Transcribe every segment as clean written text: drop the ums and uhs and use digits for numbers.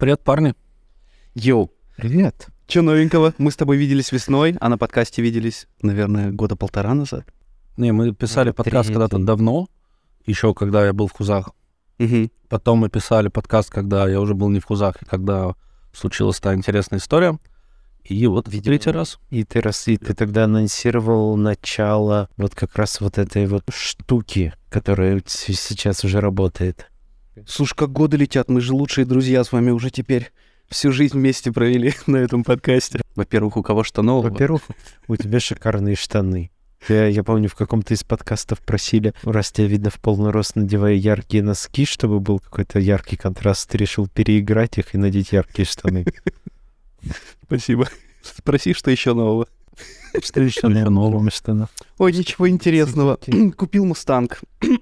Привет, парни. Йоу. Привет. Че новенького? Мы с тобой виделись весной, а на подкасте виделись, наверное, года полтора назад. Не, мы писали подкаст когда-то давно, еще когда я был в Хузах. Угу. Потом мы писали подкаст, когда я уже был не в Хузах, и когда случилась та интересная история. И вот в третий раз. И ты тогда анонсировал начало вот как раз вот этой вот штуки, которая сейчас уже работает. Слушай, как годы летят, мы же лучшие друзья с вами уже теперь. Всю жизнь вместе провели на этом подкасте. Во-первых, у кого что нового? Во-первых, у тебя шикарные штаны. Я помню, в каком-то из подкастов просили, раз тебя видно в полный рост, надевая яркие носки, чтобы был какой-то яркий контраст, ты решил переиграть их и надеть яркие штаны. Спасибо. Спроси, что еще нового. Что еще нового? Ой, ничего интересного. Купил Мустанг.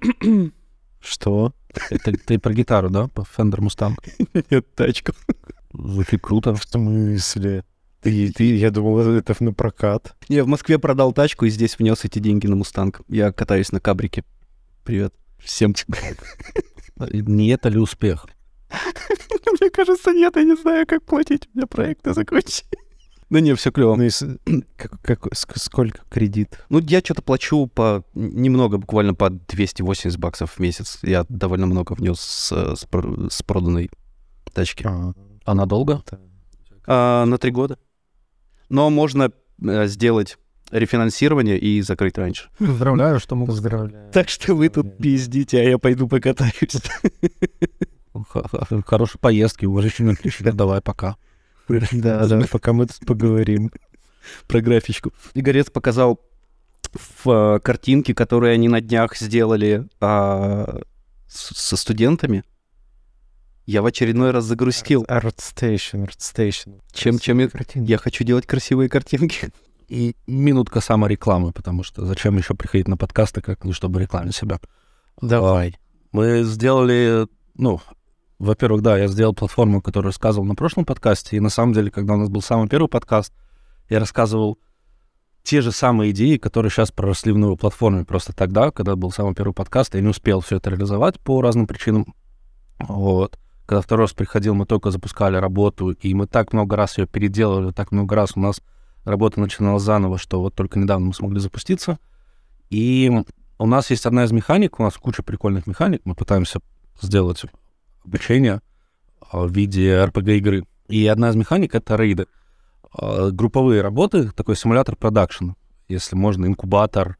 Что? Это ты про гитару, да? По Fender Mustang? Нет, тачку. Звучит круто. В смысле? Я думал, это на прокат. Я в Москве продал тачку и здесь внес эти деньги на Мустанг. Я катаюсь на кабрике. Привет всем. Не это ли успех? Мне кажется, нет, я не знаю, как платить. У меня проекты закончились. Да не, все клево. Ну и сколько кредит? Ну, я что-то плачу немного, буквально по $280 в месяц. Я довольно много внес с проданной тачки. А надолго? На 3 года. Но можно сделать рефинансирование и закрыть раньше. Поздравляю, что могу. Поздравляю. Так что вы тут пиздите, а я пойду покатаюсь. Хорошей поездки, уважительно отлично. Давай, пока. Да, пока мы тут поговорим про графичку. Игорец показал в картинке, которые они на днях сделали со студентами. Я в очередной раз загрустил. ArtStation. Чем я хочу делать красивые картинки. И минутка саморекламы, потому что зачем еще приходить на подкасты, как не чтобы рекламить себя. Давай. Мы сделали, во-первых, да, я сделал платформу, которую рассказывал на прошлом подкасте, и на самом деле, когда у нас был самый первый подкаст, я рассказывал те же самые идеи, которые сейчас проросли в новой платформе. Просто тогда, когда был самый первый подкаст, я не успел все это реализовать по разным причинам. Вот. Когда второй раз приходил, мы только запускали работу, и мы так много раз ее переделывали, так много раз у нас работа начиналась заново, что вот только недавно мы смогли запуститься. И у нас есть одна из механик, у нас куча прикольных механик, мы пытаемся сделать обучение в виде RPG-игры. И одна из механик — это рейды. Групповые работы, такой симулятор продакшн, если можно, инкубатор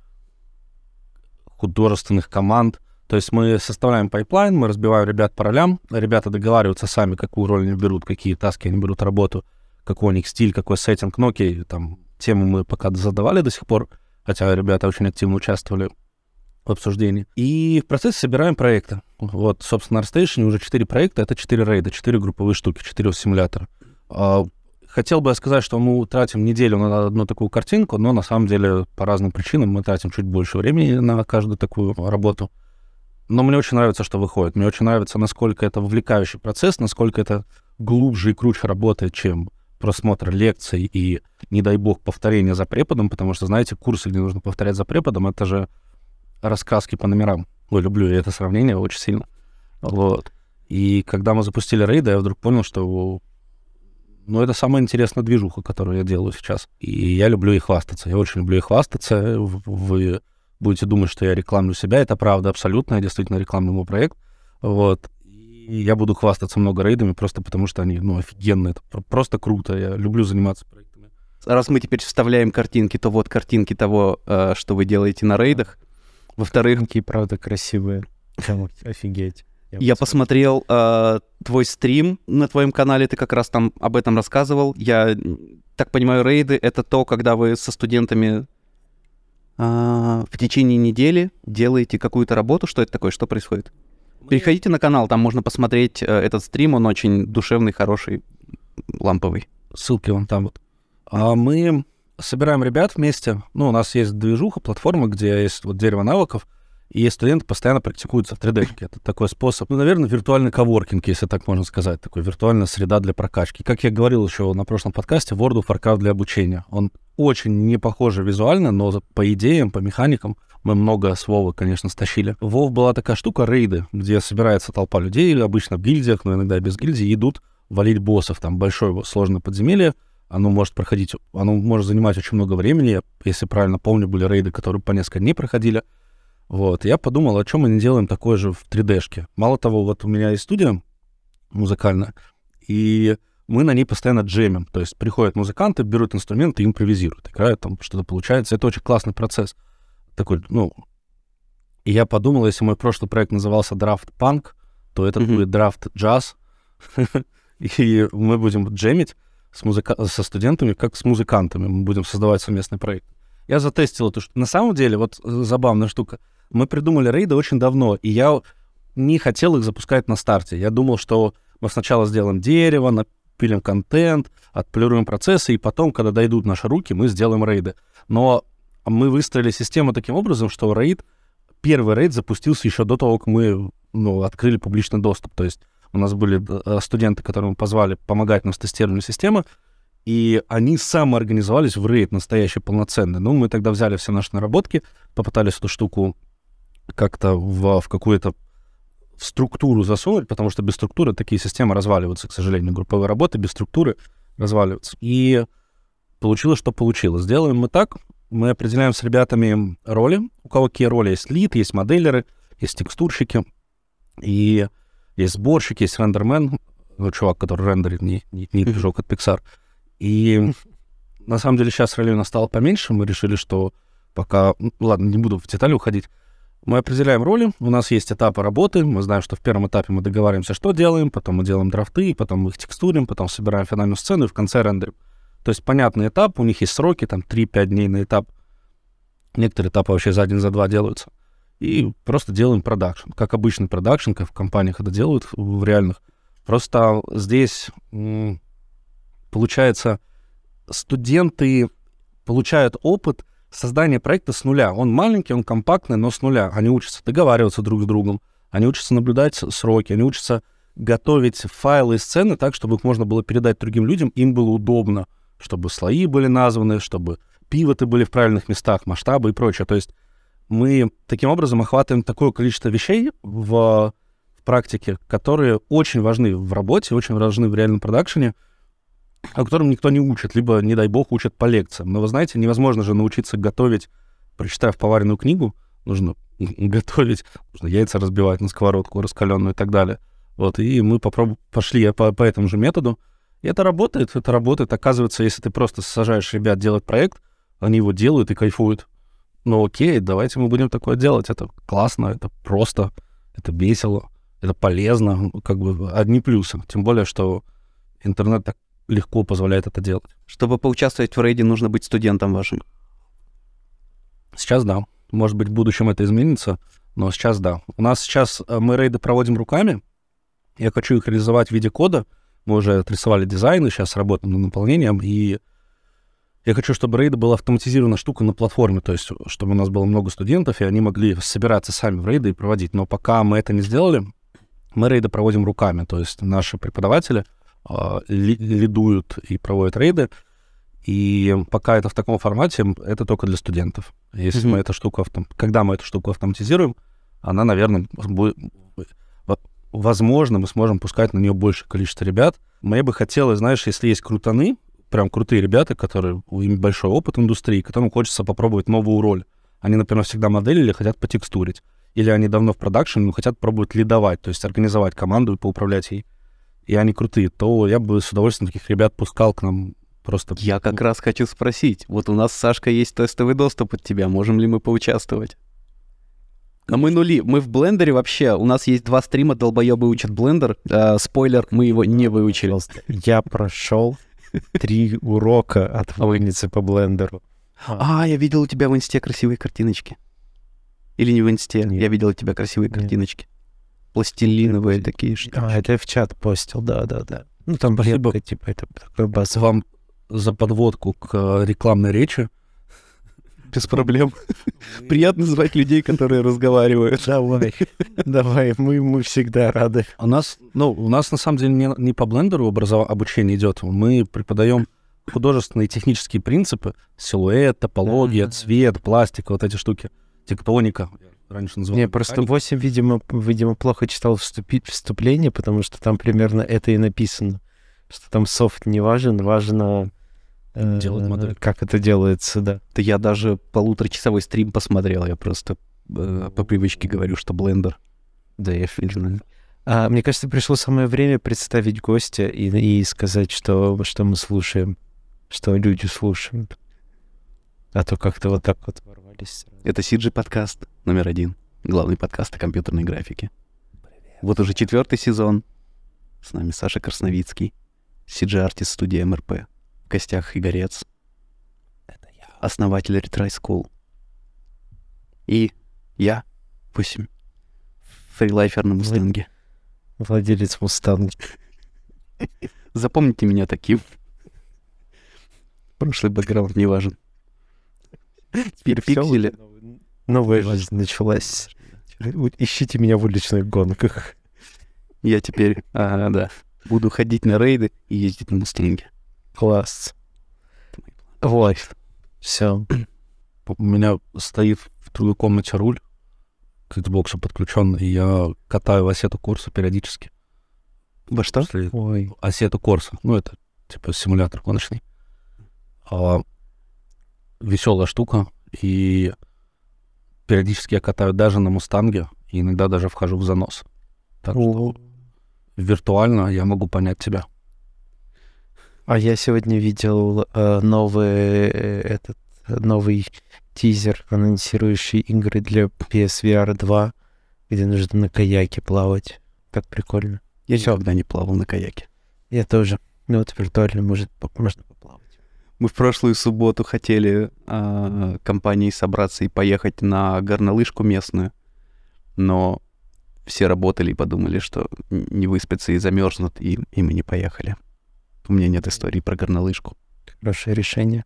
художественных команд. То есть мы составляем пайплайн, мы разбиваем ребят по ролям, ребята договариваются сами, какую роль они берут, какие таски они берут, работу, какой у них стиль, какой сеттинг. Ну окей, там тему мы пока задавали до сих пор, хотя ребята очень активно участвовали в обсуждении. И в процессе собираем проекты. Вот, собственно, на ArtStation уже 4 проекта, это 4 рейда, 4 групповые штуки, 4 симулятора. Хотел бы я сказать, что мы тратим неделю на одну такую картинку, но на самом деле по разным причинам мы тратим чуть больше времени на каждую такую работу. Но мне очень нравится, что выходит. Мне очень нравится, насколько это вовлекающий процесс, насколько это глубже и круче работает, чем просмотр лекций и, не дай бог, повторение за преподом, потому что, знаете, курсы, где нужно повторять за преподом, это же рассказки по номерам. Ой, люблю я это сравнение очень сильно. Вот. И когда мы запустили рейды, я вдруг понял, что это самая интересная движуха, которую я делаю сейчас. И я люблю ей хвастаться. Я очень люблю ей хвастаться. Вы будете думать, что я рекламлю себя. Это правда абсолютно. Я действительно рекламлю мой проект. Вот. И я буду хвастаться много рейдами, просто потому что они, офигенные. Это просто круто. Я люблю заниматься проектами. Раз мы теперь вставляем картинки, то вот картинки того, что вы делаете на рейдах. Во-вторых... Какие, правда, красивые. Офигеть. Я посмотрел твой стрим на твоем канале, ты как раз там об этом рассказывал. Я так понимаю, рейды — это то, когда вы со студентами в течение недели делаете какую-то работу. Что это такое? Что происходит? Переходите на канал, там можно посмотреть этот стрим, он очень душевный, хороший, ламповый. Ссылки вон там вот. Мы собираем ребят вместе. У нас есть движуха, платформа, где есть вот дерево навыков, и студенты постоянно практикуются в 3D. Это такой способ, наверное, виртуальный коворкинг, если так можно сказать, такой виртуальная среда для прокачки. Как я говорил еще на прошлом подкасте, World of Warcraft для обучения. Он очень не похож визуально, но по идеям, по механикам мы много с Вовы, конечно, стащили. В Вов была такая штука, рейды, где собирается толпа людей, обычно в гильдиях, но иногда и без гильдии, идут валить боссов, там большое сложное подземелье, оно может занимать очень много времени. Если правильно помню, были рейды, которые по несколько дней проходили. Вот, я подумал, о чем мы не делаем такое же в 3D-шке. Мало того, вот у меня есть студия музыкальная, и мы на ней постоянно джемим. То есть приходят музыканты, берут инструменты и импровизируют, играют, там что-то получается. Это очень классный процесс. Такой, и я подумал, если мой прошлый проект назывался Draft Punk, то этот будет Draft Jazz, и мы будем джемить со студентами, как с музыкантами. Мы будем создавать совместный проект. Я затестил эту штуку. На самом деле, вот забавная штука. Мы придумали рейды очень давно, и я не хотел их запускать на старте. Я думал, что мы сначала сделаем дерево, напилим контент, отполируем процессы, и потом, когда дойдут наши руки, мы сделаем рейды. Но мы выстроили систему таким образом, что первый рейд запустился еще до того, как мы открыли публичный доступ. То есть у нас были студенты, которым мы позвали помогать нам с тестированием системы, и они самоорганизовались в рейд настоящий, полноценный. Мы тогда взяли все наши наработки, попытались эту штуку как-то в какую-то структуру засунуть, потому что без структуры такие системы разваливаются, к сожалению. Групповые работы без структуры разваливаются. И получилось, что получилось. Сделаем мы так. Мы определяем с ребятами роли. У кого какие роли? Есть лид, есть моделеры, есть текстурщики, и есть сборщик, есть рендермен, чувак, который рендерит, не движок от Pixar. И на самом деле сейчас ролей у нас стало поменьше. Мы решили, что пока... ладно, не буду в детали уходить. Мы определяем роли, у нас есть этапы работы, мы знаем, что в первом этапе мы договариваемся, что делаем, потом мы делаем драфты, потом мы их текстурим, потом собираем финальную сцену и в конце рендерим. То есть понятный этап, у них есть сроки, там 3-5 дней на этап. Некоторые этапы вообще за 1-2 делаются. И просто делаем продакшн, как обычный продакшн, как в компаниях это делают, в реальных. Просто здесь, получается, студенты получают опыт создание проекта с нуля. Он маленький, он компактный, но с нуля. Они учатся договариваться друг с другом, они учатся наблюдать сроки, они учатся готовить файлы и сцены так, чтобы их можно было передать другим людям, им было удобно, чтобы слои были названы, чтобы пивоты были в правильных местах, масштабы и прочее. То есть мы таким образом охватываем такое количество вещей в практике, которые очень важны в работе, очень важны в реальном продакшене, о котором никто не учит, либо, не дай бог, учат по лекциям. Но вы знаете, невозможно же научиться готовить, прочитав поваренную книгу, нужно готовить, нужно яйца разбивать на сковородку раскаленную и так далее. Вот, и мы пошли по этому же методу. И это работает. Оказывается, если ты просто сажаешь ребят делать проект, они его делают и кайфуют. Ну окей, давайте мы будем такое делать. Это классно, это просто, это весело, это полезно. Как бы одни плюсы. Тем более, что интернет так легко позволяет это делать. Чтобы поучаствовать в рейде, нужно быть студентом вашим. Сейчас да. Может быть, в будущем это изменится, но сейчас да. У нас сейчас мы рейды проводим руками. Я хочу их реализовать в виде кода. Мы уже отрисовали дизайны, сейчас работаем над наполнением. И я хочу, чтобы рейды была автоматизирована штука на платформе. То есть, чтобы у нас было много студентов, и они могли собираться сами в рейды и проводить. Но пока мы это не сделали, мы рейды проводим руками. То есть наши преподаватели лидуют и проводят рейды, и пока это в таком формате, это только для студентов. Если мы эту штуку, когда мы эту штуку автоматизируем, она, наверное, будет, возможно, мы сможем пускать на нее большее количество ребят. Мне бы хотелось, знаешь, если есть крутаны, прям крутые ребята, которые имеют большой опыт в индустрии, которым хочется попробовать новую роль. Они, например, всегда моделили, хотят потекстурить. Или они давно в продакшене, но хотят пробовать лидовать, то есть организовать команду и поуправлять ей. И они крутые, то я бы с удовольствием таких ребят пускал к нам просто... Я как раз хочу спросить. Вот у нас с Сашкой есть тестовый доступ от тебя. Можем ли мы поучаствовать? Но мы нули. Мы в блендере вообще. У нас есть 2 стрима, долбоёбы учат блендер. Спойлер, мы его не выучили. Я прошел 3 урока от вольницы по блендеру. Я видел у тебя в инсте красивые картиночки. Или не в инсте? Нет. Я видел у тебя красивые картиночки. Пластилиновые такие штуки. Это я в чат постил, да. Ну, там бред, типа, это такой база. Вам за подводку к рекламной речи. Без проблем. Приятно звать людей, которые разговаривают. Давай, мы всегда рады. У нас на самом деле не по блендеру обучение идет. Мы преподаем художественные и технические принципы: силуэт, топология, цвет, пластик, вот эти штуки, тектоника. Раньше называл. Не, просто 8, видимо, плохо читал вступление, потому что там примерно это и написано. Что там софт не важен, важно Делать модель. как это делается, да. Да я даже полуторачасовой стрим посмотрел, я просто по привычке говорю, что блендер. Да, я знаю. Мне кажется, пришло самое время представить гостя и сказать, что мы слушаем, что люди слушают. А то как-то вот так вот ворвались. Это CG подкаст номер 1, главный подкаст о компьютерной графике. Вот уже 4-й сезон. С нами Саша Красновицкий, CG-артист студии МРП. В гостях Игорец, основатель Retry School. И я, 8, фрилайфер на Мустанге. Владелец Мустанга. Запомните меня таким. Прошлый бэкграунд не важен. Теперь пиксели. Новая жизнь началась. Ищите меня в уличных гонках. Я теперь, буду ходить на рейды и ездить на Мустанге. Класс. Вот. Все. У меня стоит в другой комнате руль к Xbox подключен, и я катаю Assetto Corsa периодически. Во что? Ой. Assetto Corsa. Ну, это типа симулятор гоночный. Веселая штука. И периодически я катаю даже на Мустанге, и иногда даже вхожу в занос. Так что виртуально я могу понять тебя. А я сегодня видел новый тизер, анонсирующий игры для PSVR 2, где нужно на каяке плавать. Так прикольно. Я никогда не плавал на каяке. Я тоже. Ну вот виртуально можно поплавать. Мы в прошлую субботу хотели компанией собраться и поехать на горнолыжку местную, но все работали и подумали, что не выспятся и замерзнут, и мы не поехали. У меня нет истории про горнолыжку. Хорошее решение.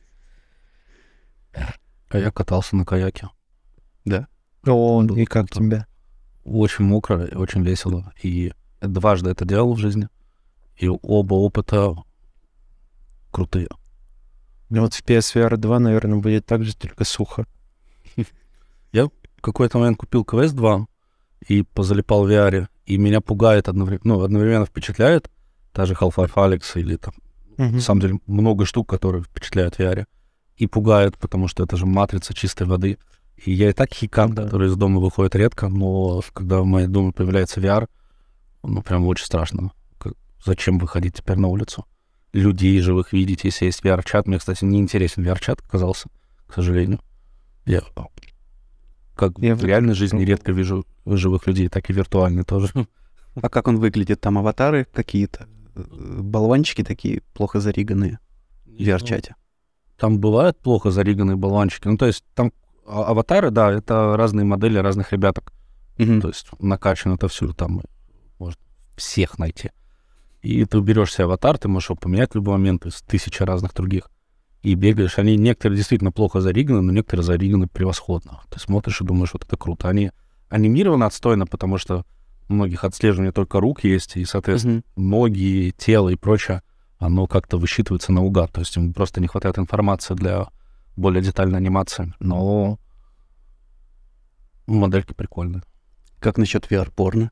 А я катался на каяке. Да? И как тебе? Очень мокро и очень весело. И дважды это делал в жизни. И оба опыта крутые. Ну вот в PSVR 2, наверное, будет так же, только сухо. Я в какой-то момент купил Quest 2 и позалипал в VR, и меня пугает одновременно впечатляет, та же Half-Life Alyx или там, на самом деле, много штук, которые впечатляют в VR, и пугает, потому что это же матрица чистой воды. И я и так хикан, который из дома выходит редко, но когда в моем доме появляется VR, ну, прям очень страшно. Зачем выходить теперь на улицу? Людей живых видеть, если есть VR-чат. Мне, кстати, не интересен VR-чат оказался, к сожалению. Я в реальной жизни редко вижу живых людей, так и виртуально тоже. А как он выглядит? Там аватары какие-то? Болванчики такие плохо зариганные в VR-чате? Там бывают плохо зариганные болванчики. Ну, то есть там аватары, да, это разные модели разных ребяток. То есть накачано это все, там можно всех найти. И ты берешь себе аватар, ты можешь его поменять в любой момент из 1000 разных других. И бегаешь. Они некоторые действительно плохо зариганы, но некоторые зариганы превосходно. Ты смотришь и думаешь, вот это круто. Они анимированы отстойно, потому что у многих отслеживание только рук есть, и, соответственно, ноги, тело и прочее, оно как-то высчитывается наугад. То есть ему просто не хватает информации для более детальной анимации. Но модельки прикольные. Как насчет VR-порно?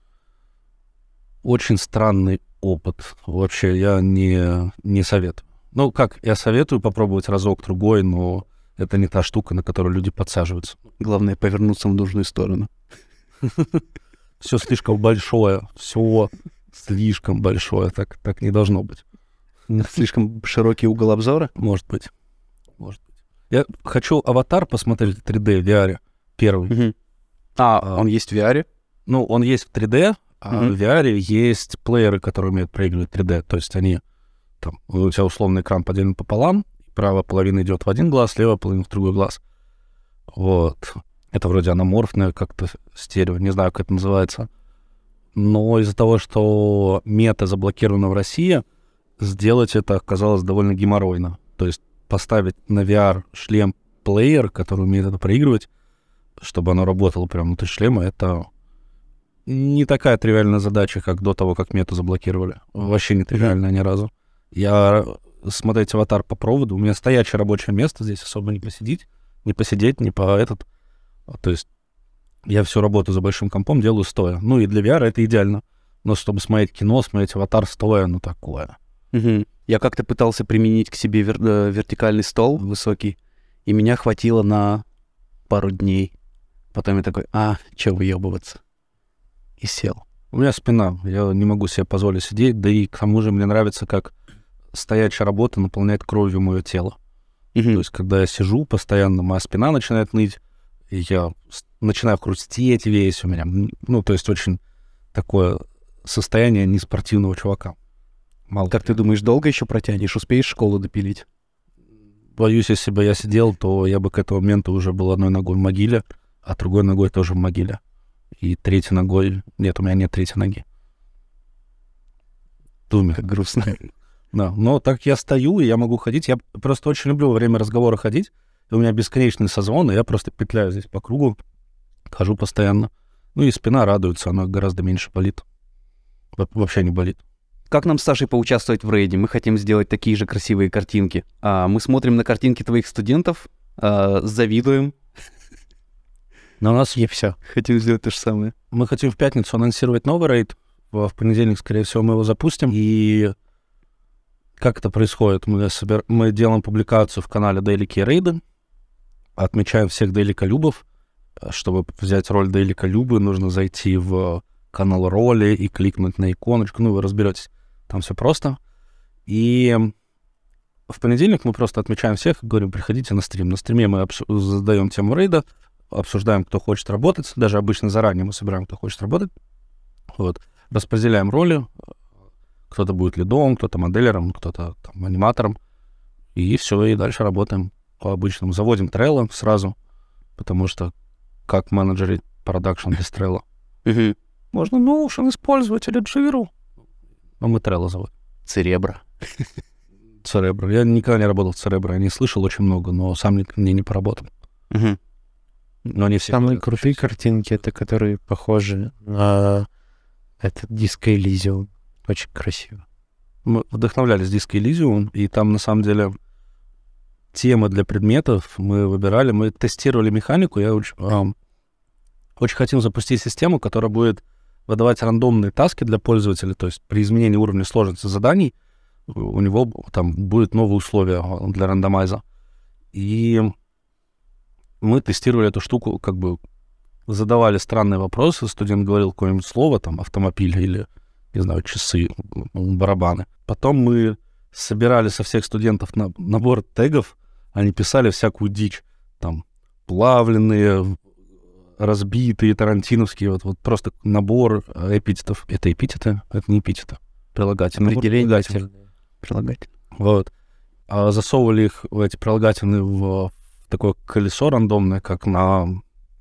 Очень странный опыт. Вообще, я не советую. Ну, как, я советую попробовать разок-другой, но это не та штука, на которую люди подсаживаются. Главное, повернуться в нужную сторону. Все слишком большое. Все слишком большое. Так не должно быть. Слишком широкий угол обзора? Может быть. Я хочу «Аватар» посмотреть в 3D в VR. Первый. Он есть в VR? Ну, он есть в 3D, а в VR есть плееры, которые умеют проигрывать 3D. То есть они там, у тебя условный экран поделен пополам, правая половина идет в один глаз, левая половина в другой глаз. Вот. Это вроде аноморфное как-то стерео, не знаю, как это называется. Но из-за того, что мета заблокирована в России, сделать это оказалось довольно геморройно. То есть поставить на VR шлем-плеер, который умеет это проигрывать, чтобы оно работало прямо внутри шлема, это не такая тривиальная задача, как до того, как мету заблокировали. Вообще не тривиальная ни разу. Я смотреть «Аватар» по проводу, у меня стоячее рабочее место, здесь особо не посидеть, не по этот. То есть я всю работу за большим компом делаю стоя. Ну и для VR это идеально. но чтобы смотреть кино, смотреть «Аватар» стоя, ну такое. Я как-то пытался применить к себе вертикальный стол высокий, и меня хватило на пару дней. Потом я такой, чё выёбываться? И сел. У меня спина, я не могу себе позволить сидеть, да и к тому же мне нравится, как стоячая работа наполняет кровью мое тело. То есть, когда я сижу постоянно, моя спина начинает ныть, и я начинаю хрустеть весь у меня. Ну, то есть, очень такое состояние неспортивного чувака. Мало как ты думаешь, долго еще протянешь? Успеешь школу допилить? Боюсь, если бы я сидел, то я бы к этому моменту уже был одной ногой в могиле, а другой ногой тоже в могиле. И третьей ногой... Нет, у меня нет третьей ноги. Думаю. Как грустно. Да, но так я стою, и я могу ходить. Я просто очень люблю во время разговора ходить. И у меня бесконечный созвон, и я просто петляю здесь по кругу, хожу постоянно. Ну и спина радуется, она гораздо меньше болит. Вообще не болит. Как нам с Сашей поучаствовать в рейде? Мы хотим сделать такие же красивые картинки. Мы смотрим на картинки твоих студентов, завидуем. Но у нас и все. Хотим сделать то же самое. Мы хотим в пятницу анонсировать новый рейд. В понедельник, скорее всего, мы его запустим. И как это происходит? Мы делаем публикацию в канале Daily Key Raid, отмечаем всех Дейликолюбов. Чтобы взять роль Дейликолюбы, нужно зайти в канал роли и кликнуть на иконочку. Ну, вы разберетесь. Там все просто. И в понедельник мы просто отмечаем всех и говорим, приходите на стрим. На стриме мы задаем тему рейда, обсуждаем, кто хочет работать. Даже обычно заранее мы собираем, кто хочет работать. Вот. Распределяем роли. Кто-то будет лидом, кто-то моделером, кто-то там аниматором. И все, и дальше работаем по-обычному. Заводим Trello сразу, потому что как менеджерить продакшн без Trello? Можно Notion использовать или Jira. Но мы Trello заводим. Cerebro. Cerebro. Я никогда не работал в Cerebro. Я не слышал очень много, но сам мне не поработал. Но они все... Самые крутые картинки, это которые похожи на этот Disco Elysium. Очень красиво. Мы вдохновлялись Disco Elysium, и там, на самом деле, темы для предметов мы выбирали. Мы тестировали механику. Я очень хотим запустить систему, которая будет выдавать рандомные таски для пользователя. То есть при изменении уровня сложности заданий у него там будет новые условия для рандомайза. И мы тестировали эту штуку, как бы задавали странные вопросы. Студент говорил какое-нибудь слово, там, автомобиль или, не знаю, часы, барабаны. Потом мы собирали со всех студентов набор тегов, они писали всякую дичь. Там, плавленные, разбитые, тарантиновские, вот просто набор эпитетов. Это эпитеты? Это не эпитеты. Прилагательные. Прилагательные. Вот. Засовывали их, эти прилагательные, в такое колесо рандомное, как на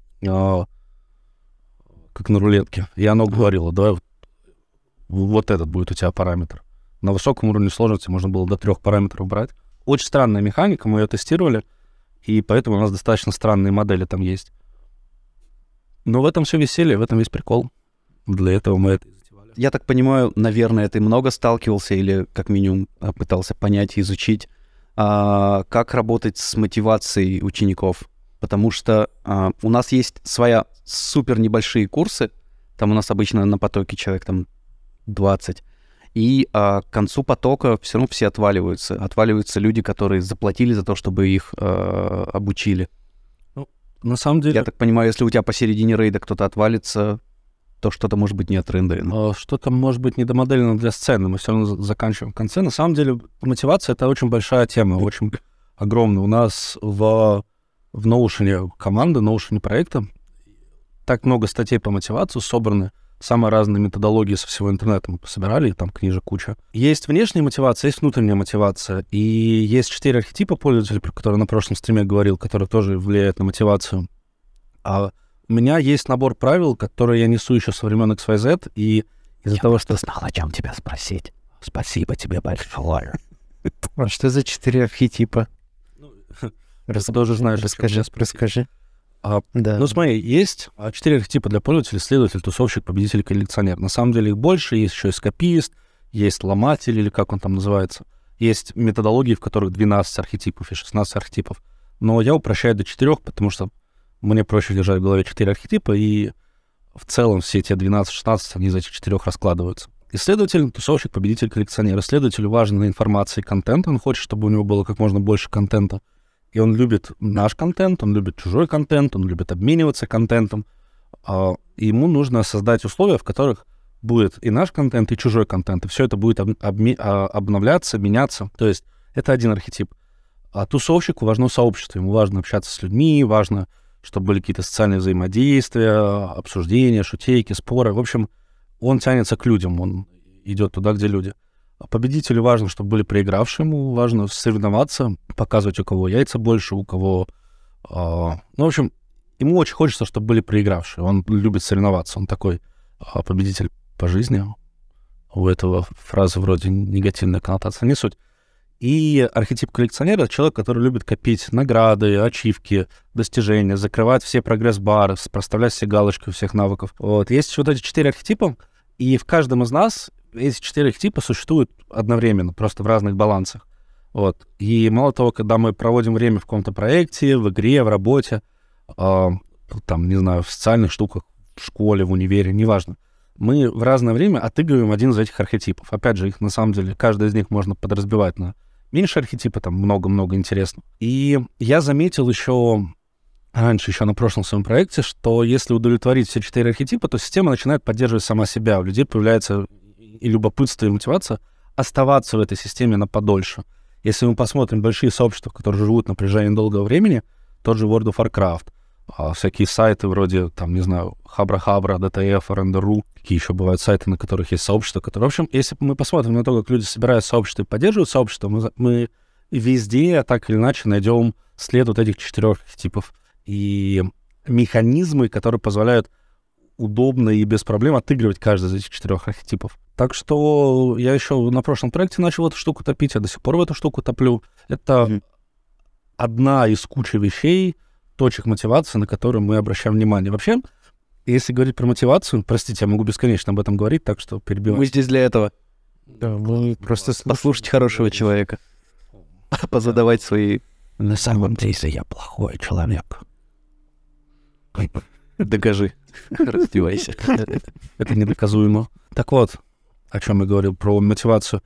рулетке. И оно говорило, давай вот этот будет у тебя параметр. На высоком уровне сложности можно было до 3 параметров брать. Очень странная механика, мы ее тестировали, и поэтому у нас достаточно странные модели там есть. Но в этом все веселье, в этом весь прикол. Для этого мы это и затевали. Я так понимаю, наверное, ты много сталкивался или как минимум пытался понять и изучить, как работать с мотивацией учеников. Потому что у нас есть своя супер небольшие курсы, там у нас обычно на потоке человек там 20, и к концу потока все равно все отваливаются. Отваливаются люди, которые заплатили за то, чтобы их обучили. На самом деле... Я так понимаю, если у тебя посередине рейда кто-то отвалится, то что-то может быть не отрендерено. Что-то может быть недомоделено для сцены. Мы все равно заканчиваем в конце. На самом деле мотивация — это очень большая тема, очень огромная. У нас в Notion команды, Notion проекта так много статей по мотивации собраны, самые разные методологии со всего интернета мы собирали, там книжек куча. Есть внешняя мотивация, есть внутренняя мотивация. И есть 4 архетипа пользователей, про которые на прошлом стриме говорил, которые тоже влияют на мотивацию. А у меня есть набор правил, которые я несу еще со времен XYZ, и из-за того, что... знал, о чем тебя спросить. Спасибо тебе большое. А что за 4 архетипа? Ты тоже знаешь. Расскажи. Да. Ну, смотри, есть 4 архетипа для пользователя: исследователь, тусовщик, победитель, коллекционер. На самом деле их больше, есть еще эскапист, есть ломатель, или как он там называется. Есть методологии, в которых 12 архетипов и 16 архетипов. Но я упрощаю до 4, потому что мне проще держать в голове 4 архетипа, и в целом все те 12-16, они из этих 4 раскладываются. Исследователь, тусовщик, победитель, коллекционер. Исследователю важна информация и контент. Он хочет, чтобы у него было как можно больше контента. И он любит наш контент, он любит чужой контент, он любит обмениваться контентом. И ему нужно создать условия, в которых будет и наш контент, и чужой контент. И все это будет обновляться, меняться. То есть это один архетип. А тусовщику важно сообщество. Ему важно общаться с людьми, важно, чтобы были какие-то социальные взаимодействия, обсуждения, шутейки, споры. В общем, он тянется к людям, он идет туда, где люди. А победителю важно, чтобы были проигравшие, ему важно соревноваться, показывать, у кого яйца больше, у кого... в общем, ему очень хочется, чтобы были проигравшие. Он любит соревноваться, он такой победитель по жизни. У этого фразы вроде негативная коннотация, не суть. И архетип коллекционера — это человек, который любит копить награды, ачивки, достижения, закрывать все прогресс-бары, проставлять все галочки у всех навыков. Вот. Есть вот эти 4 архетипа, и в каждом из нас эти 4 архетипа существуют одновременно, просто в разных балансах. Вот. И мало того, когда мы проводим время в каком-то проекте, в игре, в работе, там, не знаю, в социальных штуках, в школе, в универе, неважно, мы в разное время отыгрываем один из этих архетипов. Опять же, их на самом деле, каждый из них можно подразбивать на меньше архетипа, там много-много интересного. И я заметил еще раньше, еще на прошлом своем проекте, что если удовлетворить все 4 архетипа, то система начинает поддерживать сама себя. У людей появляется и любопытство, и мотивация оставаться в этой системе на подольше. Если мы посмотрим большие сообщества, которые живут на протяжении долгого времени, тот же World of Warcraft, всякие сайты вроде, там, не знаю, Хабра-Хабра, DTF, Render.ru, какие еще бывают сайты, на которых есть сообщества, которые... В общем, если мы посмотрим на то, как люди собирают сообщества и поддерживают сообщества, мы везде так или иначе найдем след вот этих 4 архетипов и механизмы, которые позволяют удобно и без проблем отыгрывать каждый из этих 4 архетипов. Так что я еще на прошлом проекте начал эту штуку топить, я до сих пор в эту штуку топлю. Это одна из кучи вещей, точек мотивации, на которые мы обращаем внимание. Вообще, если говорить про мотивацию, простите, я могу бесконечно об этом говорить, так что перебиваю. Мы здесь для этого. Да, мы просто Послушать хорошего человека. Позадавать свои... На самом деле я плохой человек. Докажи. Раздевайся. Это недоказуемо. Так вот, о чем я говорил, про мотивацию.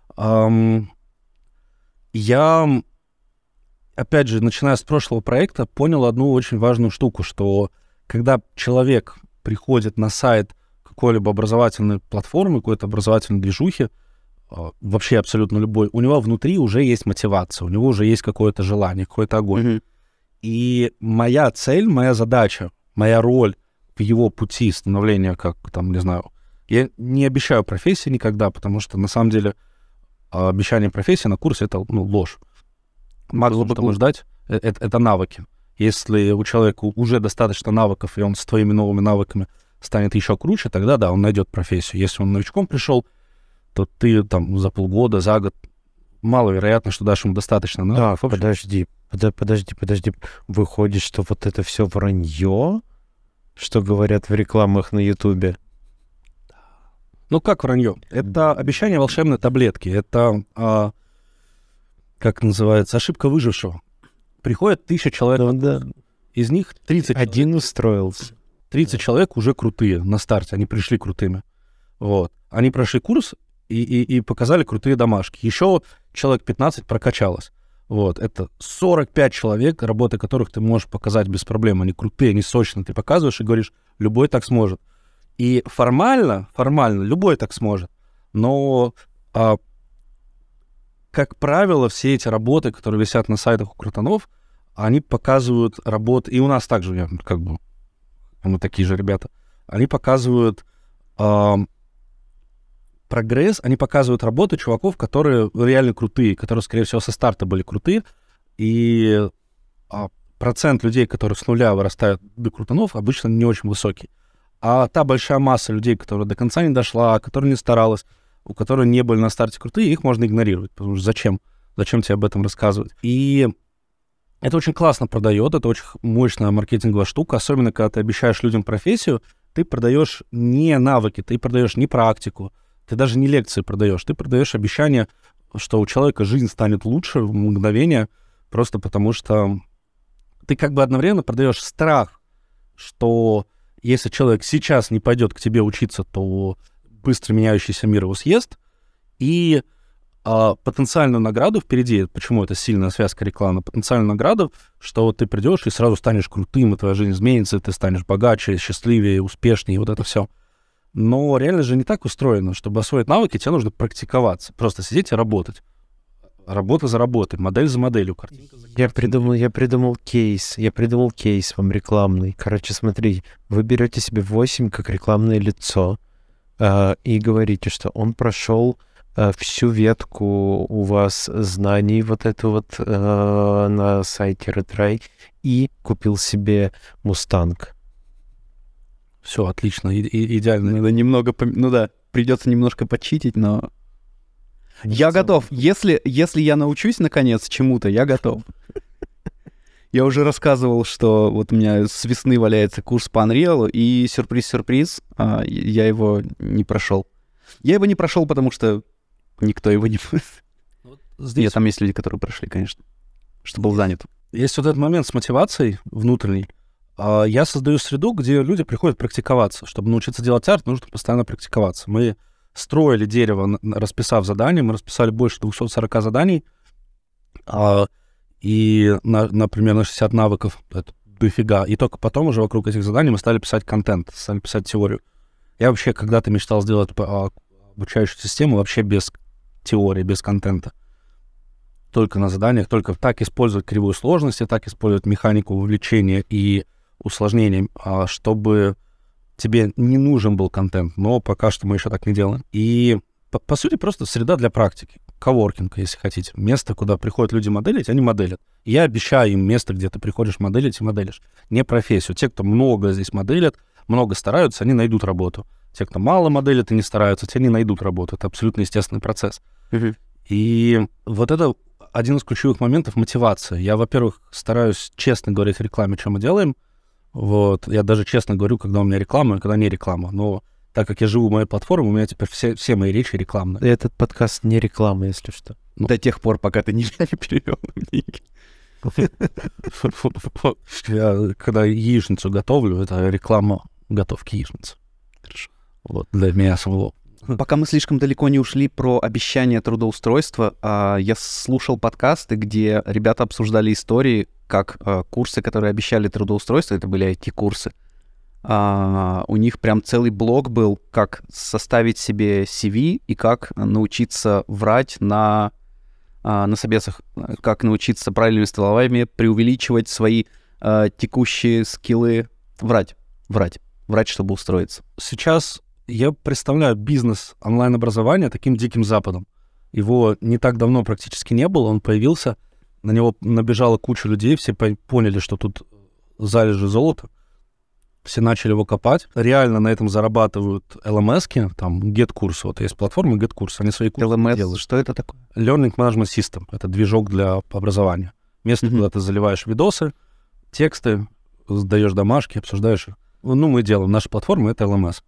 Я, опять же, начиная с прошлого проекта, понял одну очень важную штуку, что когда человек приходит на сайт какой-либо образовательной платформы, какой-то образовательной движухи, вообще абсолютно любой, у него внутри уже есть мотивация, у него уже есть какое-то желание, какой-то огонь. И моя цель, моя задача, моя роль в его пути становления, как, там, не знаю, я не обещаю профессии никогда, потому что, на самом деле, обещание профессии на курсе — это, ложь. Максимум, что ждать, это навыки. Если у человека уже достаточно навыков, и он с твоими новыми навыками станет еще круче, тогда, да, он найдет профессию. Если он новичком пришел, то ты там за полгода, за год, маловероятно, что дашь ему достаточно навыков. Так, подожди. Выходит, что вот это все вранье, что говорят в рекламах на Ютубе? Ну, как вранье? Это обещание волшебной таблетки. Это, как называется, ошибка выжившего. Приходит 1000 человек, Да. из них 30 Один устроился. 30 человек уже крутые на старте, они пришли крутыми. Вот. Они прошли курс и показали крутые домашки. Еще человек 15 прокачалось. Вот. Это 45 человек, работы которых ты можешь показать без проблем. Они крутые, они сочные. Ты показываешь и говоришь, любой так сможет. И формально любой так сможет. Но, как правило, все эти работы, которые висят на сайтах у крутанов, они показывают работы, и у нас также, как бы, мы такие же ребята, они показывают прогресс, они показывают работы чуваков, которые реально крутые, которые, скорее всего, со старта были крутые, и процент людей, которые с нуля вырастают до крутанов, обычно не очень высокий. А та большая масса людей, которая до конца не дошла, которая не старалась, у которых не были на старте крутые, их можно игнорировать, потому что зачем? Зачем тебе об этом рассказывать? И это очень классно продает, это очень мощная маркетинговая штука, особенно когда ты обещаешь людям профессию, ты продаешь не навыки, ты продаешь не практику, ты даже не лекции продаешь, ты продаешь обещание, что у человека жизнь станет лучше в мгновение, просто потому что ты как бы одновременно продаешь страх, что если человек сейчас не пойдет к тебе учиться, то быстро меняющийся мир его съест, и потенциальную награду впереди, почему это сильная связка рекламы, потенциальную награду, что вот ты придешь и сразу станешь крутым, и твоя жизнь изменится, и ты станешь богаче, счастливее, успешнее, и вот это все. Но реально же не так устроено. Чтобы освоить навыки, тебе нужно практиковаться. Просто сидеть и работать. Работа за работой, модель за моделью. Я придумал кейс вам рекламный. Короче, смотри, вы берете себе 8 как рекламное лицо и говорите, что он прошел всю ветку у вас знаний вот эту вот на сайте Retry и купил себе Мустанг. Все, отлично, идеально. Надо немного, придется немножко почитить, но... Я готов. Если я научусь, наконец, чему-то, я готов. Я уже рассказывал, что вот у меня с весны валяется курс по Unreal, и сюрприз-сюрприз, я его не прошел. Я его не прошел, потому что никто его не... Здесь... Нет, там есть люди, которые прошли, конечно, что был занят. Есть вот этот момент с мотивацией внутренней. Я создаю среду, где люди приходят практиковаться. Чтобы научиться делать арт, нужно постоянно практиковаться. Мы строили дерево, расписав задания. Мы расписали больше 240 заданий. И, например, на 60 навыков. Это дофига. И только потом уже вокруг этих заданий мы стали писать контент, стали писать теорию. Я вообще когда-то мечтал сделать обучающую систему вообще без теории, без контента. Только на заданиях, только так использовать кривую сложности, так использовать механику вовлечения и усложнения, чтобы тебе не нужен был контент. Но пока что мы еще так не делаем. И, по сути, просто среда для практики. Коворкинг, если хотите. Место, куда приходят люди моделить, они моделят. Я обещаю им место, где ты приходишь моделить и моделишь. Не профессию. Те, кто много здесь моделят, много стараются, они найдут работу. Те, кто мало моделят и не стараются, те не найдут работу. Это абсолютно естественный процесс. И вот это один из ключевых моментов — мотивация. Я, во-первых, стараюсь честно говорить в рекламе, что мы делаем. Вот. Я даже честно говорю, когда у меня реклама, и когда не реклама. Но так как я живу в моей платформе, у меня теперь все мои речи рекламные. Этот подкаст не реклама, если что. До тех пор, пока ты не перевел нам деньги. Я, когда яичницу готовлю, это реклама готовки яичницы. Хорошо. Вот, для меня самого. Пока мы слишком далеко не ушли про обещание трудоустройства, я слушал подкасты, где ребята обсуждали истории, как курсы, которые обещали трудоустройство, это были IT-курсы. У них прям целый блог был, как составить себе CV и как научиться врать на собесах, как научиться правильными словами преувеличивать свои текущие скиллы, врать, чтобы устроиться. Сейчас я представляю бизнес онлайн-образования таким диким западом. Его не так давно практически не было, он появился, на него набежала куча людей, все поняли, что тут залежи золота, все начали его копать. Реально на этом зарабатывают LMS-ки, там GetCourse, вот есть платформа GetCourse, они свои курсы LMS, делают. что это такое? Learning Management System, это движок для образования. Место, куда ты заливаешь видосы, тексты, сдаешь домашки, обсуждаешь их. Ну, мы делаем, наша платформа — это LMS.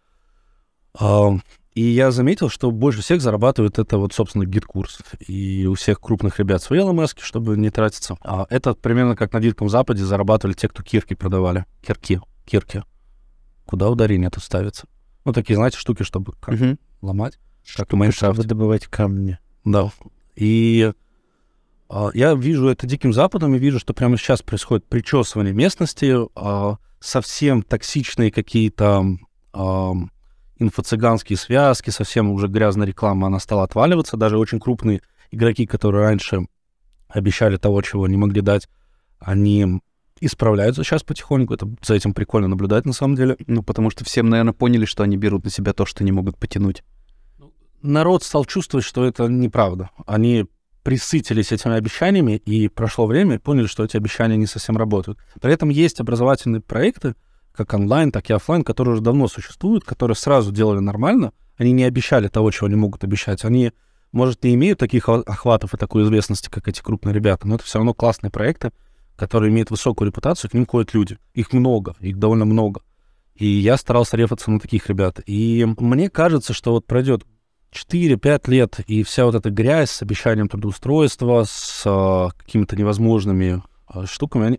И я заметил, что больше всех зарабатывает это вот, собственно, GitKurs. И у всех крупных ребят свои LMS, чтобы не тратиться. Это примерно как на Диком Западе зарабатывали те, кто кирки продавали. Кирки. Куда ударение тут ставится? Ну, такие, знаете, штуки, чтобы ломать. Как в Майнкрафте. Чтобы добывать камни. Да. И я вижу это Диким Западом и вижу, что прямо сейчас происходит причесывание местности, совсем токсичные какие-то инфо-цыганские связки, совсем уже грязная реклама, она стала отваливаться. Даже очень крупные игроки, которые раньше обещали того, чего не могли дать, они исправляются сейчас потихоньку. За этим прикольно наблюдать, на самом деле. Ну, потому что всем, наверное, поняли, что они берут на себя то, что не могут потянуть. Народ стал чувствовать, что это неправда. Они присытились этими обещаниями, и прошло время, и поняли, что эти обещания не совсем работают. При этом есть образовательные проекты, как онлайн, так и офлайн, которые уже давно существуют, которые сразу делали нормально. Они не обещали того, чего не могут обещать. Они, может, не имеют таких охватов и такой известности, как эти крупные ребята, но это все равно классные проекты, которые имеют высокую репутацию, к ним ходят люди. Их много, их довольно много. И я старался рефаться на таких ребят. И мне кажется, что вот пройдет 4-5 лет, и вся вот эта грязь с обещанием трудоустройства, с какими-то невозможными штуками,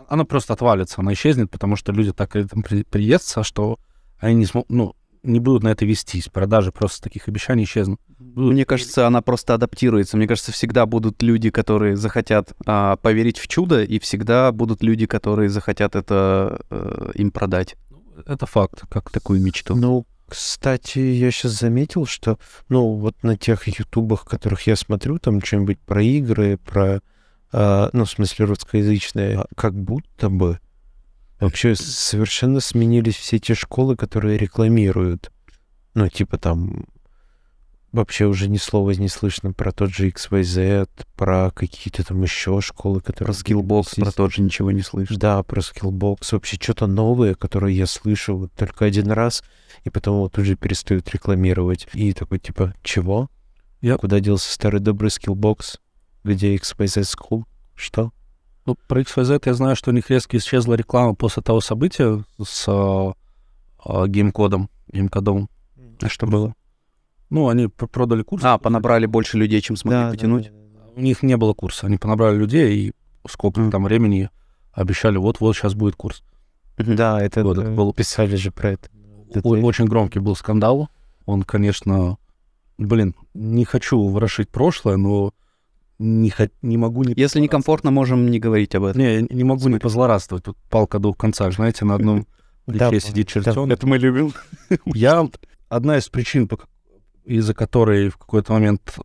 Она просто отвалится, она исчезнет, потому что люди так к этому приестся, что они не смогут, не будут на это вестись. Продажи просто с таких обещаний исчезнут. Мне кажется, она просто адаптируется. Мне кажется, всегда будут люди, которые захотят поверить в чудо, и всегда будут люди, которые захотят это им продать. Это факт, как такую мечту. Ну, кстати, я сейчас заметил, что, вот на тех ютубах, которых я смотрю, там что-нибудь про игры, про, в смысле русскоязычные, как будто бы вообще совершенно сменились все те школы, которые рекламируют. Типа там вообще уже ни слова не слышно про тот же XYZ, про какие-то там еще школы, которые... Про Skillbox, про тот же ничего не слышно. Да, про Skillbox. Вообще что-то новое, которое я слышу вот только один раз, и потом вот тут же перестают рекламировать. И такой типа, чего? Куда делся старый добрый Skillbox? Где XYZ School? Что? Про XYZ я знаю, что у них резко исчезла реклама после того события с геймкодом. А что было? Они продали курс. Понабрали больше людей, чем смогли потянуть? Да. У них не было курса. Они понабрали людей, и сколько там времени обещали, вот сейчас будет курс. Да, это был... Писали же про это. Очень громкий был скандал. Он, конечно... не хочу ворошить прошлое, но не могу не... Если некомфортно, можем не говорить об этом. Не могу не позлорадствовать. Тут палка о двух концах. Знаете, на одном плече сидит чертенок. Это мы любим. Одна из причин, из-за которой в какой-то момент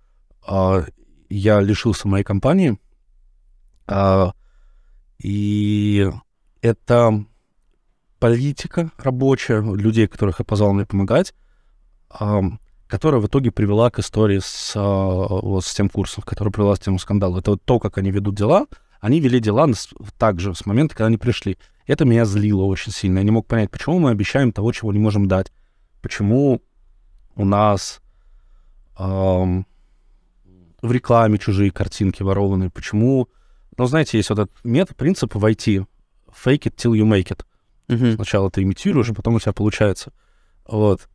я лишился моей компании, и это политика рабочая, людей, которых я позвал мне помогать, которая в итоге привела к истории с тем курсом, который привела к тему скандалу. Это вот то, как они ведут дела. Они вели дела также с момента, когда они пришли. Это меня злило очень сильно. Я не мог понять, почему мы обещаем того, чего не можем дать. Почему у нас в рекламе чужие картинки ворованы. Почему... знаете, есть вот этот принцип в IT. Fake it till you make it. Сначала ты имитируешь, а потом у тебя получается. Вот.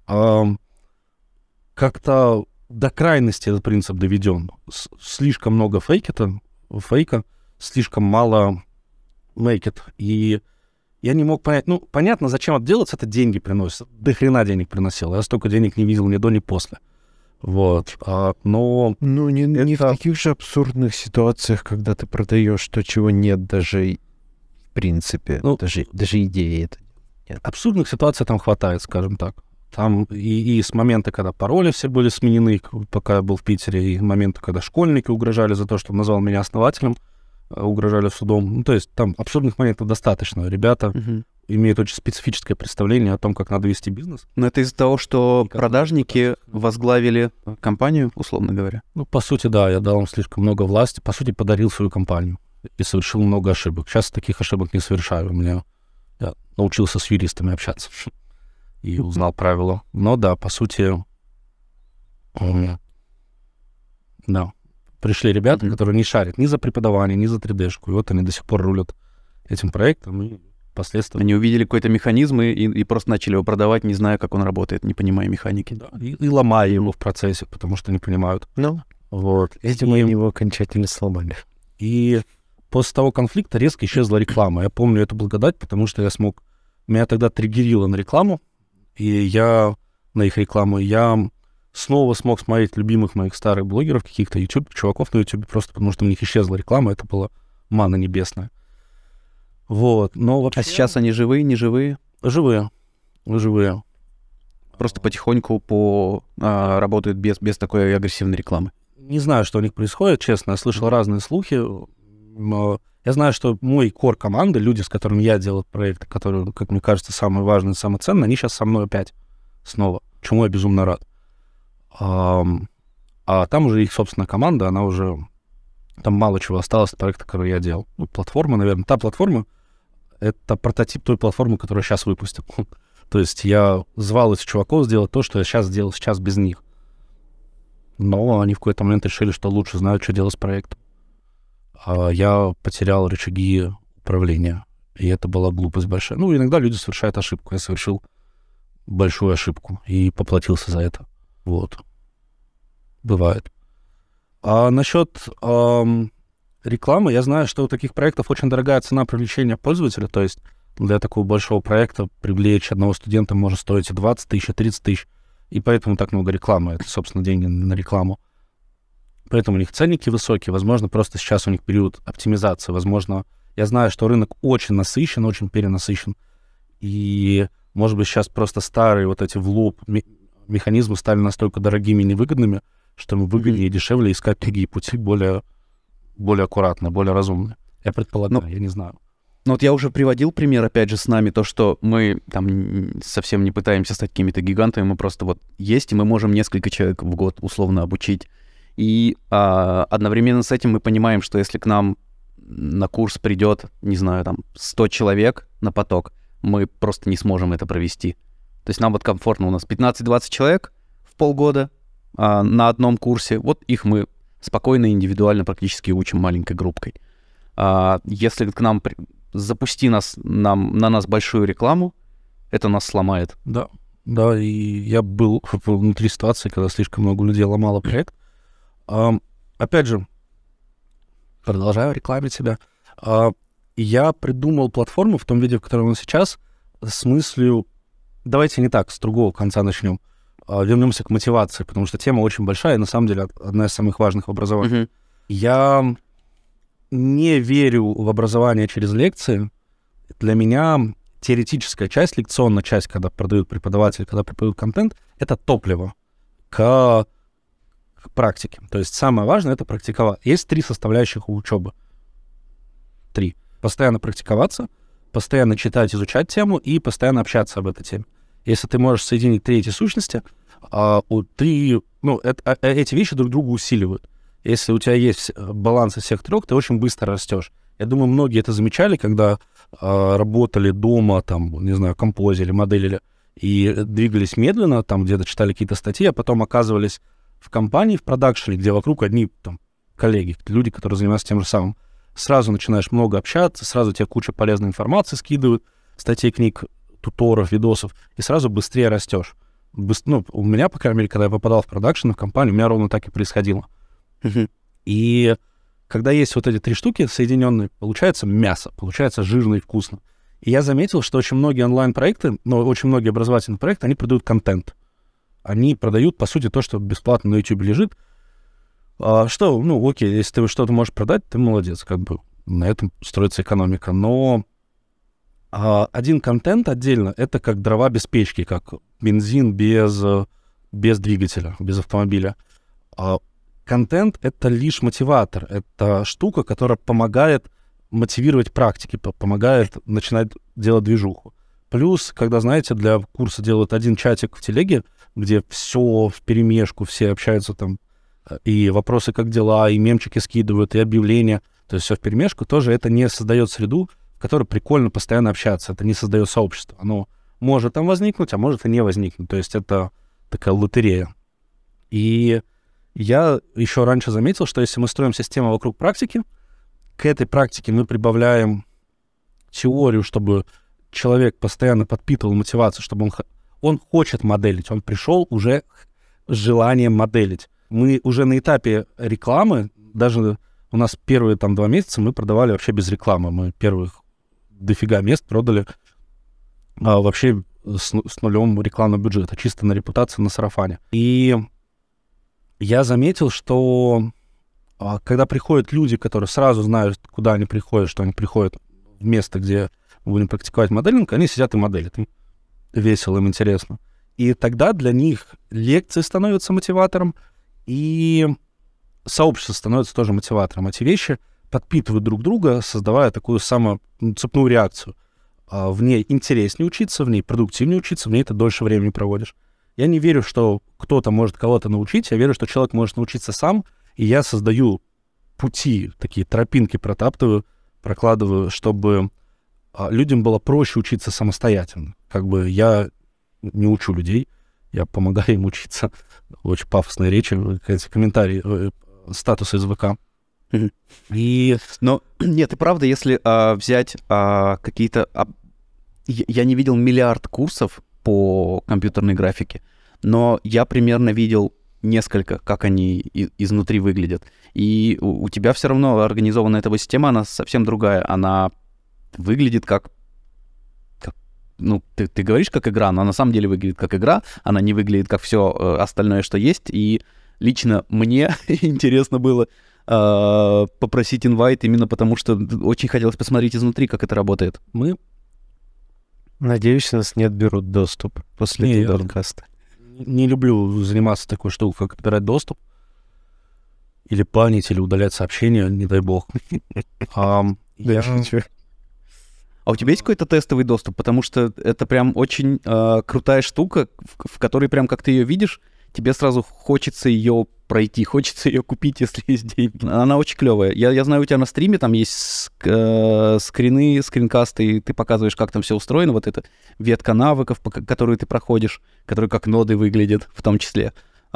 Как-то до крайности этот принцип доведен. Слишком много фейка, слишком мало make it. И я не мог понять... понятно, зачем это делать, это деньги приносит. До хрена денег приносило. Я столько денег не видел ни до, ни после. Вот. Но... не в таких же абсурдных ситуациях, когда ты продаешь то, чего нет даже в принципе. Даже идеи это нет. Абсурдных ситуаций там хватает, скажем так. Там и с момента, когда пароли все были сменены, пока я был в Питере, и момента, когда школьники угрожали за то, что он назвал меня основателем, угрожали судом. То есть там абсурдных моментов достаточно. Ребята имеют очень специфическое представление о том, как надо вести бизнес. Но это из-за того, что продажники возглавили компанию, условно говоря? По сути, да. Я дал им слишком много власти. По сути, подарил свою компанию. И совершил много ошибок. Сейчас таких ошибок не совершаю. Я научился с юристами общаться. И узнал правила. Но да, по сути... Да. Пришли ребята, которые не шарят ни за преподавание, ни за 3D-шку. И вот они до сих пор рулят этим проектом. И впоследствии... Они увидели какой-то механизм и просто начали его продавать, не зная, как он работает, не понимая механики. Да. И ломая его в процессе, потому что не понимают. Вот. Видимо, его окончательно сломали. И после того конфликта резко исчезла реклама. Я помню эту благодать, потому что меня тогда триггерило на рекламу, и на их рекламу, я снова смог смотреть любимых моих старых блогеров, каких-то чуваков на YouTube, просто потому что у них исчезла реклама, это была манна небесная. Вот, но вообще... А сейчас они живые, не живые? Живые. Просто потихоньку работают без такой агрессивной рекламы. Не знаю, что у них происходит, честно. Я слышал разные слухи. Я знаю, что мой кор команды, люди, с которыми я делал проекты, которые, как мне кажется, самые важные, самые ценные, они сейчас со мной опять снова, чему я безумно рад. А там уже их, собственно, команда, она уже... Там мало чего осталось от проекта, который я делал. Платформа, наверное. Та платформа — это прототип той платформы, которую я сейчас выпустил. То есть я звал этих чуваков сделать то, что я сейчас сделал сейчас без них. Но они в какой-то момент решили, что лучше знают, что делать с проектом. Я потерял рычаги управления. И это была глупость большая. Иногда люди совершают ошибку. Я совершил большую ошибку и поплатился за это. Вот. Бывает. А насчет реклама, я знаю, что у таких проектов очень дорогая цена привлечения пользователя, то есть для такого большого проекта привлечь одного студента может стоить и 20 тысяч, и 30 тысяч, и поэтому так много рекламы, это, собственно, деньги на рекламу. Поэтому у них ценники высокие, возможно, просто сейчас у них период оптимизации, возможно, я знаю, что рынок очень насыщен, очень перенасыщен, и, может быть, сейчас просто старые вот эти в лоб механизмы стали настолько дорогими и невыгодными, что им выгоднее и дешевле искать другие пути, более аккуратные, более разумные. Я предполагаю, я не знаю. Ну вот я уже приводил пример, опять же, с нами, то, что мы там совсем не пытаемся стать какими-то гигантами, мы просто вот есть, и мы можем несколько человек в год условно обучить. И одновременно с этим мы понимаем, что если к нам на курс придет, не знаю, там 100 человек на поток, мы просто не сможем это провести. То есть нам вот комфортно, у нас 15-20 человек в полгода на одном курсе, вот их мы спокойно, индивидуально практически учим маленькой группкой. Если к нам запусти на нас большую рекламу, это нас сломает. Да, и я был внутри ситуации, когда слишком много людей ломало проект. Опять же, продолжаю рекламить себя. Я придумал платформу в том виде, в котором она сейчас, с мыслью, давайте не так, с другого конца начнем. Вернемся к мотивации, потому что тема очень большая, и на самом деле одна из самых важных в образовании. Я не верю в образование через лекции. Для меня теоретическая часть, лекционная часть, когда продают преподаватели, когда преподают контент, это топливо к практике. То есть самое важное — это практиковать. Есть 3 составляющих у учебы. 3. Постоянно практиковаться, постоянно читать, изучать тему и постоянно общаться об этой теме. Если ты можешь соединить 3 эти сущности, эти вещи друг друга усиливают. Если у тебя есть баланс из всех 3, ты очень быстро растешь. Я думаю, многие это замечали, когда работали дома, там, не знаю, композили, моделили, и двигались медленно, там где-то читали какие-то статьи, а потом оказывались в компании, в продакшене, где вокруг одни там коллеги, люди, которые занимаются тем же самым. Сразу начинаешь много общаться, сразу тебе куча полезной информации скидывают, статей, книг, туторов, видосов, и сразу быстрее растешь. У меня, по крайней мере, когда я попадал в продакшн, в компанию, у меня ровно так и происходило. И когда есть вот эти 3 штуки соединенные, получается мясо, получается жирно и вкусно. И я заметил, что очень многие онлайн-проекты, очень многие образовательные проекты, они продают контент. Они продают, по сути, то, что бесплатно на YouTube лежит. Окей, если ты что-то можешь продать, ты молодец, как бы на этом строится экономика. Но один контент отдельно — это как дрова без печки, как бензин без двигателя, без автомобиля. Контент — это лишь мотиватор, это штука, которая помогает мотивировать практики, помогает начинать делать движуху. Плюс, когда, знаете, для курса делают один чатик в телеге, где все вперемешку, все общаются там, и вопросы, как дела, и мемчики скидывают, и объявления, то есть все вперемешку, тоже это не создает среду, в которой прикольно постоянно общаться, это не создает сообщество. Оно может там возникнуть, а может и не возникнуть, то есть это такая лотерея. И я еще раньше заметил, что если мы строим систему вокруг практики, к этой практике мы прибавляем теорию, чтобы человек постоянно подпитывал мотивацию, чтобы он хочет моделить, он пришел уже с желанием моделить. Мы уже на этапе рекламы, даже у нас первые 2 месяца мы продавали вообще без рекламы. Мы первых дофига мест продали вообще с нулем рекламного бюджета, чисто на репутацию, на сарафане. И я заметил, что когда приходят люди, которые сразу знают, куда они приходят, что они приходят в место, где мы будем практиковать моделинг, они сидят и моделят. Им весело, им интересно. И тогда для них лекции становятся мотиватором, и сообщество становится тоже мотиватором. Эти вещи подпитывают друг друга, создавая такую самую цепную реакцию. В ней интереснее учиться, в ней продуктивнее учиться, в ней ты дольше времени проводишь. Я не верю, что кто-то может кого-то научить, я верю, что человек может научиться сам, и я создаю пути, такие тропинки прокладываю, чтобы людям было проще учиться самостоятельно. Как бы я не учу людей, я помогаю им учиться. Очень пафосные речи, комментарии, статусы из ВК. И... Но нет, и правда, если взять какие-то... Я не видел миллиард курсов по компьютерной графике, но я примерно видел несколько, как они изнутри выглядят. И у тебя все равно организованная эта система, она совсем другая. Она выглядит как ну, ты говоришь как игра, но на самом деле выглядит как игра, она не выглядит как все остальное, что есть. И лично мне интересно было попросить инвайт именно потому, что очень хотелось посмотреть изнутри, как это работает. Надеюсь, нас не отберут доступ после этого подкаста. Не люблю заниматься такой штукой, как отбирать доступ. Или банить, или удалять сообщения, не дай бог. А у тебя есть какой-то тестовый доступ? Потому что это прям очень крутая штука, в которой прям как ты ее видишь, тебе сразу хочется ее пройти, хочется ее купить, если есть деньги. Она очень клевая. Я знаю, у тебя на стриме там есть скрины, скринкасты, и ты показываешь, как там все устроено, вот эта ветка навыков, которую ты проходишь, которые как ноды выглядят в том числе.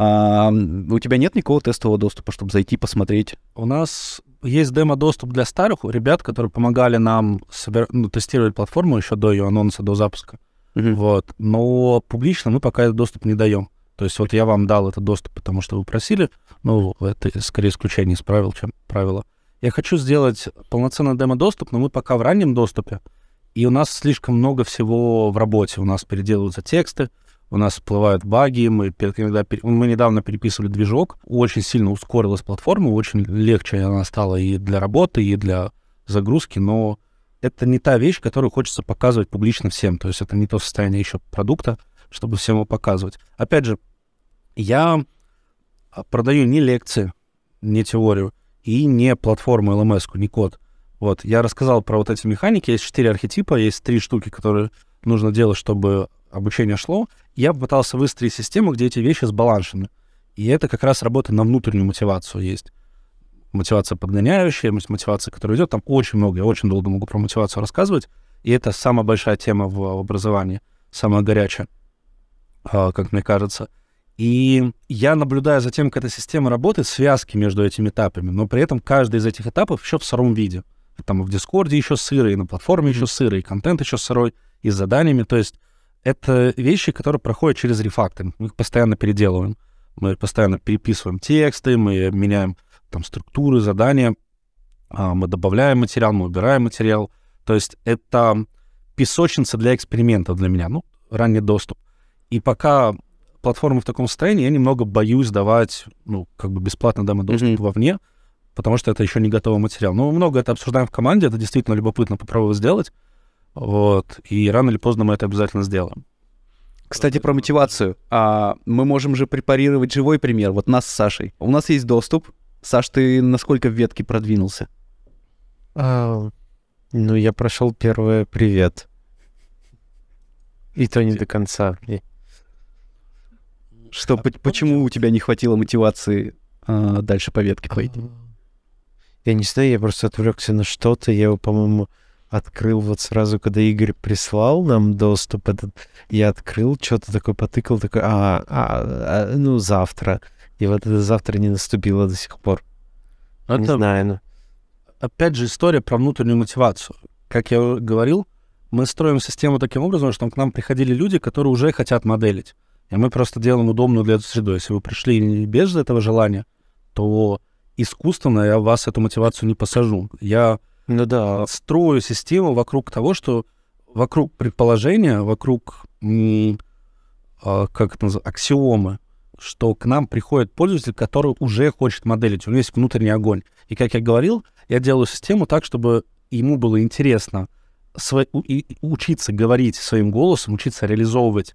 У тебя нет никакого тестового доступа, чтобы зайти, посмотреть? У нас есть демо-доступ для старых ребят, которые помогали нам тестировать платформу еще до ее анонса, до запуска. Вот. Но публично мы пока этот доступ не даем. То есть вот я вам дал этот доступ, потому что вы просили, но это скорее исключение из правил, чем правило. Я хочу сделать полноценный демо-доступ, но мы пока в раннем доступе, и у нас слишком много всего в работе. У нас переделываются тексты, у нас всплывают баги, мы недавно переписывали движок, очень сильно ускорилась платформа, очень легче она стала и для работы, и для загрузки, но это не та вещь, которую хочется показывать публично всем, то есть это не то состояние еще продукта, чтобы всем его показывать. Опять же, я продаю не лекции, не теорию, и не платформу LMS-ку, не код. Вот, я рассказал про вот эти механики, есть 4 архетипа, есть 3 штуки, которые нужно делать, чтобы обучение шло. Я попытался выстроить систему, где эти вещи сбалансированы. И это как раз работа на внутреннюю мотивацию есть. Мотивация подгоняющая, мотивация, которая идет, там очень много, я очень долго могу про мотивацию рассказывать, и это самая большая тема в образовании, самая горячая, как мне кажется. И я наблюдаю за тем, как эта система работает, связки между этими этапами, но при этом каждый из этих этапов еще в сыром виде. Там и в Дискорде еще сырый, и на платформе еще сырый, и контент еще сырой, и с заданиями. То есть это вещи, которые проходят через рефакторинг. Мы их постоянно переделываем. Мы постоянно переписываем тексты, мы меняем там структуры, задания, мы добавляем материал, мы убираем материал. То есть это песочница для экспериментов для меня, ранний доступ. И пока платформа в таком состоянии, я немного боюсь давать, бесплатно демо-доступ вовне, потому что это еще не готовый материал. Но мы много это обсуждаем в команде, это действительно любопытно попробовать сделать. Вот, и рано или поздно мы это обязательно сделаем. Кстати, про мотивацию. Мы можем же препарировать живой пример. Вот нас с Сашей. У нас есть доступ. Саш, ты насколько в ветке продвинулся? Я прошел первое «Привет». И то не до конца. Почему у тебя не хватило мотивации дальше по ветке пойти? Я не знаю, я просто отвлекся на что-то. Я его, по-моему, открыл вот сразу, когда Игорь прислал нам доступ этот. Я открыл, что-то такое потыкал, такой, завтра. И вот это завтра не наступило до сих пор. Не знаю, Опять же, история про внутреннюю мотивацию. Как я говорил, мы строим систему таким образом, что к нам приходили люди, которые уже хотят моделить. И мы просто делаем удобную для этой среду. Если вы пришли без этого желания, то искусственно я вас эту мотивацию не посажу. Я строю систему вокруг того, что вокруг предположения, вокруг аксиомы, что к нам приходит пользователь, который уже хочет моделить, у него есть внутренний огонь. И, как я говорил, я делаю систему так, чтобы ему было интересно учиться говорить своим голосом, учиться реализовывать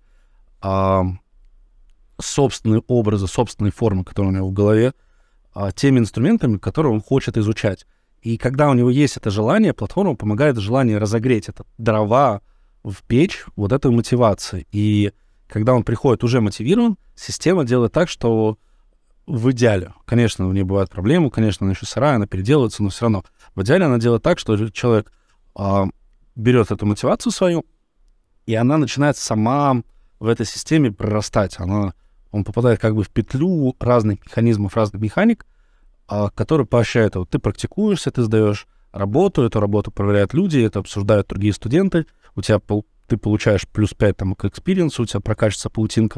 собственные образы, собственные формы, которые у него в голове, теми инструментами, которые он хочет изучать. И когда у него есть это желание, платформа помогает желание разогреть это дрова в печь вот этой мотивации. И когда он приходит уже мотивирован, система делает так, что в идеале, конечно, у нее бывают проблемы, конечно, она еще сырая, она переделывается, но все равно в идеале она делает так, что человек берет эту мотивацию свою, и она начинает сама в этой системе прорастать. Он попадает как бы в петлю разных механизмов, разных механик, которые поощряют его. Ты практикуешься, ты сдаешь работу, эту работу проверяют люди, это обсуждают другие студенты, ты получаешь +5 к экспириенсу, у тебя прокачивается паутинка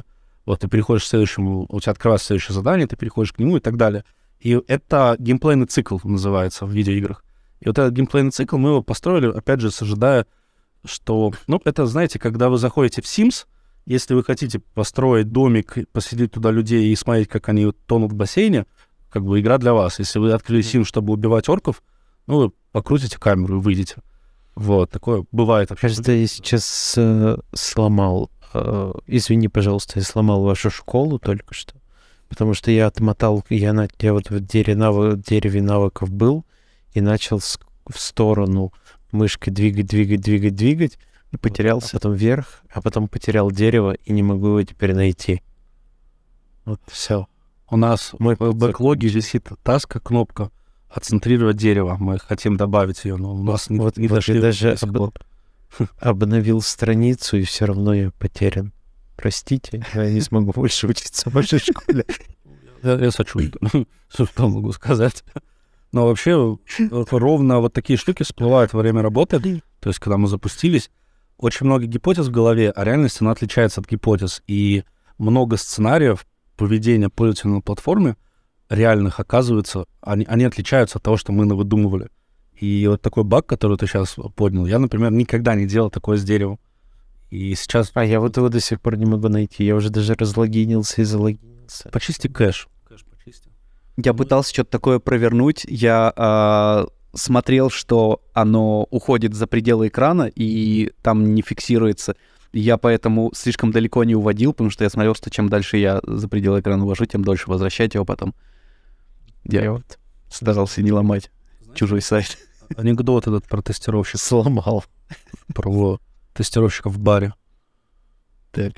Вот ты переходишь к следующему, у тебя открывается следующее задание, ты переходишь к нему и так далее. И это геймплейный цикл называется в видеоиграх. И вот этот геймплейный цикл мы его построили, опять же, ожидая, что... Ну, это, знаете, когда вы заходите в Sims, если вы хотите построить домик, поселить туда людей и смотреть, как они тонут в бассейне, как бы игра для вас. Если вы открыли Sims, чтобы убивать орков, ну, вы покрутите камеру и выйдете. Вот, такое бывает. Кажется, я сейчас сломал... извини, пожалуйста, я сломал вашу школу только что. Потому что я отмотал... Я вот в дереве навыков был и начал в сторону мышкой двигать, и потерялся там вверх, а потом потерял дерево и не могу его теперь найти. Вот все. У нас в бэклоге висит таска, кнопка «Отцентрировать дерево». Мы хотим добавить ее, но у нас не дошли. Я даже обновил страницу, и все равно я потерян. Простите, я не смогу больше учиться в вашей школе. Я сочувствую, что могу сказать. Но вообще ровно вот такие штуки всплывают во время работы. То есть, когда мы запустились, очень много гипотез в голове, а реальность, она отличается от гипотез. И много сценариев поведения пользователя на платформе реальных, оказывается, они отличаются от того, что мы навыдумывали. И вот такой баг, который ты сейчас поднял, я, например, никогда не делал такое с деревом. И сейчас... я вот его до сих пор не могу найти. Я уже даже разлогинился и залогинился. Почисти кэш. Я пытался что-то такое провернуть. Я смотрел, что оно уходит за пределы экрана и там не фиксируется. Я поэтому слишком далеко не уводил, потому что я смотрел, что чем дальше я за пределы экрана увожу, тем дольше возвращать его потом. Я вот старался не ломать чужой сайт. Анекдот этот про тестировщик. Сломал. Про тестировщика в баре. Так.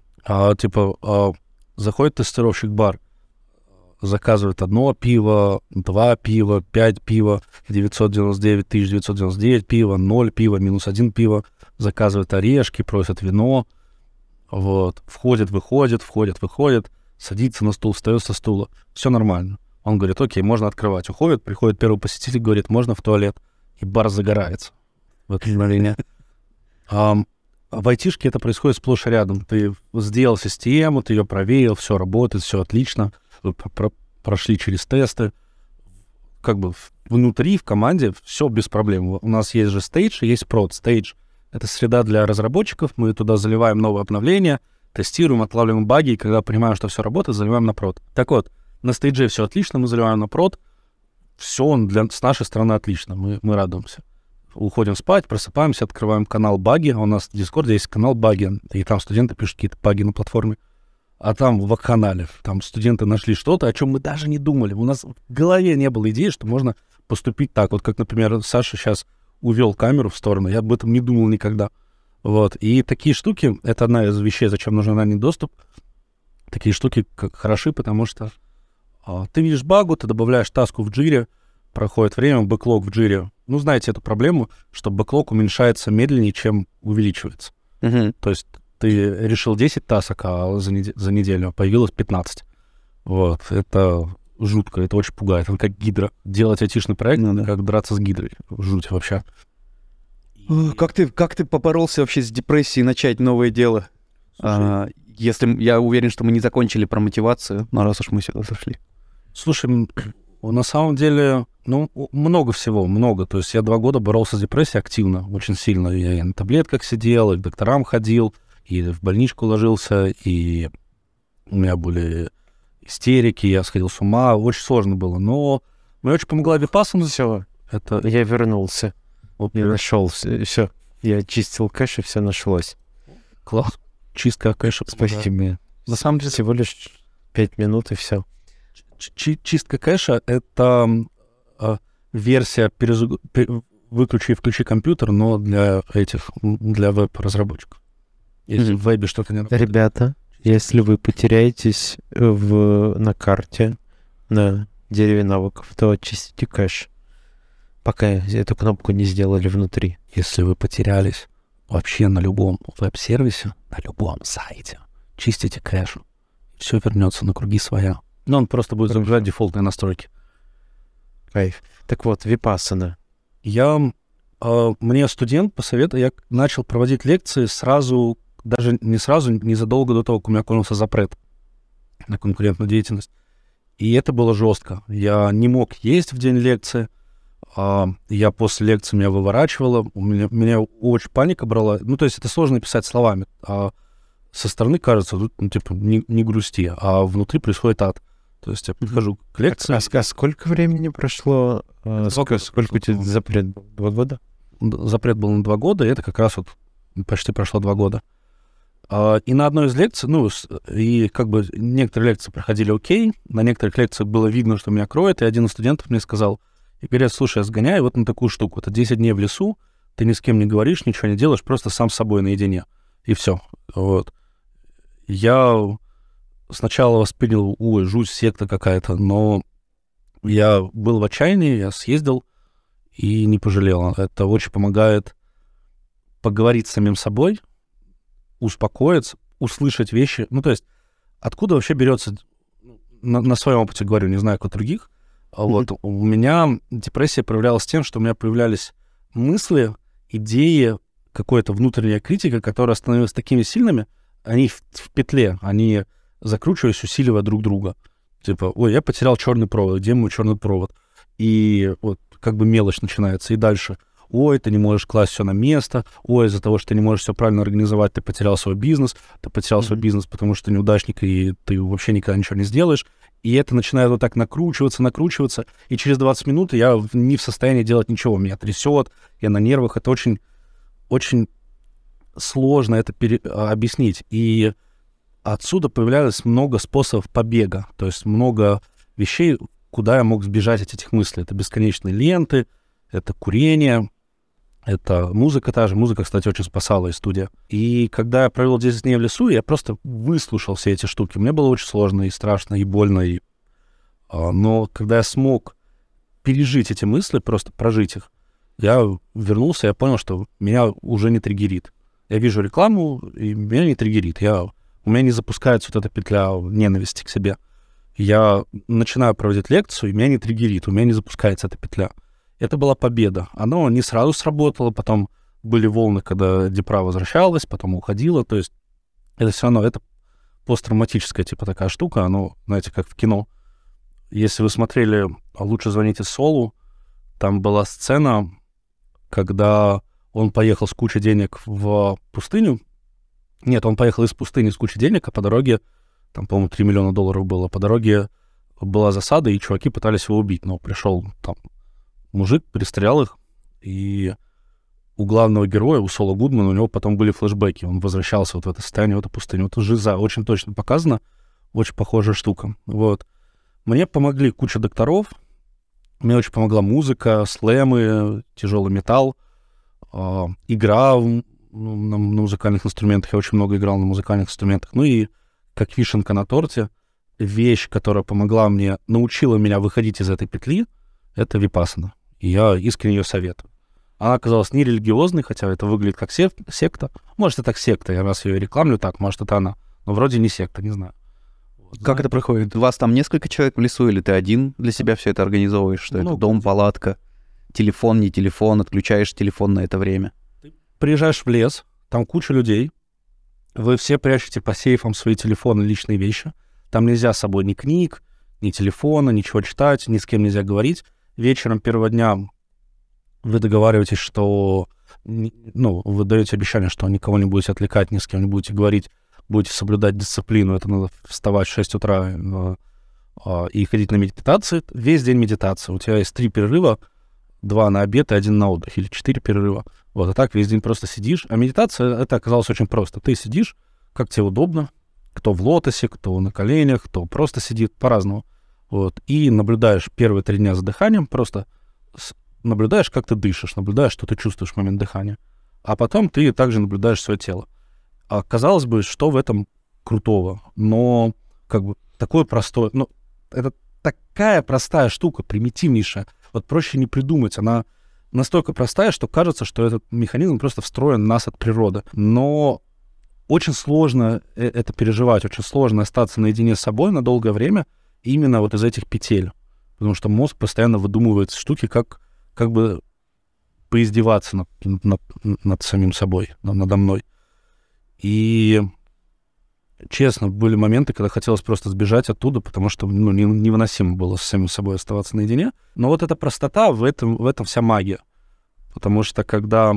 Заходит тестировщик в бар, заказывает 1 пиво, 2 пива, 5 пива, 999 999 пива, 0 пива, -1 пиво, заказывает орешки, просит вино, вот, входит, выходит, садится на стул, встает со стула, все нормально. Он говорит, окей, можно открывать. Уходит, приходит первый посетитель, говорит, можно в туалет, и бар загорается в это мгновение. В айтишке это происходит сплошь и рядом. Ты сделал систему, ты ее проверил, все работает, все отлично, вы прошли через тесты. Как бы внутри, в команде, все без проблем. У нас есть же стейдж и есть прод. Стейдж — это среда для разработчиков, мы туда заливаем новые обновления, тестируем, отлавливаем баги, и когда понимаем, что все работает, заливаем на прод. Так вот, на стейдже все отлично, мы заливаем на прод, все с нашей стороны отлично, мы радуемся. Уходим спать, просыпаемся, открываем канал баги. У нас в Discord есть канал баги, и там студенты пишут какие-то баги на платформе. А там в канале, там студенты нашли что-то, о чем мы даже не думали. У нас в голове не было идеи, что можно поступить так. Вот как, например, Саша сейчас увел камеру в сторону, я об этом не думал никогда. Вот. И такие штуки, это одна из вещей, зачем нужен ранний доступ. Такие штуки хороши, потому что ты видишь багу, ты добавляешь таску в джире, проходит время, бэклог в джире. Ну, знаете эту проблему, что бэклог уменьшается медленнее, чем увеличивается. То есть ты решил 10 тасок, а за неделю появилось 15. Вот. Это жутко, это очень пугает. Это как гидра. Делать айтишный проект, как драться с гидрой. Жуть вообще. Как ты поборолся вообще с депрессией начать новое дело? Если я уверен, что мы не закончили про мотивацию, но раз уж мы сюда зашли. Слушай, на самом деле, много всего, много. То есть я 2 года боролся с депрессией активно, очень сильно. Я и на таблетках сидел, и к докторам ходил, и в больничку ложился, и у меня были истерики, я сходил с ума. Очень сложно было. Но мне очень помогла випассана. Все, я вернулся. Я нашел все. Я чистил кэш, и все нашлось. Класс. Чистка кэша. Спасибо. На самом деле, всего лишь 5 минут, и все. Чистка кэша — это версия выключи и включи компьютер, но для веб-разработчиков. Если в вебе что-то не работает. Ребята, если вы потеряетесь на карте, на дереве навыков, то очистите кэш, пока эту кнопку не сделали внутри. Если вы потерялись вообще на любом веб-сервисе, на любом сайте, чистите кэш, все вернется на круги своя. Но он просто будет загружать дефолтные настройки. Кайф. Так вот, випассана. Мне студент посоветовал, я начал проводить лекции сразу даже не сразу, незадолго до того, как у меня кончился запрет на конкурентную деятельность. И это было жестко. Я не мог есть в день лекции. Я после лекции меня выворачивало. Меня очень паника брала. Ну, то есть это сложно писать словами. Со стороны кажется, типа, не грусти, а внутри происходит ад. То есть я подхожу к лекции. А сколько времени прошло? Сколько у тебя запрет был? 2 года? Запрет был на 2 года, и это как раз вот почти прошло 2 года. И на одной из лекций, и как бы некоторые лекции проходили окей, на некоторых лекциях было видно, что меня кроет, и один из студентов мне сказал, и говорят, слушай, я сгоняю вот на такую штуку, это 10 дней в лесу, ты ни с кем не говоришь, ничего не делаешь, просто сам с собой наедине, и все. Вот. Я сначала воспринял, жуть, секта какая-то, но я был в отчаянии, я съездил и не пожалел. Это очень помогает поговорить с самим собой, успокоиться, услышать вещи. Ну, то есть, откуда вообще берется, на своем опыте говорю, не знаю, как у других, вот, у меня депрессия проявлялась тем, что у меня появлялись мысли, идеи, какая-то внутренняя критика, которая становилась такими сильными, они в петле, они закручиваясь, усиливая друг друга. Типа, ой, я потерял черный провод, где мой черный провод? И вот как бы мелочь начинается, и дальше. Ой, ты не можешь класть все на место, ой, из-за того, что ты не можешь все правильно организовать, ты потерял свой бизнес, потому что ты неудачник, и ты вообще никогда ничего не сделаешь. И это начинает вот так накручиваться, и через 20 минут я не в состоянии делать ничего, меня трясет, я на нервах, это очень, очень сложно это объяснить. И отсюда появлялось много способов побега, то есть много вещей, куда я мог сбежать от этих мыслей. Это бесконечные ленты, это курение, это музыка та же. Музыка, кстати, очень спасала из студии. И когда я провел 10 дней в лесу, я просто выслушал все эти штуки. Мне было очень сложно и страшно, и больно. Но когда я смог пережить эти мысли, просто прожить их, я вернулся, я понял, что меня уже не триггерит. Я вижу рекламу, и меня не триггерит. У меня не запускается вот эта петля ненависти к себе. Я начинаю проводить лекцию, и меня не триггерит, у меня не запускается эта петля. Это была победа. Оно не сразу сработало, потом были волны, когда депра возвращалась, потом уходила. То есть это все равно, это посттравматическая типа такая штука, оно, знаете, как в кино. Если вы смотрели «Лучше звоните Солу», там была сцена, когда он поехал с кучей денег в пустыню. Нет, он поехал из пустыни с кучей денег, а по дороге, там, по-моему, $3 миллиона было, по дороге была засада, и чуваки пытались его убить, но пришел там мужик, перестрелял их, и у главного героя, у Сола Гудмана, у него потом были флешбеки, он возвращался вот в это состояние, в эту пустыню. Вот жиза очень точно показано, очень похожая штука. Вот. Мне помогли куча докторов, мне очень помогла музыка, слэмы, тяжелый металл, игра на музыкальных инструментах, я очень много играл на музыкальных инструментах, ну и как вишенка на торте, вещь, которая помогла мне, научила меня выходить из этой петли, это випассана. И я искренне ее советую. Она оказалась не религиозной, хотя это выглядит как секта. Может, это секта, я раз ее рекламлю так, может, это она. Но вроде не секта, не знаю. Вот, как это проходит? У вас там несколько человек в лесу, или ты один для себя все это организовываешь? Что это дом, палатка, телефон, не телефон, отключаешь телефон на это время? Ты приезжаешь в лес, там куча людей, вы все прячете по сейфам свои телефоны, личные вещи. Там нельзя с собой ни книг, ни телефона, ничего читать, ни с кем нельзя говорить. Вечером первого дня вы договариваетесь, что... вы даете обещание, что никого не будете отвлекать, ни с кем не будете говорить, будете соблюдать дисциплину. Это надо вставать в 6 утра и ходить на медитации. Весь день медитации. У тебя есть 3 перерыва, 2 на обед и 1 на отдых, или 4 перерыва. Вот, а так весь день просто сидишь. А медитация, это оказалось очень просто. Ты сидишь, как тебе удобно, кто в лотосе, кто на коленях, кто просто сидит, по-разному. Вот, и наблюдаешь первые 3 дня за дыханием, просто наблюдаешь, как ты дышишь, наблюдаешь, что ты чувствуешь в момент дыхания. А потом ты также наблюдаешь свое тело. А казалось бы, что в этом крутого? Но как бы такое простое... это такая простая штука, примитивнейшая. Вот проще не придумать. Она настолько простая, что кажется, что этот механизм просто встроен в нас от природы. Но очень сложно это переживать, очень сложно остаться наедине с собой на долгое время именно вот из этих петель. Потому что мозг постоянно выдумывает штуки, как бы поиздеваться над самим собой, надо мной. И, честно, были моменты, когда хотелось просто сбежать оттуда, потому что невыносимо было с самим собой оставаться наедине. Но вот эта простота, в этом вся магия. Потому что когда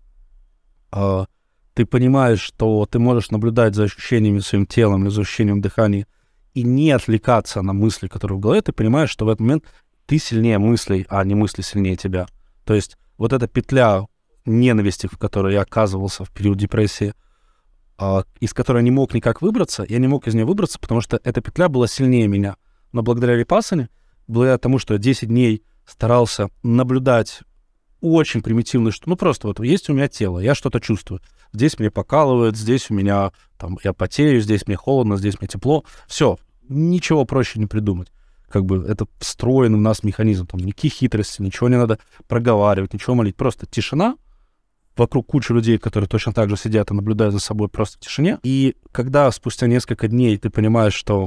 ты понимаешь, что ты можешь наблюдать за ощущениями своим телом или за ощущением дыхания и не отвлекаться на мысли, которые в голове, ты понимаешь, что в этот момент ты сильнее мыслей, а не мысли сильнее тебя. То есть вот эта петля ненависти, в которой я оказывался в период депрессии, из которой я не мог никак выбраться, я не мог из нее выбраться, потому что эта петля была сильнее меня. Но благодаря випассане, благодаря тому, что я 10 дней старался наблюдать очень примитивно, что, ну, просто вот есть у меня тело, я что-то чувствую. Здесь мне покалывает, здесь у меня, там, я потею, здесь мне холодно, здесь мне тепло. Все, ничего проще не придумать. Как бы это встроен в нас механизм, там, никаких хитростей, ничего не надо проговаривать, ничего молить, просто тишина, вокруг куча людей, которые точно так же сидят и наблюдают за собой просто в тишине. И когда спустя несколько дней ты понимаешь, что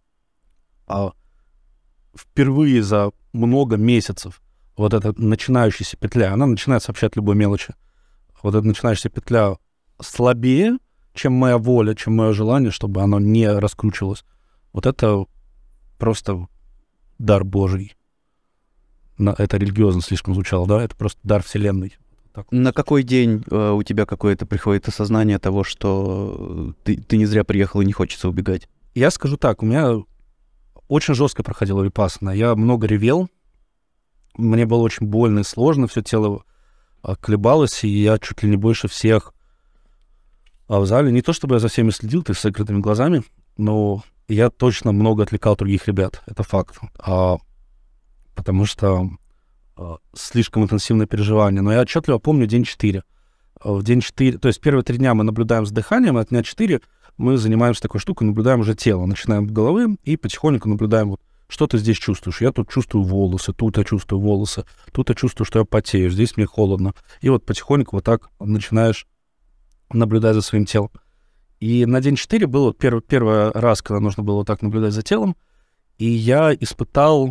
впервые за много месяцев вот эта начинающаяся петля, она начинает сообщать любой мелочи. Вот эта начинающаяся петля слабее, чем моя воля, чем мое желание, чтобы оно не раскручивалось. Вот это просто дар Божий. Это религиозно слишком звучало, да? Это просто дар Вселенной. Так. На какой день у тебя какое-то приходит осознание того, что ты не зря приехал и не хочется убегать? Я скажу так, у меня очень жестко проходила випассана. Я много ревел, мне было очень больно и сложно, все тело колебалось, и я чуть ли не больше всех в зале. Не то чтобы я за всеми следил, ты с закрытыми глазами, но я точно много отвлекал других ребят, это факт. Потому что слишком интенсивное переживание. Но я отчетливо помню день 4. В день 4, то есть первые 3 дня мы наблюдаем за дыханием, а от дня 4 мы занимаемся такой штукой, наблюдаем уже тело. Начинаем с головы и потихоньку наблюдаем, вот, что ты здесь чувствуешь. Я тут чувствую волосы, тут я чувствую волосы, тут я чувствую, что я потею, здесь мне холодно. И вот потихоньку вот так начинаешь наблюдать за своим телом. И на день 4 был вот первый раз, когда нужно было вот так наблюдать за телом, и я испытал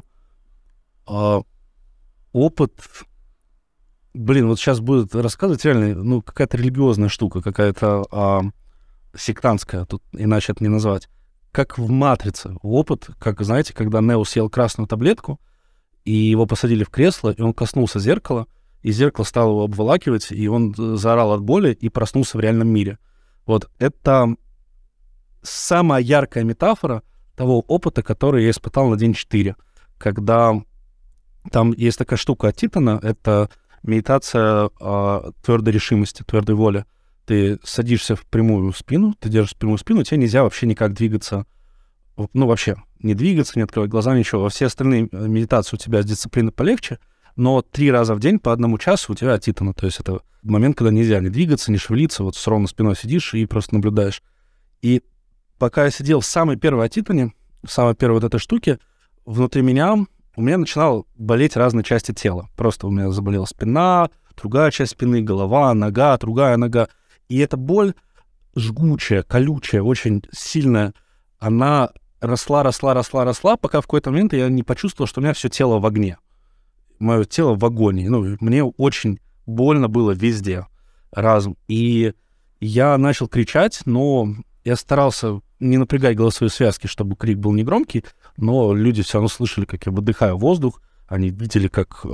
опыт... Блин, вот сейчас будет рассказывать реально, ну, какая-то религиозная штука, какая-то сектантская, тут иначе это не назвать. Как в «Матрице» опыт, как, знаете, когда Нео съел красную таблетку, и его посадили в кресло, и он коснулся зеркала, и зеркало стало его обволакивать, и он заорал от боли и проснулся в реальном мире. Вот это самая яркая метафора того опыта, который я испытал на день 4, когда там есть такая штука от Титана, это медитация твердой решимости, твердой воли. Ты садишься в прямую спину, ты держишь прямую спину, тебе нельзя вообще никак двигаться, ну, вообще не двигаться, не открывать глаза, ничего. Во все остальные медитации у тебя с дисциплиной полегче, но 3 раза в день по 1 часу у тебя от Титана. То есть это момент, когда нельзя не двигаться, не шевелиться, вот с ровной спиной сидишь и просто наблюдаешь. И пока я сидел в самой первой от Титане, в самой первой вот этой штуке, внутри меня у меня начинало болеть разные части тела. Просто у меня заболела спина, другая часть спины, голова, нога, другая нога. И эта боль жгучая, колючая, очень сильная, она росла, пока в какой-то момент я не почувствовал, что у меня все тело в огне. Мое тело в агонии. Ну, мне очень больно было везде разом. И я начал кричать, но я старался не напрягать голосовые связки, чтобы крик был не громкий, но люди все равно слышали, как я выдыхаю воздух, они видели, как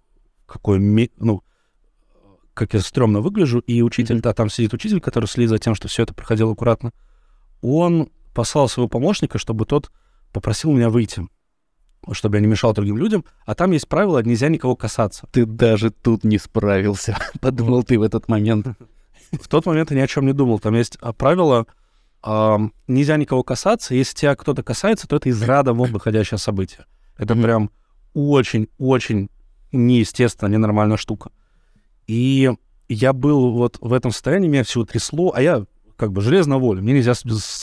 как я стрёмно выгляжу, и учитель, да, там сидит учитель, который следит за тем, что все это проходило аккуратно, он послал своего помощника, чтобы тот попросил меня выйти, чтобы я не мешал другим людям, а там есть правило, нельзя никого касаться. Ты даже тут не справился, подумал ты в этот момент. В тот момент я ни о чем не думал, там есть правило, нельзя никого касаться, если тебя кто-то касается, то это из ряда вон выходящее событие. Это прям очень-очень неестественно, ненормальная штука. И я был вот в этом состоянии, меня всего трясло, а я как бы железная воля, мне нельзя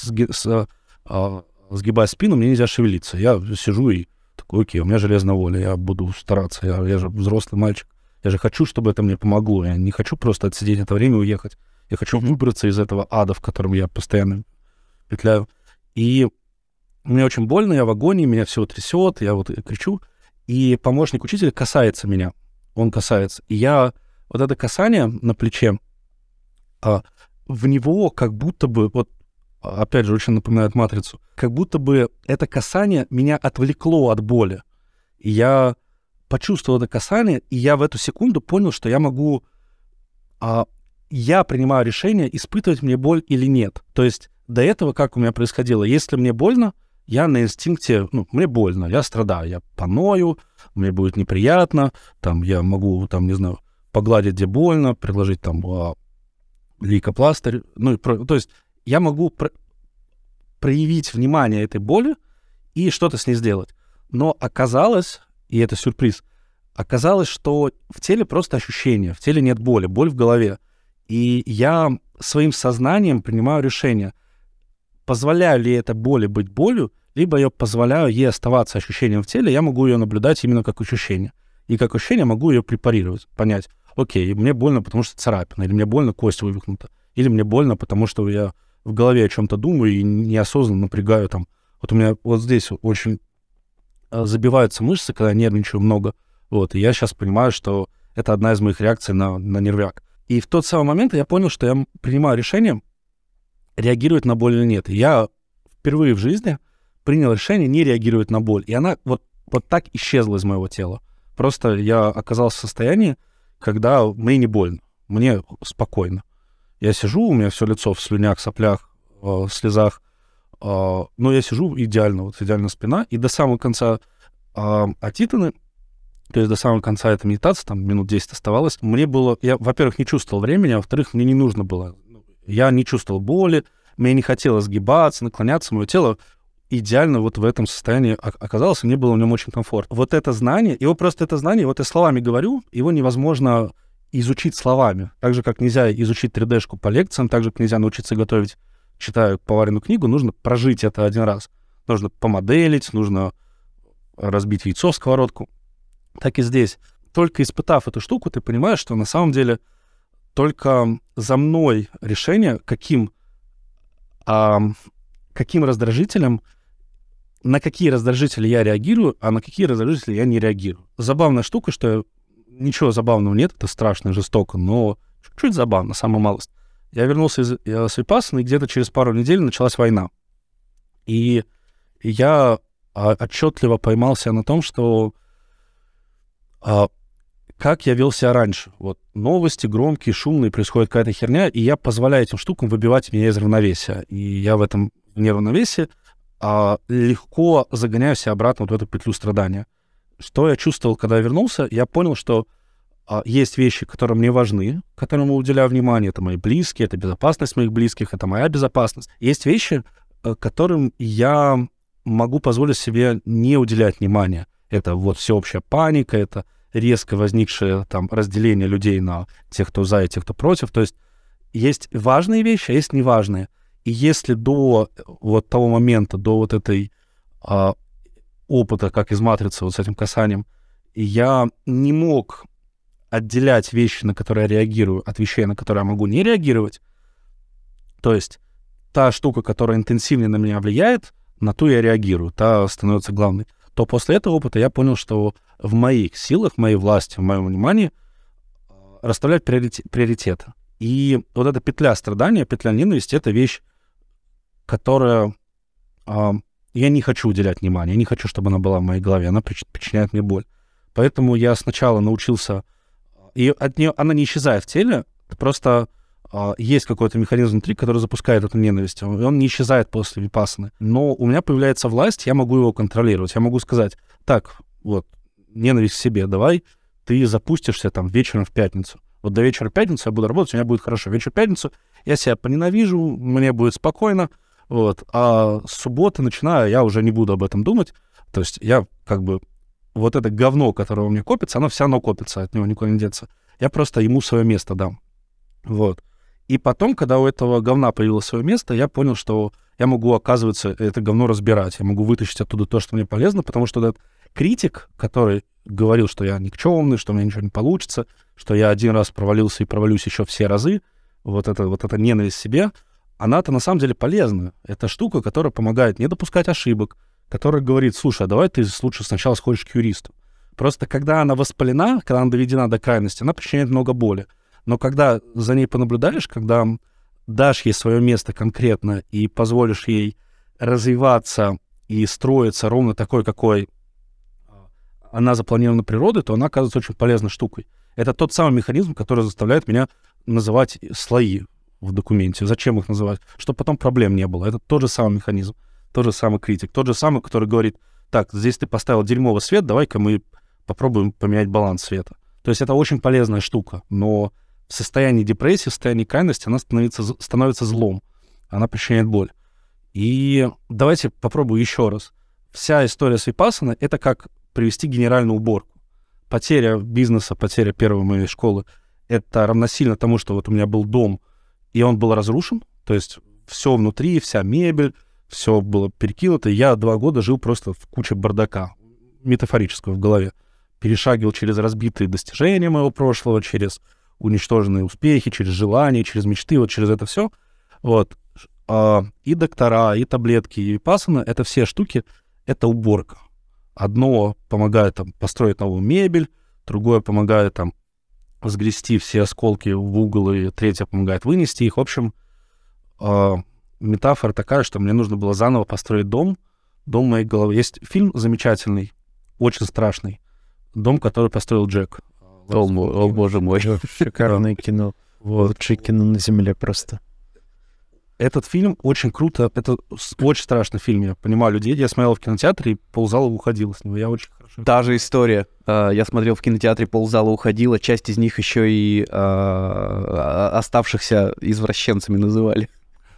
сгибать спину, мне нельзя шевелиться. Я сижу и такой, окей, у меня железная воля, я буду стараться, я же взрослый мальчик, я же хочу, чтобы это мне помогло, я не хочу просто отсидеть это время и уехать. Я хочу выбраться из этого ада, в котором я постоянно петляю. И мне очень больно, я в агонии, меня всего трясет, я вот кричу. И помощник учителя касается меня. Он касается. И я... Вот это касание на плече, в него как будто бы, вот опять же, очень напоминает «Матрицу», как будто бы это касание меня отвлекло от боли. И я почувствовал это касание, и я в эту секунду понял, что я могу... я принимаю решение, испытывать мне боль или нет. То есть до этого как у меня происходило? Если мне больно, я на инстинкте, мне больно, я страдаю, я поною, мне будет неприятно, там, я могу, там, не знаю, погладить, где больно, предложить там лейкопластырь, то есть я могу проявить внимание этой боли и что-то с ней сделать. Но оказалось, и это сюрприз, оказалось, что в теле просто ощущение, в теле нет боли, боль в голове. И я своим сознанием принимаю решение, позволяю ли это боли быть болью, либо я позволяю ей оставаться ощущением в теле, я могу ее наблюдать именно как ощущение. И как ощущение могу ее препарировать, понять, окей, мне больно, потому что царапина, или мне больно, кость вывихнута, или мне больно, потому что я в голове о чем-то думаю и неосознанно напрягаю там. Вот у меня вот здесь очень забиваются мышцы, когда я нервничаю много. Вот, и я сейчас понимаю, что это одна из моих реакций на нервяк. И в тот самый момент я понял, что я принимаю решение, реагировать на боль или нет. И я впервые в жизни принял решение не реагировать на боль. И она вот так исчезла из моего тела. Просто я оказался в состоянии, когда мне не больно, мне спокойно. Я сижу, у меня все лицо в слюнях, соплях, слезах, но я сижу идеально, вот идеально спина. И до самого конца атитаны, то есть до самого конца этой медитации, там минут 10 оставалось, мне было... Я, во-первых, не чувствовал времени, а во-вторых, мне не нужно было. Я не чувствовал боли, мне не хотелось сгибаться, наклоняться, мое тело идеально вот в этом состоянии оказалось, и мне было в нем очень комфортно. Вот это знание, это знание, вот я словами говорю, его невозможно изучить словами. Так же, как нельзя изучить 3D-шку по лекциям, так же, как нельзя научиться готовить, читая поваренную книгу, нужно прожить это один раз. Нужно помоделить, нужно разбить яйцо в сковородку. Так и здесь. Только испытав эту штуку, ты понимаешь, что на самом деле только за мной решение, каким раздражителем, на какие раздражители я реагирую, а на какие раздражители я не реагирую. Забавная штука, что ничего забавного нет, это страшно, жестоко, но чуть-чуть забавно, самая малость. Я вернулся с випассаны, и где-то через пару недель началась война. И я отчетливо поймался на том, что как я вел себя раньше. Вот новости громкие, шумные, происходит какая-то херня, и я позволяю этим штукам выбивать меня из равновесия. И я в этом неравновесии легко загоняю себя обратно вот в эту петлю страдания. Что я чувствовал, когда я вернулся? Я понял, что есть вещи, которые мне важны, которым я уделяю внимание. Это мои близкие, это безопасность моих близких, это моя безопасность. Есть вещи, которым я могу позволить себе не уделять внимания. Это вот всеобщая паника, это резко возникшее там разделение людей на тех, кто за и тех, кто против. То есть есть важные вещи, а есть неважные. И если до вот того момента, до вот этой опыта, как из «Матрицы», вот с этим касанием, я не мог отделять вещи, на которые я реагирую, от вещей, на которые я могу не реагировать, то есть та штука, которая интенсивнее на меня влияет, на ту я реагирую, та становится главной, то после этого опыта я понял, что в моих силах, в моей власти, в моем внимании расставлять приоритеты. И вот эта петля страдания, петля ненависти — это вещь, которая... я не хочу уделять внимания, я не хочу, чтобы она была в моей голове, она причиняет мне боль. Поэтому я сначала научился... И от нее она не исчезает в теле, просто есть какой-то механизм внутри, который запускает эту ненависть. Он не исчезает после випассаны. Но у меня появляется власть, я могу его контролировать. Я могу сказать, так, вот, ненависть к себе, давай ты запустишься там вечером в пятницу. Вот до вечера пятницы я буду работать, у меня будет хорошо. Вечер пятницу я себя поненавижу, мне будет спокойно. Вот. А с субботы начинаю, я уже не буду об этом думать. То есть я как бы... Вот это говно, которое у меня копится, оно все равно копится, от него никуда не деться. Я просто ему свое место дам. Вот. И потом, когда у этого говна появилось свое место, я понял, что я могу, оказывается, это говно разбирать. Я могу вытащить оттуда то, что мне полезно, потому что этот критик, который говорил, что я никчемный, что у меня ничего не получится, что я один раз провалился и провалюсь еще все разы, вот эта ненависть к себе, она-то на самом деле полезна. Это штука, которая помогает не допускать ошибок, которая говорит, слушай, а давай ты лучше сначала сходишь к юристу. Просто когда она воспалена, когда она доведена до крайности, она причиняет много боли. Но когда за ней понаблюдаешь, когда дашь ей свое место конкретно и позволишь ей развиваться и строиться ровно такой, какой она запланирована природой, то она оказывается очень полезной штукой. Это тот самый механизм, который заставляет меня называть слои в документе. Зачем их называть? Чтобы потом проблем не было. Это тот же самый механизм, тот же самый критик, тот же самый, который говорит: так, здесь ты поставил дерьмовый свет, давай-ка мы попробуем поменять баланс света. То есть это очень полезная штука, но в состоянии депрессии, в состоянии крайности она становится злом, она причиняет боль. И давайте попробую еще раз. Вся история с випассаной — это как привести генеральную уборку. Потеря бизнеса, потеря первой моей школы — это равносильно тому, что вот у меня был дом, и он был разрушен, то есть все внутри, вся мебель, все было перекинуто. Я 2 года жил просто в куче бардака, метафорического в голове. Перешагивал через разбитые достижения моего прошлого, через уничтоженные успехи, через желания, через мечты, вот через это все. Вот. И доктора, и таблетки, и випассана — это все штуки, это уборка. Одно помогает там построить новую мебель, другое помогает там сгрести все осколки в угол, и третье помогает вынести их. В общем, метафора такая, что мне нужно было заново построить дом в моей головы. Есть фильм замечательный, очень страшный, «Дом, который построил Джек». О, боже мой. Шикарное кино. Лучшее кино на земле просто. Этот фильм очень круто, это очень страшный фильм, я понимаю людей. Я смотрел в кинотеатре и ползала уходила с него. Я очень хорошо... Та же история. Я смотрел в кинотеатре, ползала уходила. Часть из них еще и оставшихся извращенцами называли.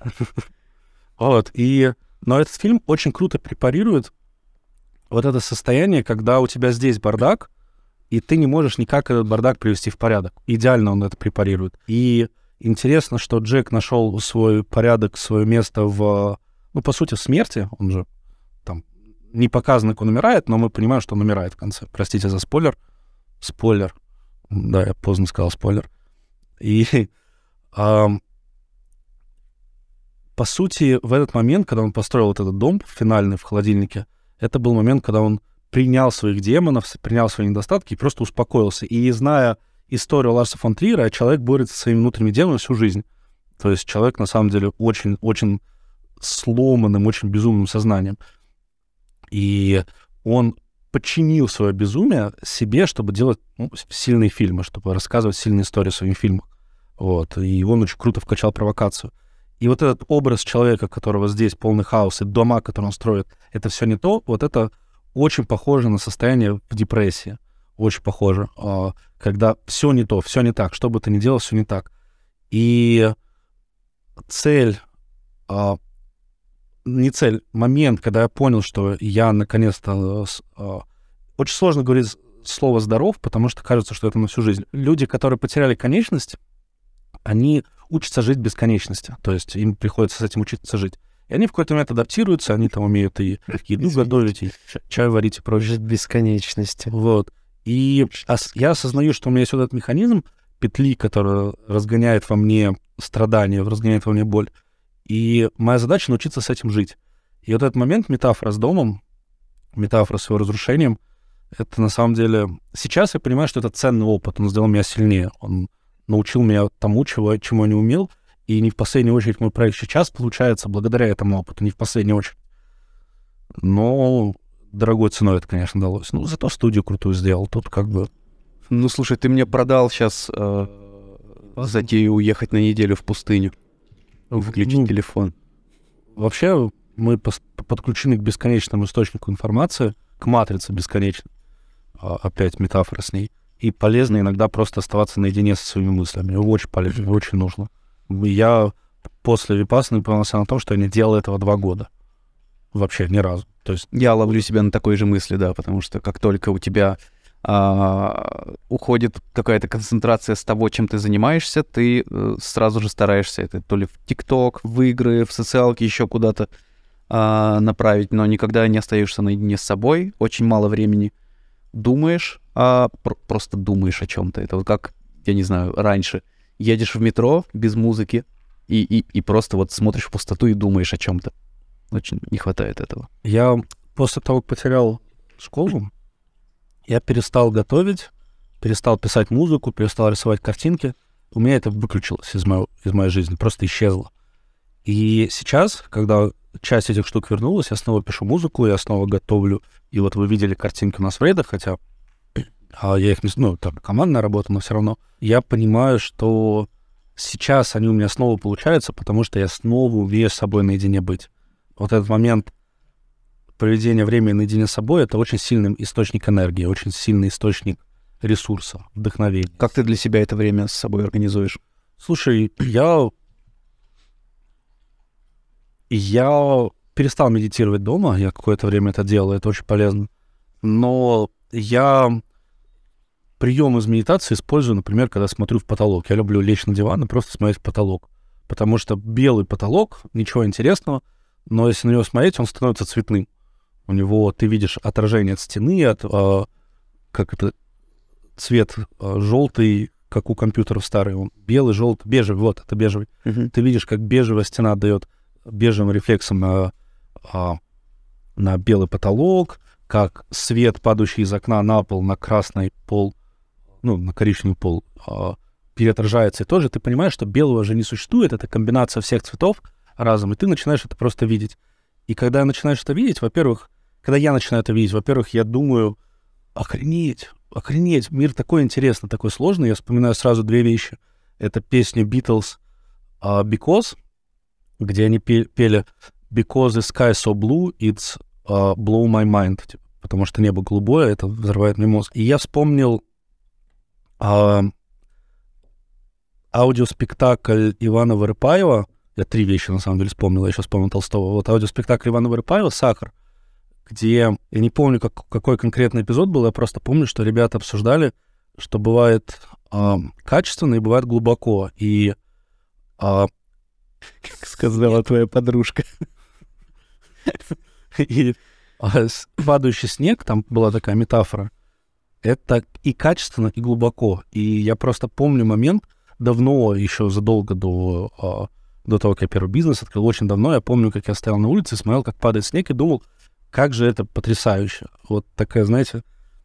Вот, но этот фильм очень круто препарирует вот это состояние, когда у тебя здесь бардак, и ты не можешь никак этот бардак привести в порядок. Идеально он это препарирует. И интересно, что Джек нашел свой порядок, свое место в, по сути, в смерти. Он же там не показано, как он умирает, но мы понимаем, что он умирает в конце. Простите за спойлер. Спойлер. Да, я поздно сказал спойлер. И по сути, в этот момент, когда он построил вот этот дом финальный в холодильнике, это был момент, когда он принял своих демонов, принял свои недостатки и просто успокоился. И зная историю Ларса фон Триера, человек борется со своими внутренними демонами всю жизнь. То есть человек, на самом деле, очень сломанным, очень безумным сознанием. И он подчинил свое безумие себе, чтобы делать сильные фильмы, чтобы рассказывать сильные истории в своих фильмах. Вот. И он очень круто вкачал провокацию. И вот этот образ человека, которого здесь полный хаос, и дома, которые он строит, это все не то. Вот это очень похоже на состояние в депрессии. Очень похоже. Когда все не то, все не так. Что бы ты ни делал, все не так. И цель... не цель, момент, когда я понял, что я наконец-то... Очень сложно говорить слово «здоров», потому что кажется, что это на всю жизнь. Люди, которые потеряли конечность, они учатся жить без конечности. То есть им приходится с этим учиться жить. И они в какой-то момент адаптируются, они там умеют и еду готовить, и чай варить и прочее. Жить без конечности. Вот. И я осознаю, что у меня есть вот этот механизм петли, который разгоняет во мне страдания, разгоняет во мне боль. И моя задача — научиться с этим жить. И вот этот момент, метафора с домом, метафора с его разрушением, это на самом деле... Сейчас я понимаю, что это ценный опыт, он сделал меня сильнее. Он научил меня тому, чему я не умел. И не в последнюю очередь мой проект сейчас получается благодаря этому опыту, не в последнюю очередь. Но дорогой ценой это, конечно, далось. Ну, зато студию крутую сделал. Тут как бы... Ну, слушай, ты мне продал сейчас затею уехать на неделю в пустыню. Выключить телефон. Вообще, мы подключены к бесконечному источнику информации, к матрице бесконечной. Опять метафора с ней. И полезно иногда просто оставаться наедине со своими мыслями. Очень полезно, очень нужно. Я после випассаны понял на том, что я не делал этого 2 года. Вообще ни разу. То есть... Я ловлю себя на такой же мысли, да, потому что как только у тебя уходит какая-то концентрация с того, чем ты занимаешься, ты сразу же стараешься это то ли в ТикТок, в игры, в социалки, еще куда-то направить, но никогда не остаешься наедине с собой, очень мало времени думаешь, просто думаешь о чем-то. Это вот как, я не знаю, раньше едешь в метро без музыки и просто вот смотришь в пустоту и думаешь о чем-то. Очень не хватает этого. Я после того, как потерял школу, я перестал готовить, перестал писать музыку, перестал рисовать картинки. у меня это выключилось из моей жизни, просто исчезло. И сейчас, когда часть этих штук вернулась, я снова пишу музыку, я снова готовлю. И вот вы видели картинки у нас в рейдах, хотя я их не... Ну, там командная работа, но все равно. Я понимаю, что сейчас они у меня снова получаются, потому что я снова умею с собой наедине быть. Вот этот момент проведения времени наедине с собой — это очень сильный источник энергии, очень сильный источник ресурса, вдохновения. Как ты для себя это время с собой организуешь? Слушай, я перестал медитировать дома, я какое-то время это делал, это очень полезно. Но я прием из медитации использую, например, когда смотрю в потолок. Я люблю лечь на диван и просто смотреть в потолок. Потому что белый потолок, ничего интересного, но если на него смотреть, он становится цветным. У него ты видишь отражение от стены, цвет желтый, как у компьютеров старый, он белый, желтый, бежевый, вот, это бежевый. Ты видишь, как бежевая стена дает бежевым рефлексом на белый потолок, как свет, падающий из окна на пол, на красный пол, на коричневый пол, переотражается. И тоже ты понимаешь, что белого же не существует, это комбинация всех цветов разом, и ты начинаешь это просто видеть. И когда начинаешь это видеть, когда я начинаю это видеть, во-первых, я думаю, охренеть, мир такой интересный, такой сложный. Я вспоминаю сразу две вещи. Это песня Beatles «Because», где они пели «Because the sky so blue, it's blow my mind», потому что небо голубое, это взрывает мне мозг. И я вспомнил аудиоспектакль Ивана Вырыпаева. Я три вещи, на самом деле, вспомнил. Я еще вспомнил Толстого. Вот аудиоспектакль Ивана Вырыпаева «Сахар», где... Я не помню, какой конкретный эпизод был, я просто помню, что ребята обсуждали, что бывает качественно и бывает глубоко. И... как сказала твоя подружка. И падающий снег, там была такая метафора, это и качественно, и глубоко. И я просто помню момент, давно, еще задолго до того, как я первый бизнес открыл, очень давно, я помню, как я стоял на улице, смотрел, как падает снег, и думал, как же это потрясающе. Вот такая, знаете,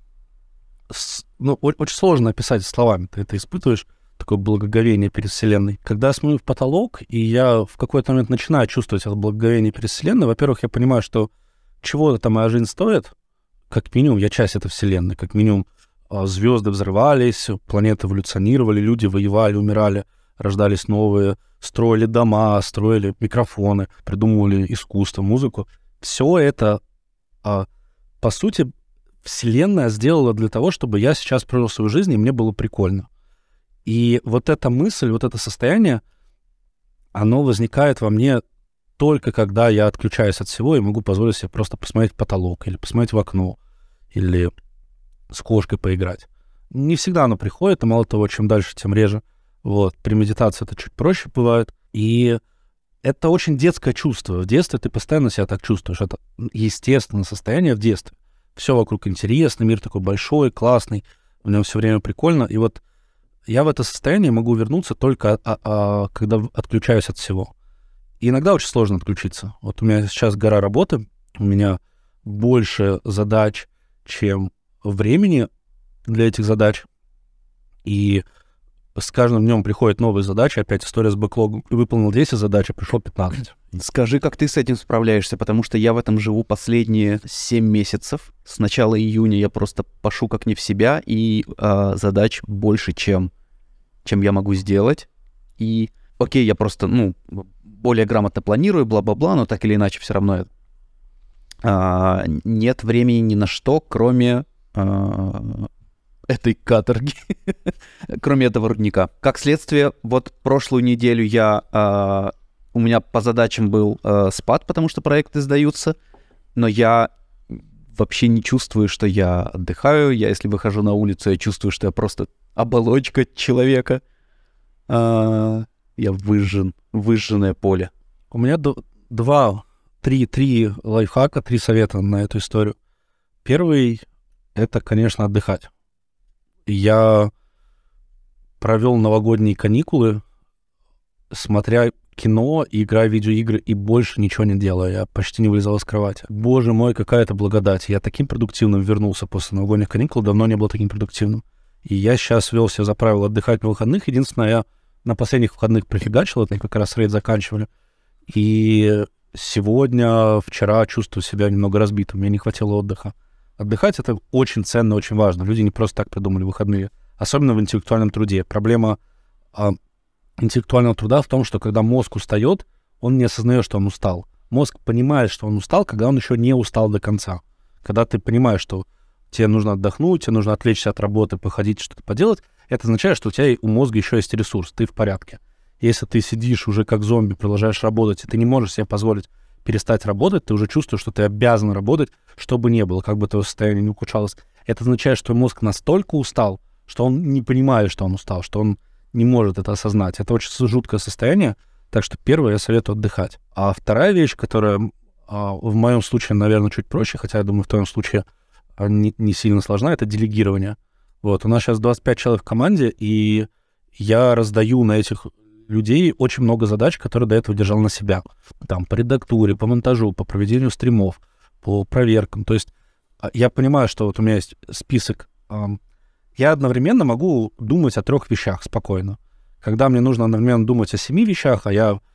очень сложно описать словами. Ты это испытываешь, такое благоговение перед Вселенной. Когда я смотрю в потолок, и я в какой-то момент начинаю чувствовать это благоговение перед Вселенной, во-первых, я понимаю, что чего-то моя жизнь стоит, как минимум, я часть этой Вселенной, как минимум, звезды взрывались, планеты эволюционировали, люди воевали, умирали, рождались новые, строили дома, строили микрофоны, придумывали искусство, музыку. Все это, по сути, Вселенная сделала для того, чтобы я сейчас прожил свою жизнь, и мне было прикольно. И вот эта мысль, вот это состояние, оно возникает во мне только когда я отключаюсь от всего и могу позволить себе просто посмотреть в потолок, или посмотреть в окно, или с кошкой поиграть. Не всегда оно приходит, и мало того, чем дальше, тем реже. Вот. При медитации это чуть проще бывает. И это очень детское чувство. В детстве ты постоянно себя так чувствуешь. Это естественное состояние в детстве. Все вокруг интересно, мир такой большой, классный, в нем все время прикольно. И вот я в это состояние могу вернуться только когда отключаюсь от всего. И иногда очень сложно отключиться. Вот у меня сейчас гора работы, у меня больше задач, чем времени для этих задач. И с каждым днем приходят новые задачи, опять история с бэклогом. Выполнил 10 задач, а пришло 15. Скажи, как ты с этим справляешься, потому что я в этом живу последние 7 месяцев. С начала июня я просто пашу как не в себя, и задач больше, чем я могу сделать. И окей, я просто, более грамотно планирую, бла-бла-бла, но так или иначе все равно нет времени ни на что, кроме этой каторги, кроме этого рудника. Как следствие, вот прошлую неделю у меня по задачам был спад, потому что проекты сдаются, но я вообще не чувствую, что я отдыхаю. Я, если выхожу на улицу, я чувствую, что я просто оболочка человека. Я выжженное поле. У меня три лайфхака, 3 совета на эту историю. Первый — это, конечно, отдыхать. Я провел новогодние каникулы, смотря кино, играя в видеоигры, и больше ничего не делая. Я почти не вылезал из кровати. Боже мой, какая это благодать. Я таким продуктивным вернулся после новогодних каникул, давно не был таким продуктивным. И я сейчас вел себе за правило отдыхать на выходных. Единственное, я на последних выходных прифигачил, это как раз рейд заканчивали. И сегодня, вчера чувствую себя немного разбитым, мне не хватило отдыха. Отдыхать — это очень ценно, очень важно. Люди не просто так придумали выходные, особенно в интеллектуальном труде. Проблема интеллектуального труда в том, что когда мозг устает, он не осознает, что он устал. Мозг понимает, что он устал, когда он еще не устал до конца. Когда ты понимаешь, что тебе нужно отдохнуть, тебе нужно отвлечься от работы, походить, что-то поделать, это означает, что у мозга еще есть ресурс, ты в порядке. Если ты сидишь уже как зомби, продолжаешь работать, и ты не можешь себе позволить перестать работать, ты уже чувствуешь, что ты обязан работать, что бы ни было, как бы твое состояние не ухудшалось. Это означает, что мозг настолько устал, что он не понимает, что он устал, что он не может это осознать. Это очень жуткое состояние, так что первое, я советую отдыхать. А вторая вещь, которая в моем случае, наверное, чуть проще, хотя я думаю, в твоем случае не сильно сложна, это делегирование. Вот, у нас сейчас 25 человек в команде, и я раздаю на этих людей очень много задач, которые до этого держал на себя. Там, по редактуре, по монтажу, по проведению стримов, по проверкам. То есть я понимаю, что вот у меня есть список. Я одновременно могу думать о 3 вещах спокойно. Когда мне нужно одновременно думать о 7 вещах,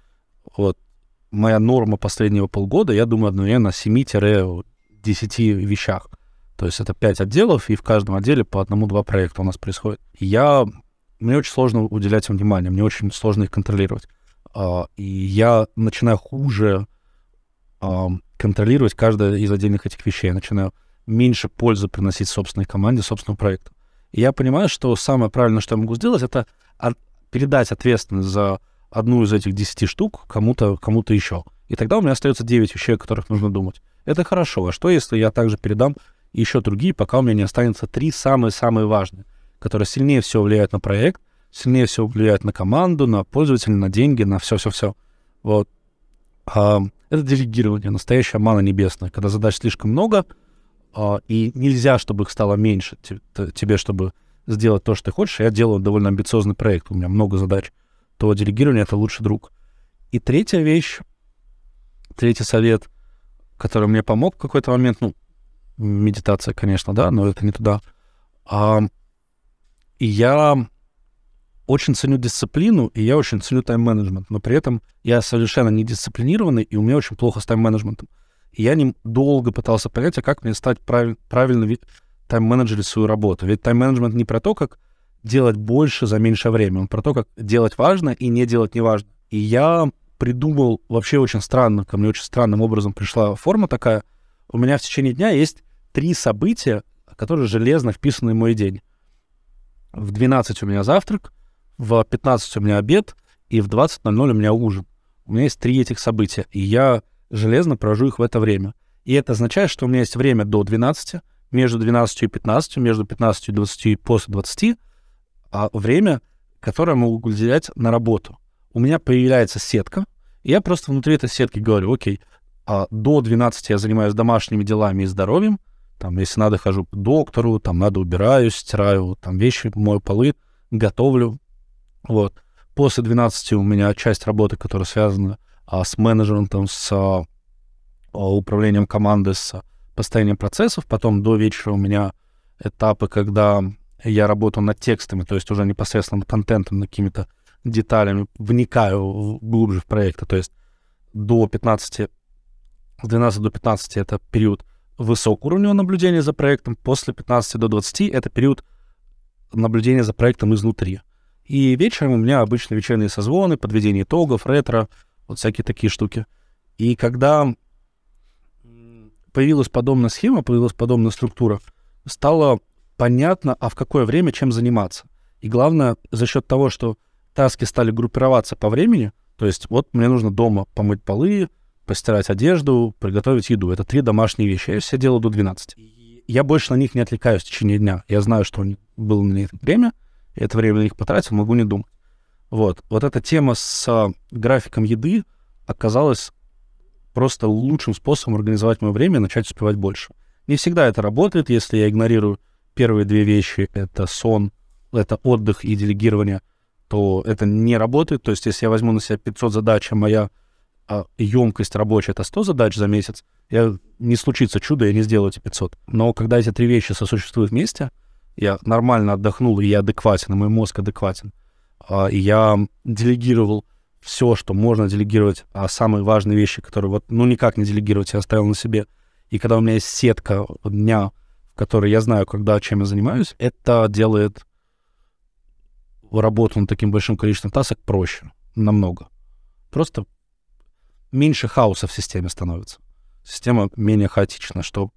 моя норма последнего полгода, я думаю одновременно о 7-10 вещах. То есть это 5 отделов, и в каждом отделе по 1-2 проекта у нас происходит. Мне очень сложно уделять им внимание, мне очень сложно их контролировать. И я начинаю хуже контролировать каждое из отдельных этих вещей. Я начинаю меньше пользы приносить собственной команде, собственному проекту. И я понимаю, что самое правильное, что я могу сделать, это передать ответственность за одну из этих 10 штук кому-то еще. И тогда у меня остается 9 вещей, о которых нужно думать. Это хорошо. А что, если я также передам еще другие, пока у меня не останется 3 самые-самые важные, которые сильнее всего влияют на проект, сильнее всего влияют на команду, на пользователя, на деньги, на все-все-все. Вот. Это делегирование, настоящая мана небесная, когда задач слишком много, и нельзя, чтобы их стало меньше тебе, чтобы сделать то, что ты хочешь. Я делаю довольно амбициозный проект, у меня много задач, то делегирование — это лучший друг. И третья вещь, третий совет, который мне помог в какой-то момент, медитация, конечно, да, но это не туда. И я очень ценю дисциплину, и я очень ценю тайм-менеджмент, но при этом я совершенно не дисциплинированный, и у меня очень плохо с тайм-менеджментом. И я долго пытался понять, как мне стать правильно тайм-менеджерить свою работу. Ведь тайм-менеджмент не про то, как делать больше за меньшее время, он про то, как делать важно и не делать неважно. И я придумал вообще очень странно, ко мне очень странным образом пришла форма такая. У меня в течение дня есть 3 события, которые железно вписаны в мой день. В 12 у меня завтрак, в 15 у меня обед, и в 20:00 у меня ужин. У меня есть 3 этих события, и я железно провожу их в это время. И это означает, что у меня есть время до 12, между 12 и 15, между 15 и 20 и после 20, а время, которое я могу уделять на работу. У меня появляется сетка, и я просто внутри этой сетки говорю: окей, до 12 я занимаюсь домашними делами и здоровьем, там, если надо, хожу к доктору, там, надо, убираю, стираю, там, вещи, мою полы, готовлю, вот. После 12 у меня часть работы, которая связана с менеджментом, с управлением команды, с построением процессов. Потом до вечера у меня этапы, когда я работаю над текстами, то есть уже непосредственно над контентом, над какими-то деталями, вникаю глубже в проекты. То есть до 15, с 12 до 15 это период высокоуровневого наблюдения за проектом, после 15 до 20 это период наблюдения за проектом изнутри. И вечером у меня обычно вечерние созвоны, подведение итогов, ретро, вот всякие такие штуки. И когда появилась подобная схема, появилась подобная структура, стало понятно, в какое время чем заниматься. И главное, за счет того, что таски стали группироваться по времени, то есть вот мне нужно дома помыть полы, постирать одежду, приготовить еду. Это 3 домашние вещи. Я все делаю до 12. Я больше на них не отвлекаюсь в течение дня. Я знаю, что было на это время, и это время на них потратил, могу не думать. Вот эта тема с графиком еды оказалась просто лучшим способом организовать мое время и начать успевать больше. Не всегда это работает, если я игнорирую первые 2 вещи, это сон, это отдых и делегирование, то это не работает. То есть если я возьму на себя 500 задач, а моя емкость рабочая — это 100 задач за месяц, не случится чудо, я не сделаю эти 500. Но когда эти 3 вещи сосуществуют вместе, я нормально отдохнул, и я адекватен, и мой мозг адекватен. И я делегировал все, что можно делегировать, а самые важные вещи, которые вот, ну, никак не делегировать, я оставил на себе. И когда у меня есть сетка дня, в которой я знаю, когда, чем я занимаюсь, это делает работу над таким большим количеством тасок проще, намного. Просто меньше хаоса в системе становится. Система менее хаотична, что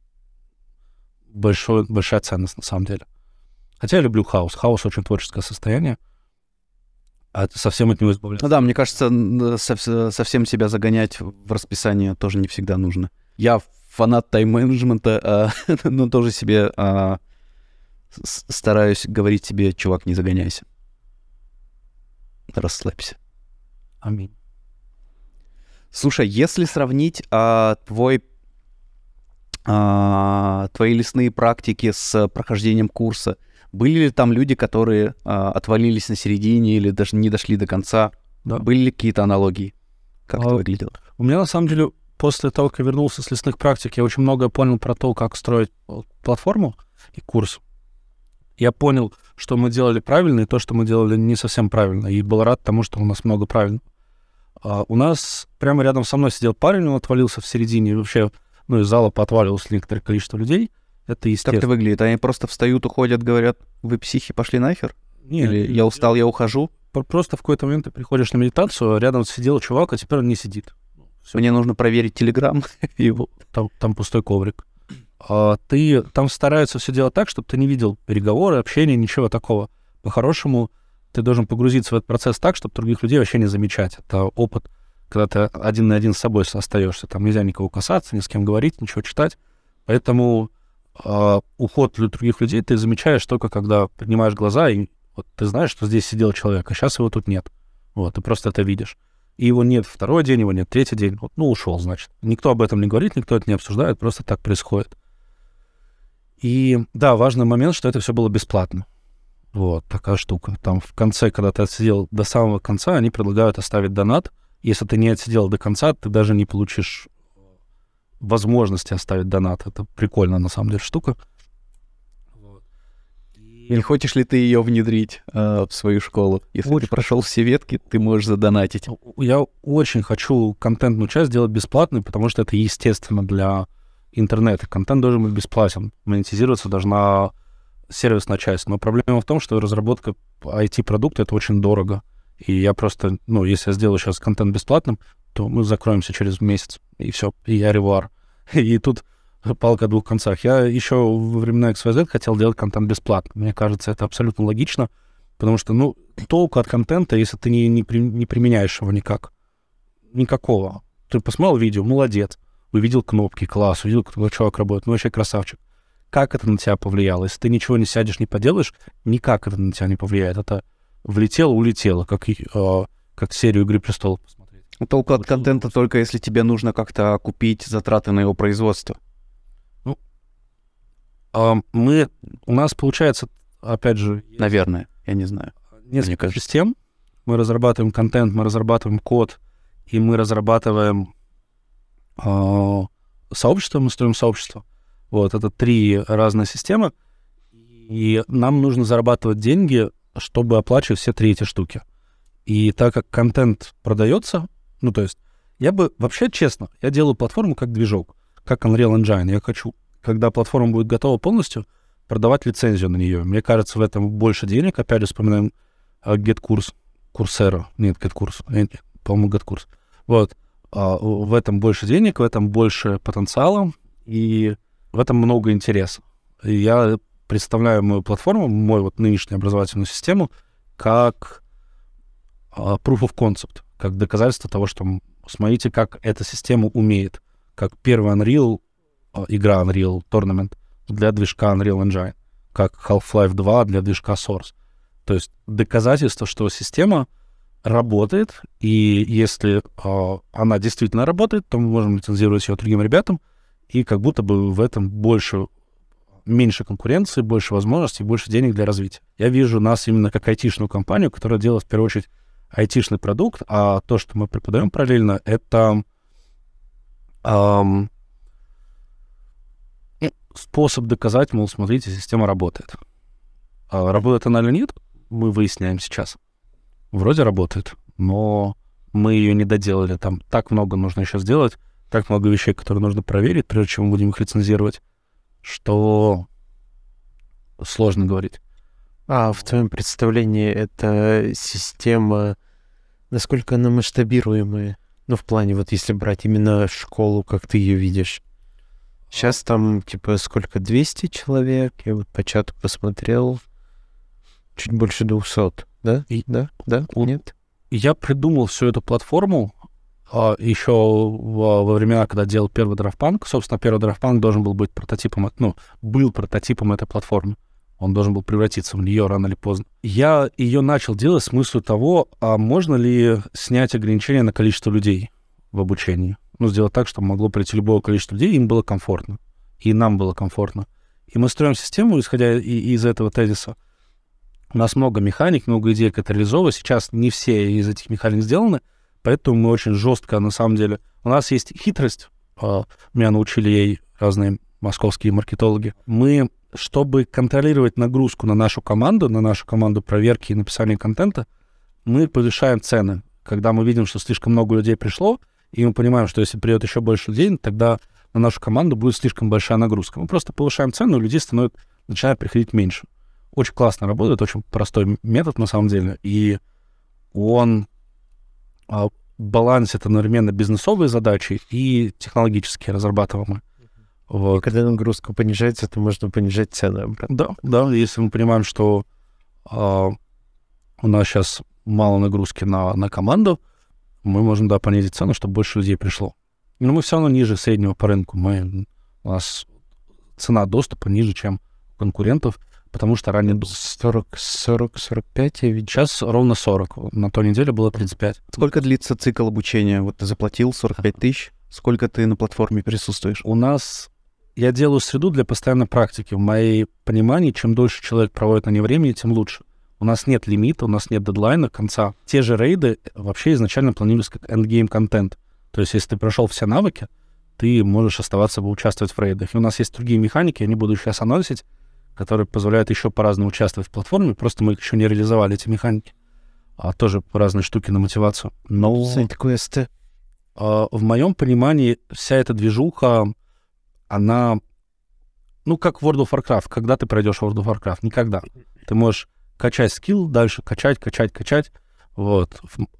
большая ценность на самом деле. Хотя я люблю хаос. Хаос очень творческое состояние. А ты совсем от него избавляться. Ну да, мне кажется, совсем себя загонять в расписание тоже не всегда нужно. Я фанат тайм-менеджмента, но тоже себе стараюсь говорить себе: чувак, не загоняйся. Расслабься. Аминь. Слушай, если сравнить твои лесные практики с прохождением курса, были ли там люди, которые отвалились на середине или даже не дошли до конца? Да. Были ли какие-то аналогии? Как это выглядело? У меня, на самом деле, после того, как я вернулся с лесных практик, я очень многое понял про то, как строить платформу и курс. Я понял, что мы делали правильно, и то, что мы делали не совсем правильно. И был рад тому, что у нас много правильно. У нас прямо рядом со мной сидел парень, он отвалился в середине, и вообще, ну, из зала поотваливалось некоторое количество людей. Это естественно. Как это выглядит? Они просто встают, уходят, говорят: вы психи, пошли нахер? Нет, или я устал, я ухожу? Просто в какой-то момент ты приходишь на медитацию, рядом сидел чувак, а теперь он не сидит. Всё. Мне нужно проверить Телеграм. Там пустой коврик. Ты там стараются все делать так, чтобы ты не видел переговоры, общения, ничего такого. По-хорошему, ты должен погрузиться в этот процесс так, чтобы других людей вообще не замечать. Это опыт, когда ты один на один с собой остаешься. Там нельзя никого касаться, ни с кем говорить, ничего читать. Поэтому уход других людей ты замечаешь только когда поднимаешь глаза, и вот ты знаешь, что здесь сидел человек, а сейчас его тут нет. Вот, ты просто это видишь. И его нет второй день, его нет третий день. Вот, ну, ушел, значит. Никто об этом не говорит, никто это не обсуждает, просто так происходит. И да, важный момент, что это все было бесплатно. Вот, такая штука. Там в конце, когда ты отсидел до самого конца, они предлагают оставить донат. Если ты не отсидел до конца, ты даже не получишь возможности оставить донат. Это прикольная, на самом деле, штука. Вот. Или хочешь ли ты ее внедрить в свою школу? Если ты прошел все ветки, ты можешь задонатить. Я очень хочу контентную часть сделать бесплатной, потому что это естественно для интернета. Контент должен быть бесплатен. Монетизироваться должна сервисная часть. Но проблема в том, что разработка IT-продукта — это очень дорого. И я просто, ну, если я сделаю сейчас контент бесплатным, то мы закроемся через месяц, и все, и я ревуар. И тут палка о двух концах. Я еще во времена XYZ хотел делать контент бесплатно. Мне кажется, это абсолютно логично, потому что, ну, толку от контента, если ты не применяешь его никак. Никакого. Ты посмотрел видео, молодец. Увидел кнопки, класс, увидел, как человек работает, ну, вообще красавчик. Как это на тебя повлияло? Если ты ничего не сядешь, не поделаешь, никак это на тебя не повлияет. Это влетело-улетело, как серию «Игры престолов» посмотреть. Толку от контента только если тебе нужно как-то окупить затраты на его производство. Ну, у нас получается, опять же... Наверное, я не знаю. Несколько систем. Мы разрабатываем контент, мы разрабатываем код, и мы разрабатываем сообщество, мы строим сообщество. Вот, это 3 разные системы, и нам нужно зарабатывать деньги, чтобы оплачивать все 3 эти штуки. И так как контент продается, ну, то есть, я бы, вообще, честно, я делаю платформу как движок, как Unreal Engine. Я хочу, когда платформа будет готова полностью, продавать лицензию на нее. Мне кажется, в этом больше денег. Опять же, вспоминаем GetCourse, Coursera. Нет, GetCourse, по-моему, GetCourse. Вот. В этом больше денег, в этом больше потенциала, и в этом много интереса. И я представляю мою платформу, мою вот нынешнюю образовательную систему, как proof of concept, как доказательство того, что смотрите, как эта система умеет, как первый Unreal, игра Unreal Tournament для движка Unreal Engine, как Half-Life 2 для движка Source. То есть доказательство, что система работает, и если она действительно работает, то мы можем лицензировать ее другим ребятам, и как будто бы в этом меньше конкуренции, больше возможностей, больше денег для развития. Я вижу нас именно как айтишную компанию, которая делает в первую очередь айтишный продукт, а то, что мы преподаем параллельно, это способ доказать, мол, смотрите, система работает. Работает она или нет, мы выясняем сейчас. Вроде работает, но мы ее не доделали. Там так много нужно еще сделать, так много вещей, которые нужно проверить, прежде чем мы будем их лицензировать, что сложно говорить. А в твоем представлении эта система, насколько она масштабируемая? Ну, в плане, вот если брать именно школу, как ты ее видишь. Сейчас там, типа, сколько, 200 человек? Я вот по чату посмотрел. Чуть больше 200, да? Да? Нет? Я придумал всю эту платформу еще во времена, когда делал первый DraftPunk. Собственно, первый DraftPunk должен был быть прототипом, был прототипом этой платформы. Он должен был превратиться в нее рано или поздно. Я ее начал делать с мыслью того, а можно ли снять ограничения на количество людей в обучении. Сделать так, чтобы могло прийти любое количество людей, им было комфортно. И нам было комфортно. И мы строим систему, исходя из этого тезиса. У нас много механик, много идей, как это реализовывать. Сейчас не все из этих механик сделаны, поэтому мы очень жестко, на самом деле... У нас есть хитрость, меня научили ей разные московские маркетологи. Мы, чтобы контролировать нагрузку на нашу команду проверки и написания контента, мы повышаем цены. Когда мы видим, что слишком много людей пришло, и мы понимаем, что если придет еще больше людей, тогда на нашу команду будет слишком большая нагрузка. Мы просто повышаем цену, и людей начинает приходить меньше. Очень классно работает, очень простой метод на самом деле, и он балансит одновременно бизнесовые задачи и технологические разрабатываемые. Вот. И когда нагрузка понижается, то можно понижать цены обратно. Да, если мы понимаем, что у нас сейчас мало нагрузки на команду, мы можем, понизить цену, чтобы больше людей пришло. Но мы все равно ниже среднего по рынку. У нас цена доступа ниже, чем у конкурентов, потому что ранее... 45, я видел. Сейчас ровно 40. На той неделе было 35. Сколько длится цикл обучения? Вот ты заплатил 45 тысяч. Сколько ты на платформе присутствуешь? У нас... Я делаю среду для постоянной практики. В моем понимании, чем дольше человек проводит на ней времени, тем лучше. У нас нет лимита, у нас нет дедлайна, конца. Те же рейды вообще изначально планировались как эндгейм-контент. То есть, если ты прошел все навыки, ты можешь оставаться, участвовать в рейдах. И у нас есть другие механики, я не буду их сейчас анонсить, которые позволяют еще по-разному участвовать в платформе. Просто мы еще не реализовали эти механики. Тоже разные штуки на мотивацию. Но Сайт-квесты. В моем понимании вся эта движуха, она... как World of Warcraft. Когда ты пройдешь World of Warcraft? Никогда. Ты можешь качать скилл, дальше качать. Вот.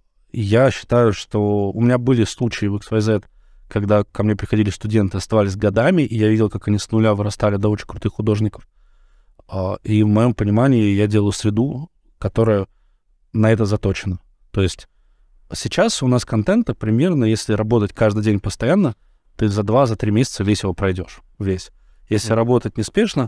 Я считаю, что у меня были случаи в XYZ, когда ко мне приходили студенты, оставались годами, и я видел, как они с нуля вырастали до очень крутых художников. И в моем понимании я делаю среду, которая на это заточена. То есть сейчас у нас контента примерно, если работать каждый день постоянно, ты за 2-3 месяца весь его пройдешь. Весь. Если работать неспешно,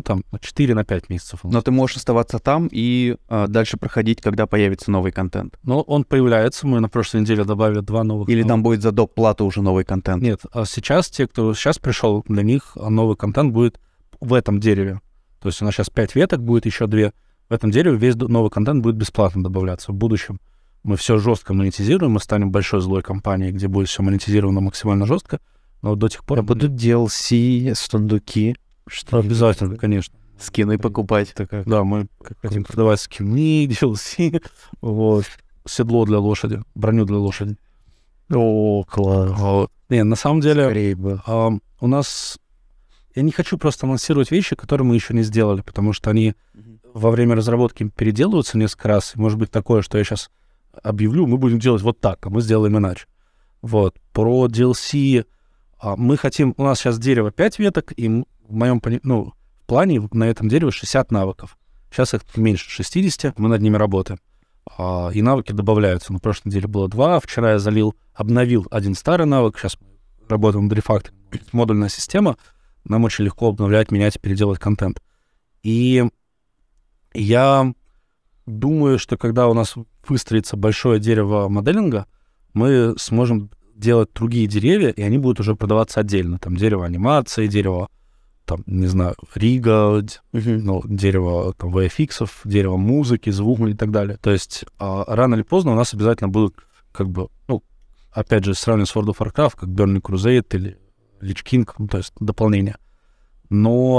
4-5 месяцев. Но ты можешь оставаться там и дальше проходить, когда появится новый контент. Но он появляется. Мы на прошлой неделе добавили 2 новых. Или там будет за доп. Плату уже новый контент? Нет. А сейчас те, кто сейчас пришел, для них новый контент будет в этом дереве. То есть у нас сейчас 5 веток, будет еще 2. В этом дереве весь новый контент будет бесплатно добавляться. В будущем мы все жестко монетизируем, мы станем большой злой компанией, где будет все монетизировано максимально жестко. Но до тех пор... будут DLC, сундуки. Что обязательно, конечно. Скины покупать. Да, мы хотим продавать скины, DLC, вот. Седло для лошади, броню для лошади. О, класс. Не, на самом деле, Скорее бы. у нас... Я не хочу просто анонсировать вещи, которые мы еще не сделали, потому что они во время разработки переделываются несколько раз. И может быть такое, что я сейчас объявлю, мы будем делать вот так, а мы сделаем иначе. Вот. Про DLC мы хотим... У нас сейчас дерево 5 веток, и в моем в плане на этом дереве 60 навыков. Сейчас их меньше 60, мы над ними работаем. И навыки добавляются. На прошлой неделе было 2, вчера я обновил один старый навык, сейчас мы работаем над рефактором. Модульная система, нам очень легко обновлять, менять и переделывать контент. И я думаю, что когда у нас выстроится большое дерево моделинга, мы сможем делать другие деревья, и они будут уже продаваться отдельно. Там дерево анимации, дерево, рига, дерево VFX, дерево музыки, звука и так далее. То есть рано или поздно у нас обязательно будут, опять же, сравнивать с World of Warcraft, как Burning Crusade или Lich King, то есть дополнение. Но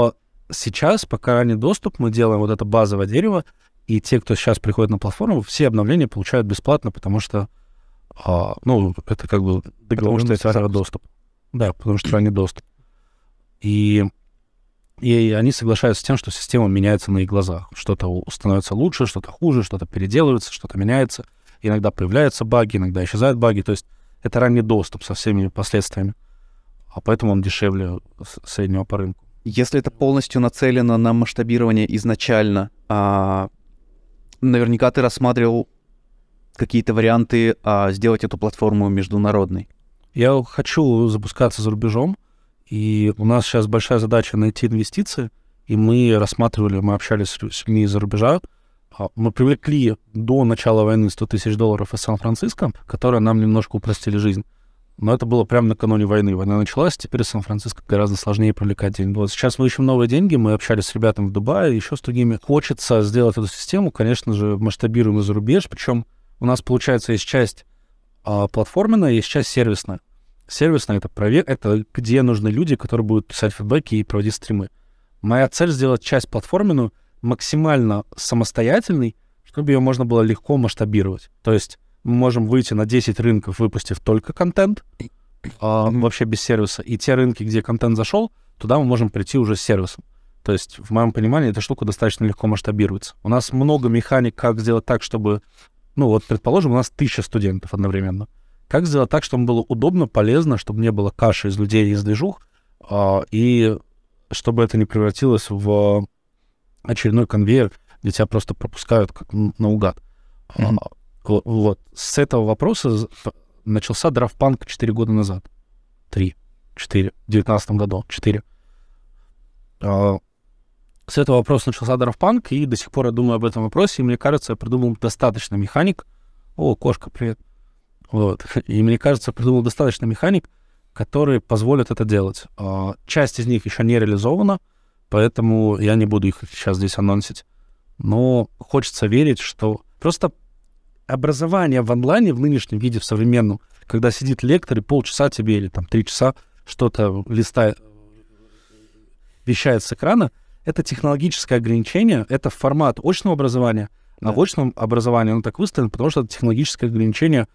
сейчас, пока ранний доступ, мы делаем вот это базовое дерево, и те, кто сейчас приходит на платформу, все обновления получают бесплатно, потому что, это как бы договоренный ранний доступ. Да, потому что ранний доступ. И они соглашаются с тем, что система меняется на их глазах. Что-то становится лучше, что-то хуже, что-то переделывается, что-то меняется. Иногда появляются баги, иногда исчезают баги. То есть это ранний доступ со всеми последствиями. А поэтому он дешевле среднего по рынку. Если это полностью нацелено на масштабирование изначально, наверняка ты рассматривал какие-то варианты сделать эту платформу международной. Я хочу запускаться за рубежом, и у нас сейчас большая задача найти инвестиции, и мы общались с людьми из-за рубежа. Мы привлекли до начала войны $100 тысяч из Сан-Франциско, которые нам немножко упростили жизнь. Но это было прямо накануне войны. Война началась, теперь из Сан-Франциско гораздо сложнее привлекать деньги. Вот сейчас мы ищем новые деньги, мы общались с ребятами в Дубае, еще с другими. Хочется сделать эту систему, конечно же, масштабируем за рубеж, причем у нас, получается, есть часть платформенная, есть часть сервисная. Сервисная — это где нужны люди, которые будут писать фидбэки и проводить стримы. Моя цель — сделать часть платформенную максимально самостоятельной, чтобы ее можно было легко масштабировать. То есть мы можем выйти на 10 рынков, выпустив только контент, вообще без сервиса. И те рынки, где контент зашел, туда мы можем прийти уже с сервисом. То есть, в моем понимании, эта штука достаточно легко масштабируется. У нас много механик, как сделать так, чтобы... предположим, у нас 1000 студентов одновременно. Как сделать так, чтобы было удобно, полезно, чтобы не было каши из людей и из движух, и чтобы это не превратилось в очередной конвейер, где тебя просто пропускают как наугад. Вот. С этого вопроса начался DraftPunk 4 года назад. 4. В 2019 году. 4. С этого вопроса начался DraftPunk, и до сих пор я думаю об этом вопросе, и мне кажется, я придумал достаточно механик. О, кошка, привет. Вот. И мне кажется, я придумал достаточно механик, которые позволят это делать. Часть из них еще не реализована, поэтому я не буду их сейчас здесь анонсить. Но хочется верить, что просто образование в онлайне в нынешнем виде, в современном, когда сидит лектор и полчаса тебе или 3 часа что-то вещает с экрана, это технологическое ограничение, это формат очного образования, а в очном образовании оно так выставлено, потому что это технологическое ограничение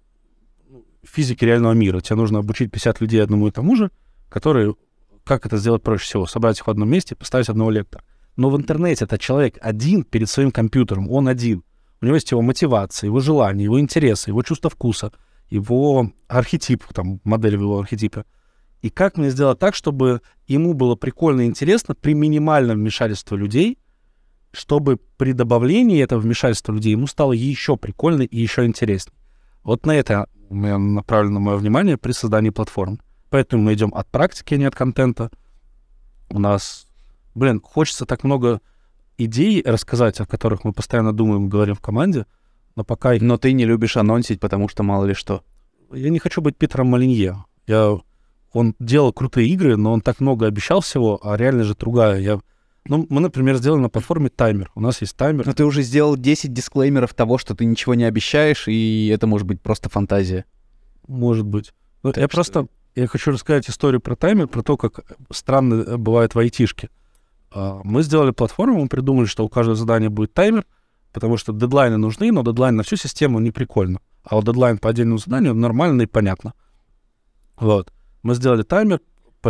физики реального мира. Тебе нужно обучить 50 людей одному и тому же, которые, как это сделать проще всего? Собрать их в одном месте и поставить одного лектора. Но в интернете это человек один перед своим компьютером, он один. У него есть его мотивация, его желания, его интересы, его чувство вкуса, его архетип, модель его архетипа. И как мне сделать так, чтобы ему было прикольно и интересно при минимальном вмешательстве людей, чтобы при добавлении этого вмешательства людей ему стало еще прикольно и еще интереснее. Вот на это направлено мое внимание при создании платформ. Поэтому мы идем от практики, а не от контента. У нас, хочется так много идей рассказать, о которых мы постоянно думаем и говорим в команде, но пока... Но ты не любишь анонсить, потому что мало ли что. Я не хочу быть Питером Молинье. Он делал крутые игры, но он так много обещал всего, а реально же другая. Мы, например, сделали на платформе таймер. У нас есть таймер. Но ты уже сделал 10 дисклеймеров того, что ты ничего не обещаешь, и это может быть просто фантазия. Может быть. Я хочу рассказать историю про таймер, про то, как странно бывает в айтишке. Мы сделали платформу, мы придумали, что у каждого задания будет таймер, потому что дедлайны нужны, но дедлайн на всю систему не прикольно. А вот дедлайн по отдельному заданию нормально и понятно. Вот. Мы сделали таймер.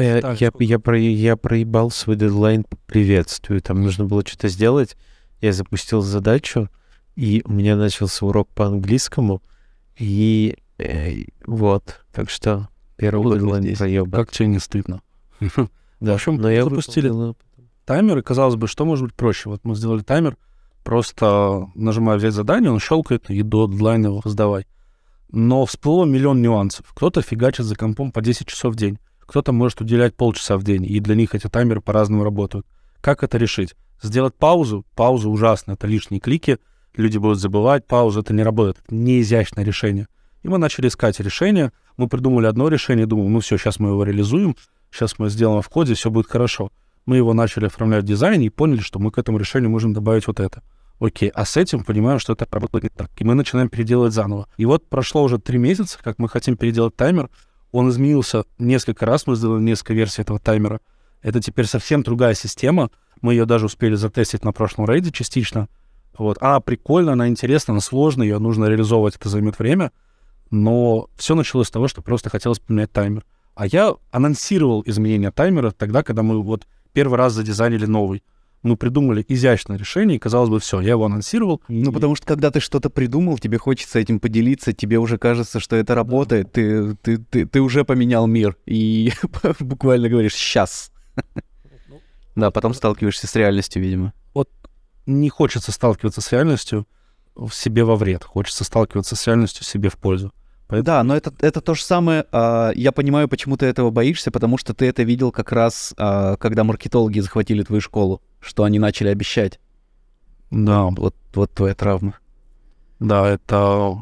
Я проебал свой дедлайн по приветствию. Там нужно было что-то сделать. Я запустил задачу, и у меня начался урок по английскому. И вот. Так что первый дедлайн проебал. Как тебе не стыдно? Да, в общем, но я запустили таймер, и казалось бы, что может быть проще? Вот мы сделали таймер, просто нажимая взять задание, он щелкает, и до дедлайна его сдавай. Но всплыло миллион нюансов. Кто-то фигачит за компом по 10 часов в день, кто-то может уделять полчаса в день, и для них эти таймеры по-разному работают. Как это решить? Сделать паузу? Пауза ужасно, это лишние клики, люди будут забывать, пауза, это не работает, это не изящное решение. И мы начали искать решение, мы придумали одно решение, думаю, все, сейчас мы его реализуем, сейчас мы сделаем в коде, все будет хорошо. Мы его начали оформлять в дизайне и поняли, что мы к этому решению можем добавить вот это. Окей, а с этим понимаем, что это работает не так. И мы начинаем переделывать заново. И вот прошло уже 3 месяца, как мы хотим переделать таймер. Он изменился несколько раз, мы сделали несколько версий этого таймера. Это теперь совсем другая система. Мы ее даже успели затестить на прошлом рейде частично. Вот. Она прикольная, она интересна, она сложная, ее нужно реализовывать, это займет время. Но все началось с того, что просто хотелось поменять таймер. А я анонсировал изменение таймера тогда, когда мы вот первый раз задизайнили новый. Мы придумали изящное решение, и, казалось бы, все, я его анонсировал. Ну, потому что, когда ты что-то придумал, тебе хочется этим поделиться, тебе уже кажется, что это работает, ты уже поменял мир, и буквально говоришь «сейчас». Да, потом сталкиваешься с реальностью, видимо. Вот не хочется сталкиваться с реальностью в себе во вред, хочется сталкиваться с реальностью себе в пользу. Да, но это то же самое. Я понимаю, почему ты этого боишься, потому что ты это видел как раз, когда маркетологи захватили твою школу, что они начали обещать. Да. Вот твоя травма. Да, это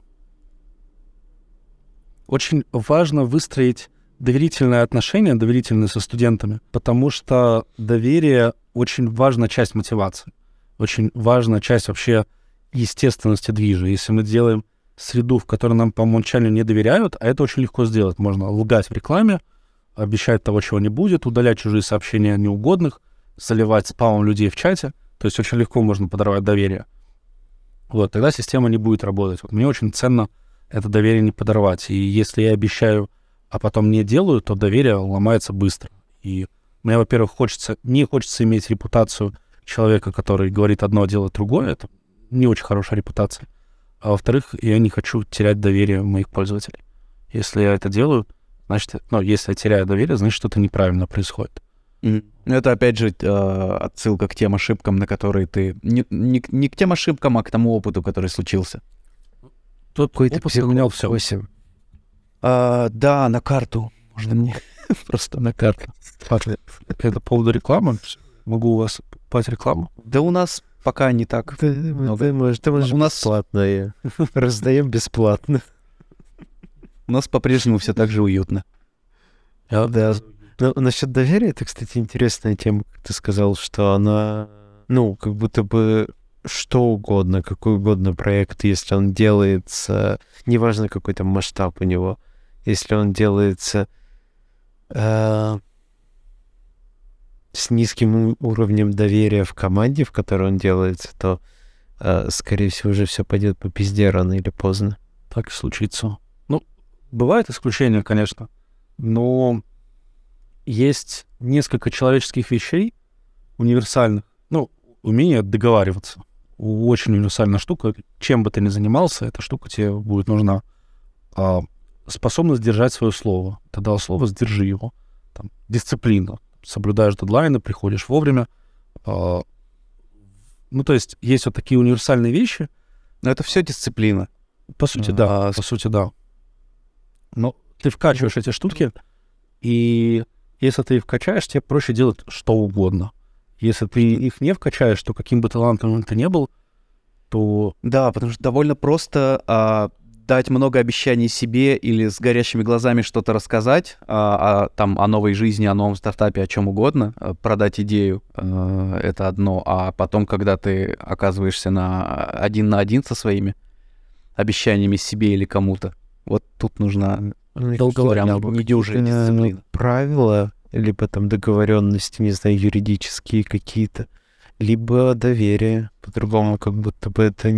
очень важно выстроить доверительные отношения, доверительные со студентами, потому что доверие очень важная часть мотивации, очень важная часть вообще естественности движа. Если мы делаем среду, в которой нам по умолчанию не доверяют, а это очень легко сделать. Можно лгать в рекламе, обещать того, чего не будет, удалять чужие сообщения неугодных, заливать спамом людей в чате. То есть очень легко можно подорвать доверие. Вот, тогда система не будет работать. Вот мне очень ценно это доверие не подорвать. И если я обещаю, а потом не делаю, то доверие ломается быстро. И мне, во-первых, не хочется иметь репутацию человека, который говорит одно, а делает другое. Это не очень хорошая репутация. А во-вторых, я не хочу терять доверие моих пользователей. Если я это делаю, значит, если я теряю доверие, значит, что-то неправильно происходит. Это, опять же, отсылка к тем ошибкам, на которые ты... Не к тем ошибкам, а к тому опыту, который случился. Тот опыт поменял все. 8. Да, на карту. Можно мне? Просто на карту. Это по поводу рекламы. Могу у вас покупать рекламу? Да у нас пока не так. Ты можешь У нас бесплатно. Раздаем бесплатно. У нас по-прежнему все так же уютно. Да. Но насчет доверия, это, кстати, интересная тема, как ты сказал, что она, как будто бы что угодно, какой угодно проект, если он делается, неважно, какой там масштаб у него, если он делается с низким уровнем доверия в команде, в которой он делается, то, скорее всего, уже все пойдет по пизде рано или поздно. Так и случится. Бывают исключения, конечно, но есть несколько человеческих вещей универсальных. Умение договариваться. Очень универсальная штука. Чем бы ты ни занимался, эта штука тебе будет нужна. Способность держать свое слово. Ты дал слово, сдержи его. Дисциплина. Соблюдаешь дедлайны, приходишь вовремя. То есть вот такие универсальные вещи. Но это все дисциплина. По сути, да. По сути, да. Но ты вкачиваешь эти штуки, и если ты их вкачаешь, тебе проще делать что угодно. Если ты их не вкачаешь, то каким бы талантом ты ни был, то... Да, потому что довольно просто дать много обещаний себе или с горящими глазами что-то рассказать о новой жизни, о новом стартапе, о чем угодно, продать идею, это одно, а потом, когда ты оказываешься один на один со своими обещаниями себе или кому-то, вот тут нужна недюжая дисциплина. Правила, либо там договоренности, не знаю, юридические какие-то, либо доверие. По-другому как будто бы это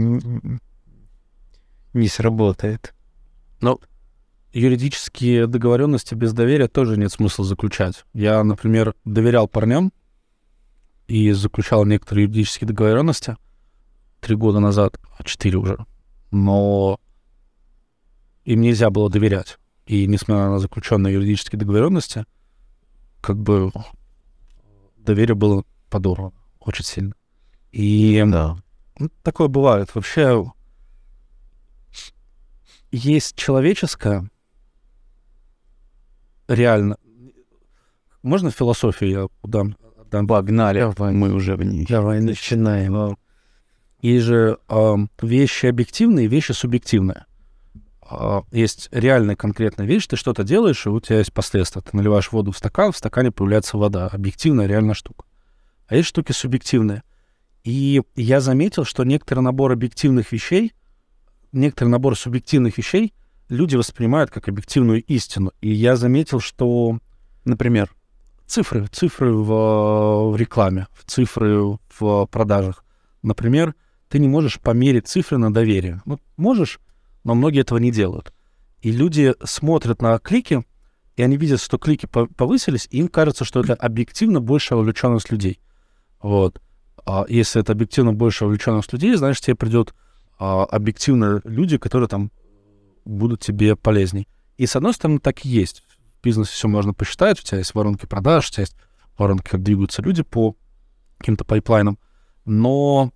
не сработает. Юридические договоренности без доверия тоже нет смысла заключать. Я, например, доверял парням и заключал некоторые юридические договоренности 3 года назад, 4 уже, но им нельзя было доверять. И несмотря на заключенные юридические договоренности, доверие было подорвано очень сильно. И такое бывает. Вообще есть человеческое, реально. Можно философию я дам? Погнали, мы уже в ней. Давай начинаем. Есть же вещи объективные и вещи субъективные. Есть реальная конкретная вещь, ты что-то делаешь, и у тебя есть последствия. Ты наливаешь воду в стакане появляется вода. Объективная, реальная штука. А есть штуки субъективные. И я заметил, что некоторый набор объективных вещей, некоторый набор субъективных вещей люди воспринимают как объективную истину. И я заметил, что, например, цифры в рекламе, цифры в продажах. Например, ты не можешь померить цифры на доверие. Ну, можешь, но многие этого не делают. И люди смотрят на клики, и они видят, что клики повысились, и им кажется, что это объективно большая вовлеченность людей. Вот. А если это объективно большая вовлеченность людей, значит, тебе придет объективно люди, которые там будут тебе полезней. И, с одной стороны, так и есть. В бизнесе все можно посчитать, у тебя есть воронки продаж, у тебя есть воронки, как двигаются люди по каким-то пайплайнам, но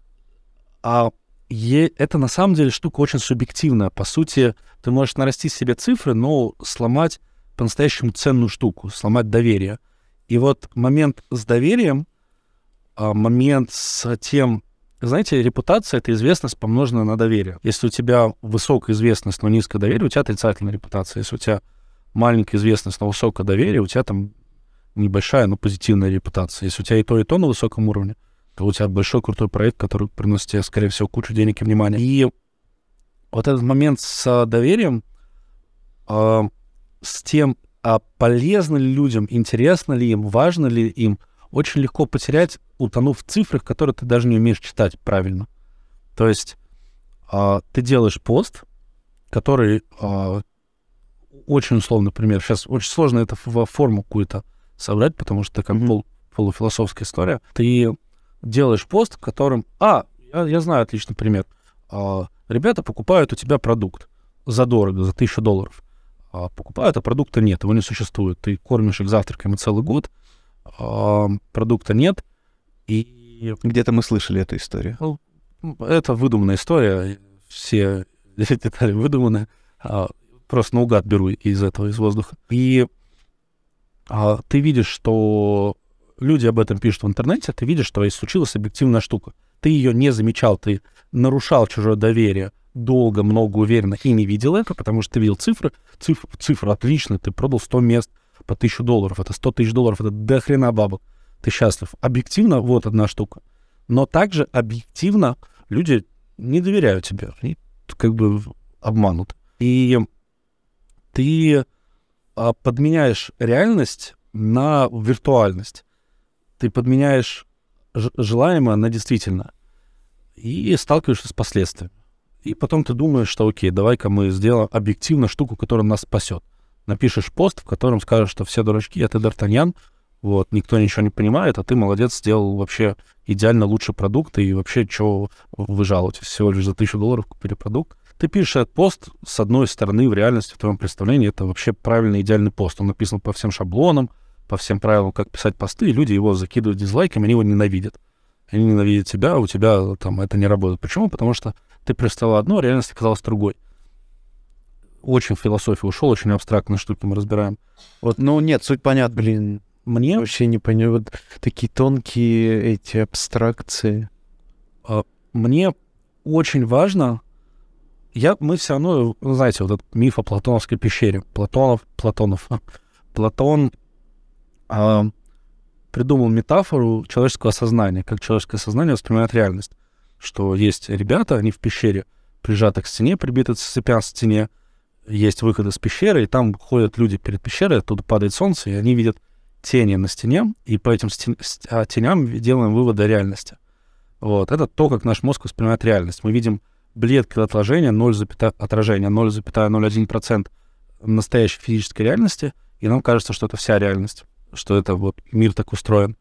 это на самом деле штука очень субъективная. По сути, ты можешь нарастить себе цифры, но сломать по-настоящему ценную штуку, сломать доверие. И вот момент с доверием, момент с тем... Знаете, репутация — это известность, помноженная на доверие. Если у тебя высокая известность, но низкое доверие, у тебя отрицательная репутация. Если у тебя маленькая известность, но высокое доверие, у тебя там небольшая, но позитивная репутация. Если у тебя и то на высоком уровне, то у тебя большой крутой проект, который приносит тебе, скорее всего, кучу денег и внимания. И вот этот момент с доверием, с тем, полезно ли людям, интересно ли им, важно ли им, очень легко потерять, утонув в цифрах, которые ты даже не умеешь читать правильно. То есть ты делаешь пост, который очень условно, например, сейчас очень сложно это в форму какую-то собрать, потому что это как полуфилософская история. Ты делаешь пост, в котором... я знаю отличный пример. Ребята покупают у тебя продукт задорого, за $1000. Покупают, а продукта нет, его не существует. Ты кормишь их завтраками целый год, продукта нет, и... Где-то мы слышали эту историю. Это выдуманная история, все детали выдуманы, просто наугад беру из воздуха. И ты видишь, что люди об этом пишут в интернете, ты видишь, что случилась объективная штука. Ты ее не замечал, ты нарушал чужое доверие долго, много, уверенно и не видел это, потому что ты видел цифры. Цифры отличные, ты продал 100 мест по $1000, это $100 000, это до хрена бабок. Ты счастлив. Объективно вот одна штука. Но также объективно люди не доверяют тебе. Они как бы обманут. И ты подменяешь реальность на виртуальность. Ты подменяешь желаемое на действительное. И сталкиваешься с последствиями. И потом ты думаешь, что окей, давай-ка мы сделаем объективно штуку, которая нас спасет. Напишешь пост, в котором скажешь, что все дурачки, а ты Д'Артаньян, вот, никто ничего не понимает, а ты, молодец, сделал вообще идеально лучший продукт, и вообще, что вы жалуетесь, всего лишь за $1000 купили продукт. Ты пишешь этот пост, с одной стороны, в реальности, в твоем представлении, это вообще правильный, идеальный пост. Он написан по всем шаблонам, по всем правилам, как писать посты, и люди его закидывают дизлайками, они его ненавидят. Они ненавидят тебя, а у тебя там это не работает. Почему? Потому что ты представил одно, а реальность оказалась другой. Очень в философию ушел, очень абстрактные штуки мы разбираем. Вот, нет, суть понятна. Блин, мне вообще не понимаю. Вот такие тонкие эти абстракции. Мне очень важно... Мы все равно, знаете, вот этот миф о платоновской пещере. Платон придумал метафору человеческого сознания, как человеческое сознание воспринимает реальность. Что есть ребята, они в пещере, прижаты к стене, прибиты цепям к стене, есть выход из пещеры, и там ходят люди перед пещерой, оттуда падает солнце, и они видят тени на стене, и по этим теням делаем выводы о реальности. Вот. Это то, как наш мозг воспринимает реальность. Мы видим бледки отражения, 0,01% настоящей физической реальности, и нам кажется, что это вся реальность, что это вот мир так устроен.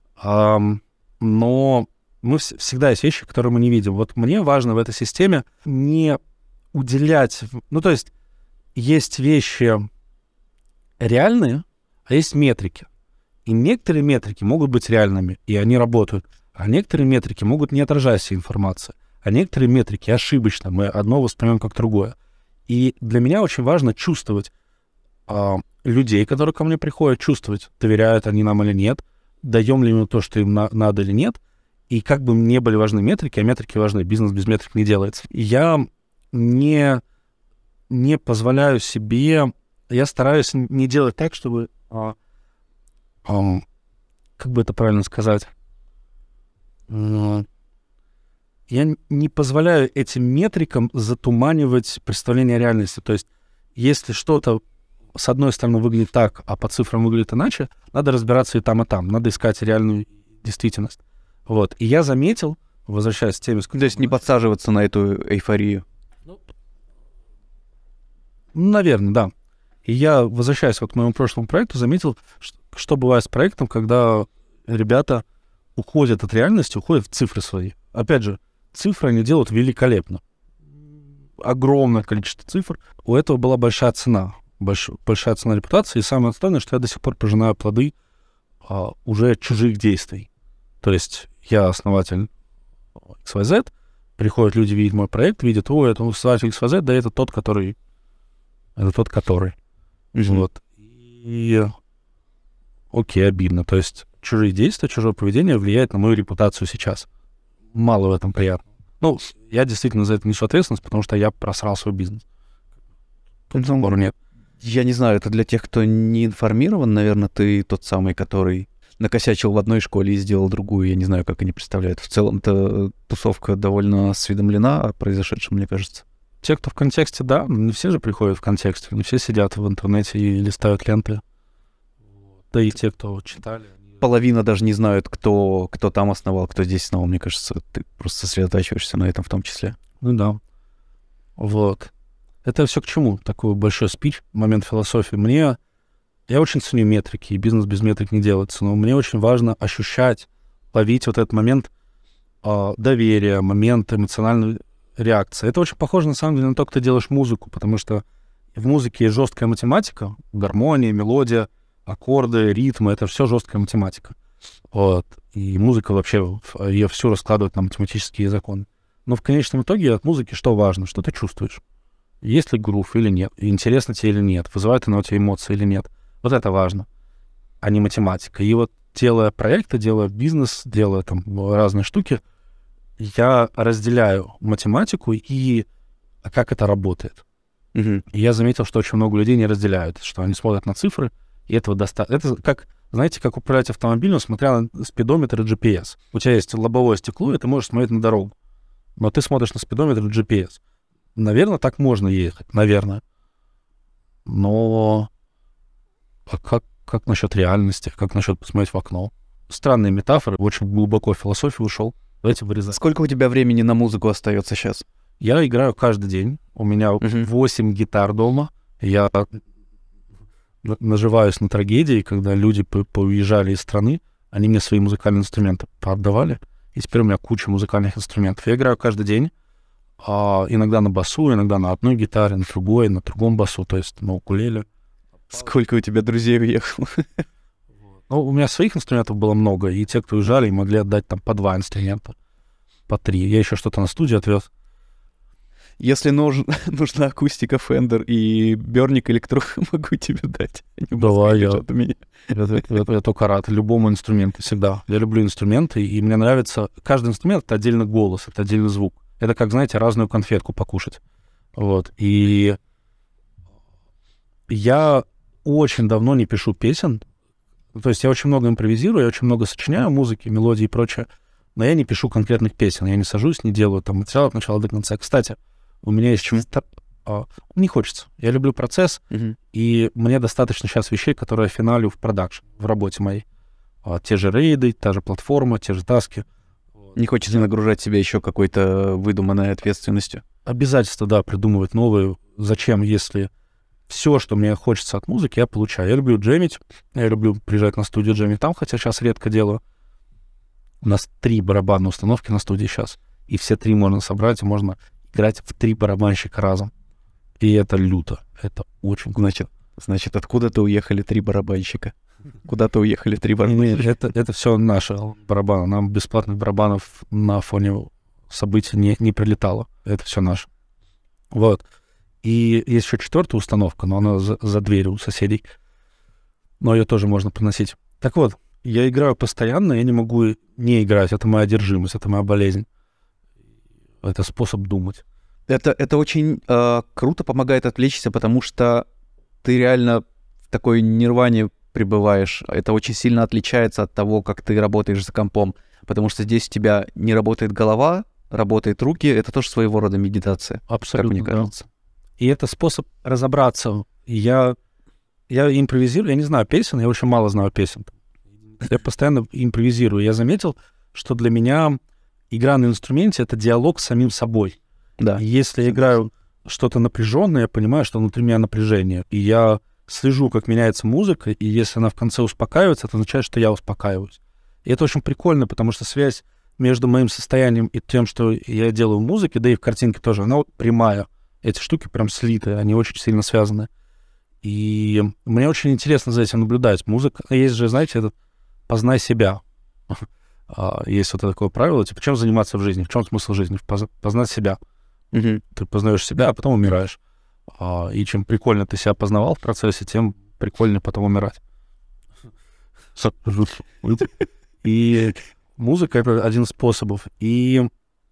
Но всегда есть вещи, которые мы не видим. Вот мне важно в этой системе не уделять... то есть вещи реальные, а есть метрики. И некоторые метрики могут быть реальными, и они работают. А некоторые метрики могут не отражать всей информации. А некоторые метрики ошибочно. Мы одно воспринимаем как другое. И для меня очень важно чувствовать людей, которые ко мне приходят, чувствовать, доверяют они нам или нет, даем ли им то, что им надо или нет. И как бы мне были важны метрики, а метрики важны. Бизнес без метрик не делается. И я не позволяю себе... Я стараюсь не делать так, чтобы... как бы это правильно сказать? Я не позволяю этим метрикам затуманивать представление о реальности. То есть, если что-то с одной стороны выглядит так, а по цифрам выглядит иначе, надо разбираться и там, и там. Надо искать реальную действительность. Вот. И я заметил, возвращаясь к теме... То есть не подсаживаться на эту эйфорию. Наверное, да. И я, возвращаясь вот к моему прошлому проекту, заметил, что бывает с проектом, когда ребята уходят от реальности, уходят в цифры свои. Опять же, цифры они делают великолепно. Огромное количество цифр. У этого была большая цена. Большая цена репутации. И самое основное, что я до сих пор пожинаю плоды уже чужих действий. То есть я основатель XYZ, приходят люди, видят мой проект, видят, это основатель XYZ, да это тот, который... Вот. И окей, обидно. То есть чужие действия, чужое поведение влияет на мою репутацию сейчас. Мало в этом приятно. Ну, я действительно за это несу ответственность, потому что я просрал свой бизнес. Нет. Я не знаю, это для тех, кто не информирован, наверное, ты тот самый, который накосячил в одной школе и сделал другую. Я не знаю, как они представляют. В целом-то тусовка довольно осведомлена о произошедшем, мне кажется. Те, кто в контексте, да, не все же приходят в контексте, не все сидят в интернете и листают ленты. Да и те, кто читали. Половина даже не знают, кто там основал, кто здесь основал. Мне кажется, ты просто сосредотачиваешься на этом в том числе. Ну да. Вот. Это все к чему? Такой большой спич, момент философии. Я очень ценю метрики, и бизнес без метрик не делается, но мне очень важно ощущать, ловить вот этот момент доверия, момент эмоциональной реакции. Это очень похоже, на самом деле, на то, как ты делаешь музыку, потому что в музыке есть жесткая математика, гармония, мелодия, аккорды, ритмы — это все жесткая математика. Вот. И музыка вообще, ее все раскладывает на математические законы. Но в конечном итоге от музыки что важно? Что ты чувствуешь? Есть ли грув или нет? Интересно тебе или нет? Вызывает она у тебя эмоции или нет? Вот это важно, а не математика. И вот делая проекты, делая бизнес, делая там разные штуки, я разделяю математику и как это работает. И я заметил, что очень много людей не разделяют, что они смотрят на цифры, и этого достаточно. Это как, знаете, как управлять автомобилем, смотря на спидометр и GPS. У тебя есть лобовое стекло, и ты можешь смотреть на дорогу. Но ты смотришь на спидометр и GPS. Наверное, так можно ехать, наверное. Но как насчет реальности? Как насчет посмотреть в окно? Странные метафоры, очень глубоко в философию ушел. Давайте вырезать. Сколько у тебя времени на музыку остается сейчас? Я играю каждый день. У меня 8 гитар дома. Я наживаюсь на трагедии, когда люди поуезжали из страны, они мне свои музыкальные инструменты поотдавали, и теперь у меня куча музыкальных инструментов. Я играю каждый день, иногда на басу, иногда на одной гитаре, на другой, на другом басу, то есть на укулеле. Сколько у тебя друзей уехало? Ну, у меня своих инструментов было много, и те, кто уезжали, могли отдать там по 2 инструмента, по 3. Я еще что-то на студию отвез. Если нужна акустика Fender и Бёрник Электро, могу тебе дать. Давай, я только рад любому инструменту всегда. Я люблю инструменты, и мне нравится... Каждый инструмент — это отдельный голос, это отдельный звук. Это как, знаете, разную конфетку покушать. Вот. И я очень давно не пишу песен. То есть я очень много импровизирую, я очень много сочиняю музыки, мелодии и прочее, но я не пишу конкретных песен. Я не сажусь, не делаю там материал от начала до конца. Кстати, у меня есть чего-то... Не хочется. Я люблю процесс, и мне достаточно сейчас вещей, которые я финалю в продакшн, в работе моей. Те же рейды, та же платформа, те же таски. Не хочется нагружать себя еще какой-то выдуманной ответственностью? Обязательство, да, придумывать новые. Зачем, если все, что мне хочется от музыки, я получаю. Я люблю джемить, я люблю приезжать на студию джемить там, хотя сейчас редко делаю. У нас 3 барабанные установки на студии сейчас, и все 3 можно собрать, и можно играть в 3 барабанщика разом. И это люто, это очень круто. Значит, откуда-то уехали 3 барабанщика? Куда-то уехали 3 барабанщика? Это все наши барабаны. Нам бесплатных барабанов на фоне событий не прилетало. Это все наше. Вот. И есть еще 4-я установка, но она за дверью у соседей. Но ее тоже можно приносить. Так вот, я играю постоянно, я не могу не играть. Это моя одержимость, это моя болезнь. Это способ думать. Это очень круто помогает отвлечься, потому что ты реально в такой нирване пребываешь. Это очень сильно отличается от того, как ты работаешь за компом. Потому что здесь у тебя не работает голова, работают руки. Это тоже своего рода медитация. Абсолютно, как мне кажется. И это способ разобраться. И я я импровизирую, я не знаю песен, я очень мало знаю песен. Я постоянно импровизирую. Я заметил, что для меня игра на инструменте — это диалог с самим собой. Да. И если я играю что-то напряженное, я понимаю, что внутри меня напряжение. И я слежу, как меняется музыка, и если она в конце успокаивается, это означает, что я успокаиваюсь. И это очень прикольно, потому что связь между моим состоянием и тем, что я делаю в музыке, да и в картинке тоже, она прямая. Эти штуки прям слиты, они очень сильно связаны. И мне очень интересно за этим наблюдать. Музыка, есть же, знаете, этот «познай себя». Есть вот такое правило, типа, чем заниматься в жизни, в чем смысл жизни? Познать себя. Ты познаешь себя, а потом умираешь. И чем прикольно ты себя познавал в процессе, тем прикольнее потом умирать. И музыка — это один из способов. И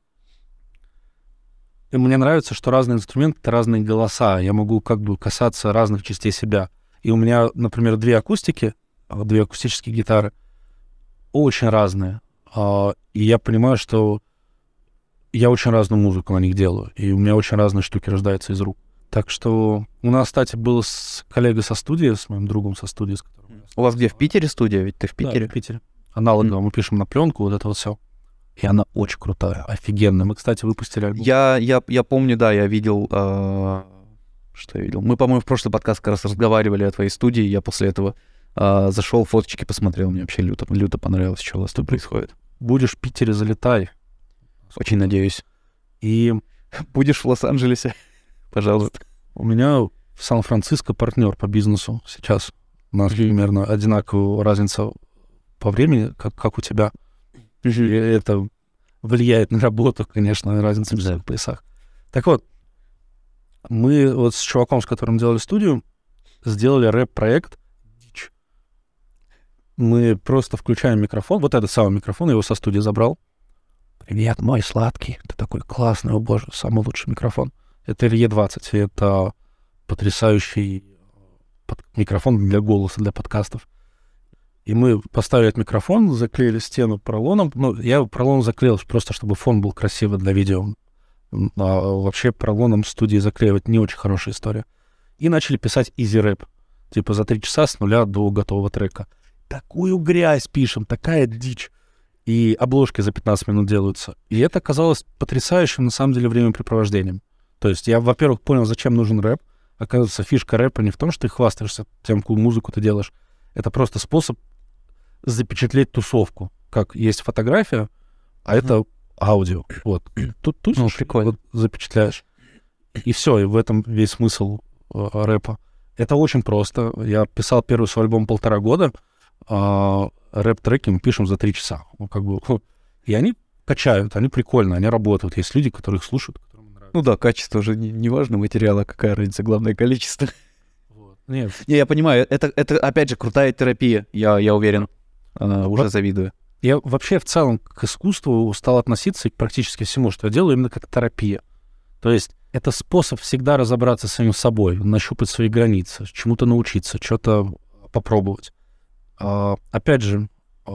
мне нравится, что разные инструменты — это разные голоса. Я могу как бы касаться разных частей себя. И у меня, например, две акустические гитары очень разные. И я понимаю, что я очень разную музыку на них делаю. И у меня очень разные штуки рождаются из рук. Так что у нас, кстати, был с коллегой со студии, с моим другом со студии, с которым... У вас где, в Питере студия? Ведь ты в Питере? Да, в Питере. Аналогово. Мы пишем на пленку, вот это вот все. И она очень крутая, офигенная. Мы, кстати, выпустили альбом. Я помню, да, я видел... Что я видел? Мы, по-моему, в прошлый подкаст как раз разговаривали о твоей студии. Я после этого зашел, фоточки посмотрел. Мне вообще люто понравилось, что у вас тут происходит. Будешь в Питере, залетай. Очень надеюсь. И будешь в Лос-Анджелесе, пожалуйста. У меня в Сан-Франциско партнер по бизнесу сейчас. У нас примерно одинаковая разница по времени, как у тебя. И это влияет на работу, конечно, разница в поясах. Так вот, мы вот с чуваком, с которым делали студию, сделали рэп-проект. Мы просто включаем микрофон. Вот этот самый микрофон, я его со студии забрал. Привет, мой сладкий. Ты такой классный, о боже, самый лучший микрофон. Это RE20. Это потрясающий микрофон для голоса, для подкастов. И мы поставили этот микрофон, заклеили стену поролоном. Ну, я поролон заклеил просто, чтобы фон был красивый для видео. А вообще поролоном в студии заклеивать не очень хорошая история. И начали писать изи-рэп. Типа за 3 часа с нуля до готового трека. Такую грязь пишем, такая дичь. И обложки за 15 минут делаются. И это оказалось потрясающим, на самом деле, времяпрепровождением. То есть я, во-первых, понял, зачем нужен рэп. Оказывается, фишка рэпа не в том, что ты хвастаешься тем, какую музыку ты делаешь. Это просто способ запечатлеть тусовку. Как есть фотография, а это аудио. Вот. Тут прикольно. Вот, запечатляешь. И все, и в этом весь смысл рэпа. Это очень просто. Я писал первый свой альбом 1,5 года, рэп-треки мы пишем за 3 часа. Ну, как бы, и они качают, они прикольные, они работают. Есть люди, которые их слушают, которым нравится. Ну да, качество уже не важно материала, какая разница, главное количество. Вот. Нет. Не, я понимаю, это опять же крутая терапия, я уверен. Уже завидую. Я вообще в целом к искусству стал относиться к практически всему, что я делаю, именно как терапия. То есть это способ всегда разобраться с самим собой, нащупать свои границы, чему-то научиться, что-то попробовать. Опять же,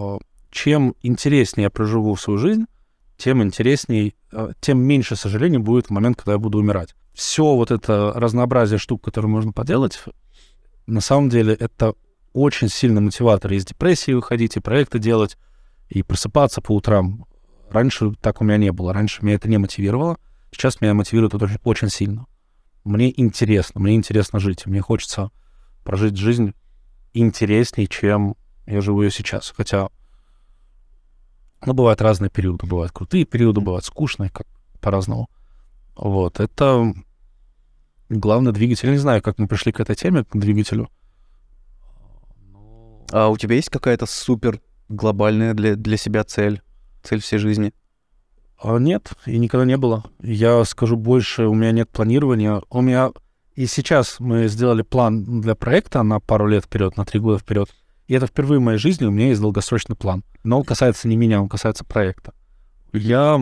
чем интереснее я проживу свою жизнь, тем интересней, тем меньше сожалений будет в момент, когда я буду умирать. Все вот это разнообразие штук, которые можно поделать, на самом деле это очень сильный мотиватор. Из депрессии выходить, и проекты делать, и просыпаться по утрам. Раньше так у меня не было. Раньше меня это не мотивировало. Сейчас меня мотивирует это очень сильно. Мне интересно жить. Мне хочется прожить жизнь интереснее, чем я живу ее сейчас. Хотя, бывают разные периоды. Бывают крутые периоды, бывают скучные, как по-разному. Вот, это главный двигатель. Я не знаю, как мы пришли к этой теме, к двигателю. А у тебя есть какая-то супер глобальная для себя цель всей жизни? Нет, и никогда не было. Я скажу больше, у меня нет планирования. У меня и сейчас мы сделали план для проекта на пару лет вперед, на 3 года вперед. И это впервые в моей жизни у меня есть долгосрочный план. Но он касается не меня, он касается проекта. У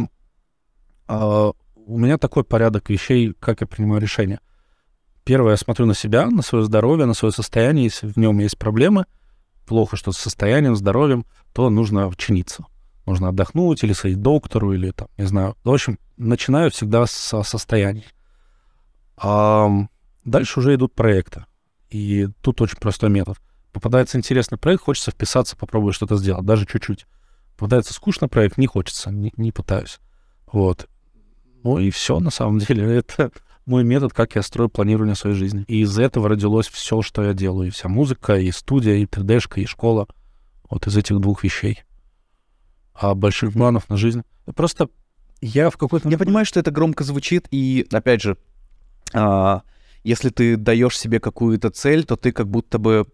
меня такой порядок вещей, как я принимаю решения. Первое, я смотрю на себя, на свое здоровье, на свое состояние. Если в нем есть проблемы, плохо что с состоянием, здоровьем, то нужно чиниться. Нужно отдохнуть или сходить к доктору, или там, не знаю. В общем, начинаю всегда с состояния. А дальше уже идут проекты. И тут очень простой метод. Попадается интересный проект, хочется вписаться, попробовать что-то сделать, даже чуть-чуть. Попадается скучный проект, не хочется, не пытаюсь. Вот. Ну и все, на самом деле. Это мой метод, как я строю планирование своей жизни. И из этого родилось все, что я делаю. И вся музыка, и студия, и 3D-шка, и школа. Вот из этих двух вещей. А больших планов на жизнь... Просто я в какой-то... Я понимаю, что это громко звучит, и, опять же, если ты даешь себе какую-то цель, то ты как будто бы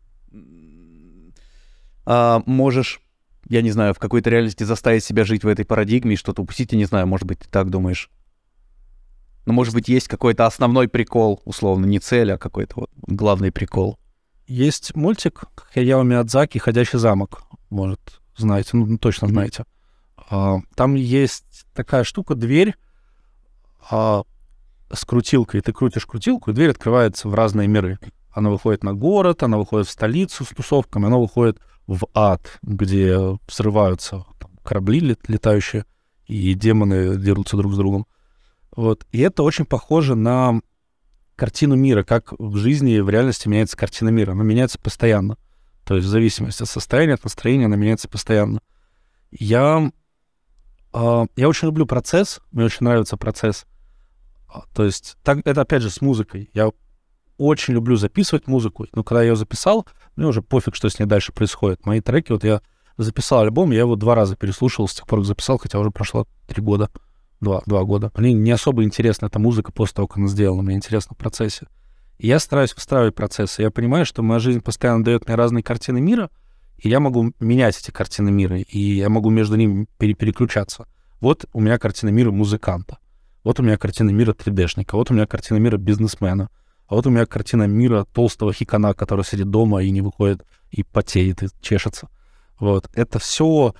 можешь, я не знаю, в какой-то реальности заставить себя жить в этой парадигме и что-то упустить, я не знаю, может быть, ты так думаешь. Но, может быть, есть какой-то основной прикол, условно, не цель, а какой-то вот главный прикол. Есть мультик Хаяо Миядзаки «Ходячий замок». Может, знаете, ну, точно знаете. Там есть такая штука, дверь с крутилкой. Ты крутишь крутилку, и дверь открывается в разные миры. Она выходит на город, она выходит в столицу с тусовками, она выходит в ад, где взрываются там корабли летающие, и демоны дерутся друг с другом. Вот. И это очень похоже на картину мира, как в жизни, в реальности меняется картина мира. Она меняется постоянно. То есть в зависимости от состояния, от настроения она меняется постоянно. Я очень люблю процесс, мне очень нравится процесс. То есть это, опять же, с музыкой. Я очень люблю записывать музыку, но когда я ее записал, мне уже пофиг, что с ней дальше происходит. Мои треки, вот я записал альбом, я его 2 раза переслушал с тех пор, как записал, хотя уже прошло 3 года, 2 года. Мне не особо интересна эта музыка после того, как она сделана, мне интересно в процессе. И я стараюсь выстраивать процессы. Я понимаю, что моя жизнь постоянно дает мне разные картины мира, и я могу менять эти картины мира, и я могу между ними переключаться. Вот у меня картина мира музыканта, вот у меня картина мира 3D-шника, вот у меня картина мира бизнесмена, а вот у меня картина мира толстого хикана, который сидит дома и не выходит, и потеет, и чешется. Вот. Это все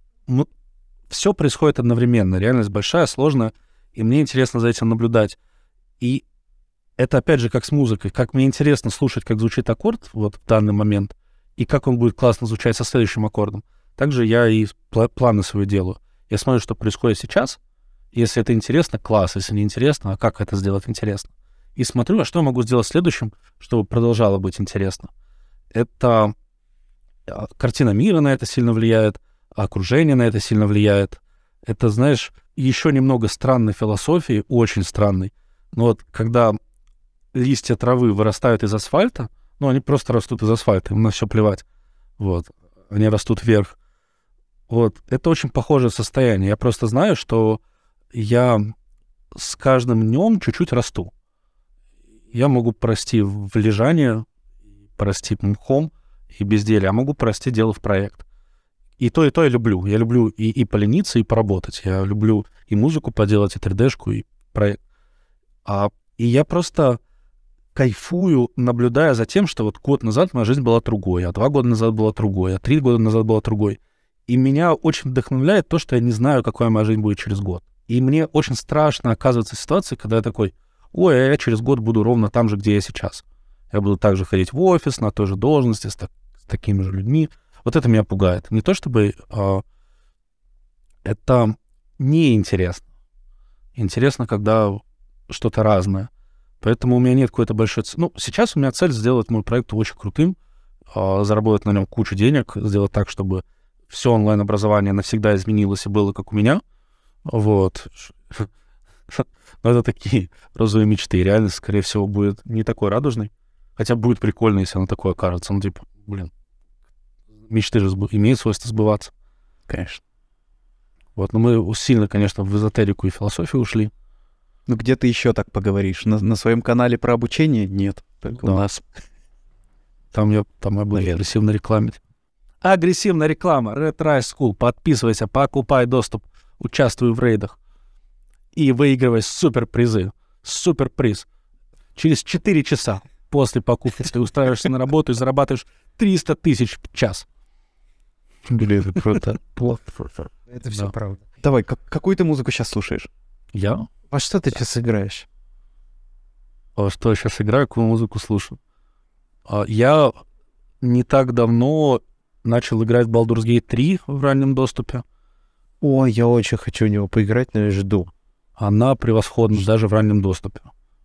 происходит одновременно. Реальность большая, сложная, и мне интересно за этим наблюдать. И это, опять же, как с музыкой. Как мне интересно слушать, как звучит аккорд вот в данный момент, и как он будет классно звучать со следующим аккордом. Также я и планы свои делаю. Я смотрю, что происходит сейчас. Если это интересно, класс. Если не интересно, а как это сделать интересно? И смотрю, а что я могу сделать следующим, чтобы продолжало быть интересно. Это картина мира на это сильно влияет, окружение на это сильно влияет. Это, знаешь, еще немного странной философии, очень странной. Но вот когда листья травы вырастают из асфальта, ну, они просто растут из асфальта, им на все плевать. Вот. Они растут вверх. Вот. Это очень похожее состояние. Я просто знаю, что я с каждым днем чуть-чуть расту. Я могу порасти в лежание, порасти мхом и безделье, а могу порасти, делав проект. И то я люблю. Я люблю и полениться, и поработать. Я люблю и музыку поделать, и 3D-шку, и проект. И я просто кайфую, наблюдая за тем, что вот год назад моя жизнь была другой, а 2 года назад была другой, а 3 года назад была другой. И меня очень вдохновляет то, что я не знаю, какая моя жизнь будет через год. И мне очень страшно оказываться в ситуации, когда я такой: ой, а я через год буду ровно там же, где я сейчас. Я буду также ходить в офис, на той же должности, с такими же людьми. Вот это меня пугает. Не то чтобы это неинтересно. Интересно, когда что-то разное. Поэтому у меня нет какой-то большой цели. Ну, сейчас у меня цель сделать мой проект очень крутым, заработать на нем кучу денег, сделать так, чтобы все онлайн-образование навсегда изменилось и было как у меня. Вот. Но это такие розовые мечты. Реальность, скорее всего, будет не такой радужной. Хотя будет прикольно, если она такое окажется. Ну, типа, мечты же имеют свойство сбываться. Конечно. Вот, но мы сильно, конечно, в эзотерику и философию ушли. Ну, где ты еще так поговоришь? На своем канале про обучение? Нет. Только Да. у нас. Там я буду агрессивно рекламить. Агрессивная реклама. Red Rice School. Подписывайся, покупай доступ. Участвуй в рейдах. И выигрывай суперпризы. Суперприз. Через 4 часа после покупки ты устраиваешься на работу и зарабатываешь 300 тысяч в час. Блин, это круто. Это все Да. правда. Давай, какую ты музыку сейчас слушаешь? Я? А что ты сейчас играешь? Что я сейчас играю, какую музыку слушаю? Я не так давно начал играть в Baldur's Gate 3 в раннем доступе. Ой, я очень хочу в него поиграть, но я жду. Она превосходна даже в раннем доступе.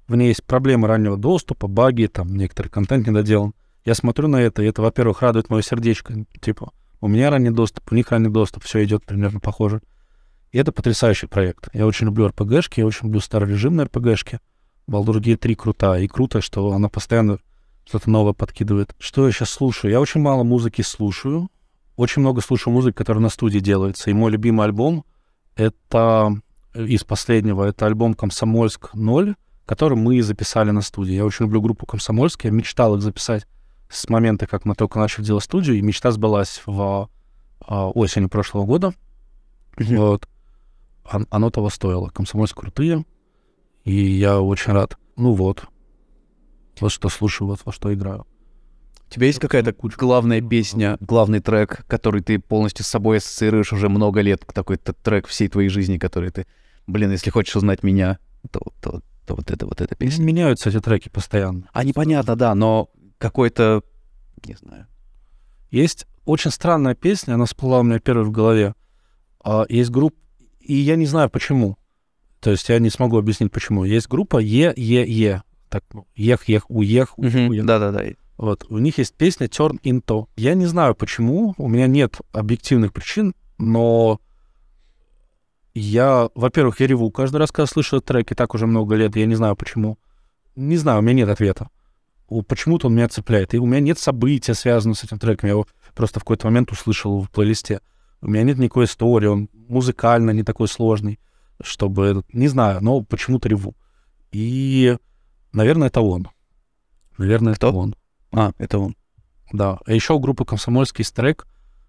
в ней есть проблемы раннего доступа, баги, там некоторый контент недоделан. Я смотрю на это, и это, во-первых, радует мое сердечко. Типа, у меня ранний доступ, у них ранний доступ, все идет примерно похоже. И это потрясающий проект. Я очень люблю RPG-шки, я очень люблю старорежимные RPG-шки. Baldur's Gate 3 крутая, и круто, что она постоянно что-то новое подкидывает. Что я сейчас слушаю? Я очень мало музыки слушаю. Очень много слушаю музыки, которая на студии делается. И мой любимый альбом это из последнего, это альбом «Комсомольск-0», который мы записали на студии. Я очень люблю группу «Комсомольск», я мечтал их записать с момента, как мы только начали делать студию, и мечта сбылась в осени прошлого года. Вот. Оно того стоило. «Комсомольск» крутые, и я очень рад. Ну вот. Вот что слушаю, вот во что играю. У тебя есть какая-то главная песня, главный трек, который ты полностью с собой ассоциируешь уже много лет, такой-то трек всей твоей жизни, который ты, если хочешь узнать меня, то вот эта песня. Меняются эти треки постоянно. Непонятно, да, но какой-то, не знаю. Есть очень странная песня, она всплыла у меня первой в голове. Есть группа, и я не знаю почему. То есть я не смогу объяснить почему. Есть группа Е. Так, уех. Да. Вот, у них есть песня Turn Into. Я не знаю почему, у меня нет объективных причин, но во-первых, я реву каждый раз, когда слышу этот трек, и так уже много лет, я не знаю почему. Не знаю, у меня нет ответа. Почему-то он меня цепляет. И у меня нет события, связанного с этим треком. Я его просто в какой-то момент услышал в плейлисте. У меня нет никакой истории, он музыкально не такой сложный, чтобы... Не знаю, но почему-то реву. И, наверное, это он. Наверное, Кто? это он. Это он. Да. А еще у группы «Комсомольский» есть трек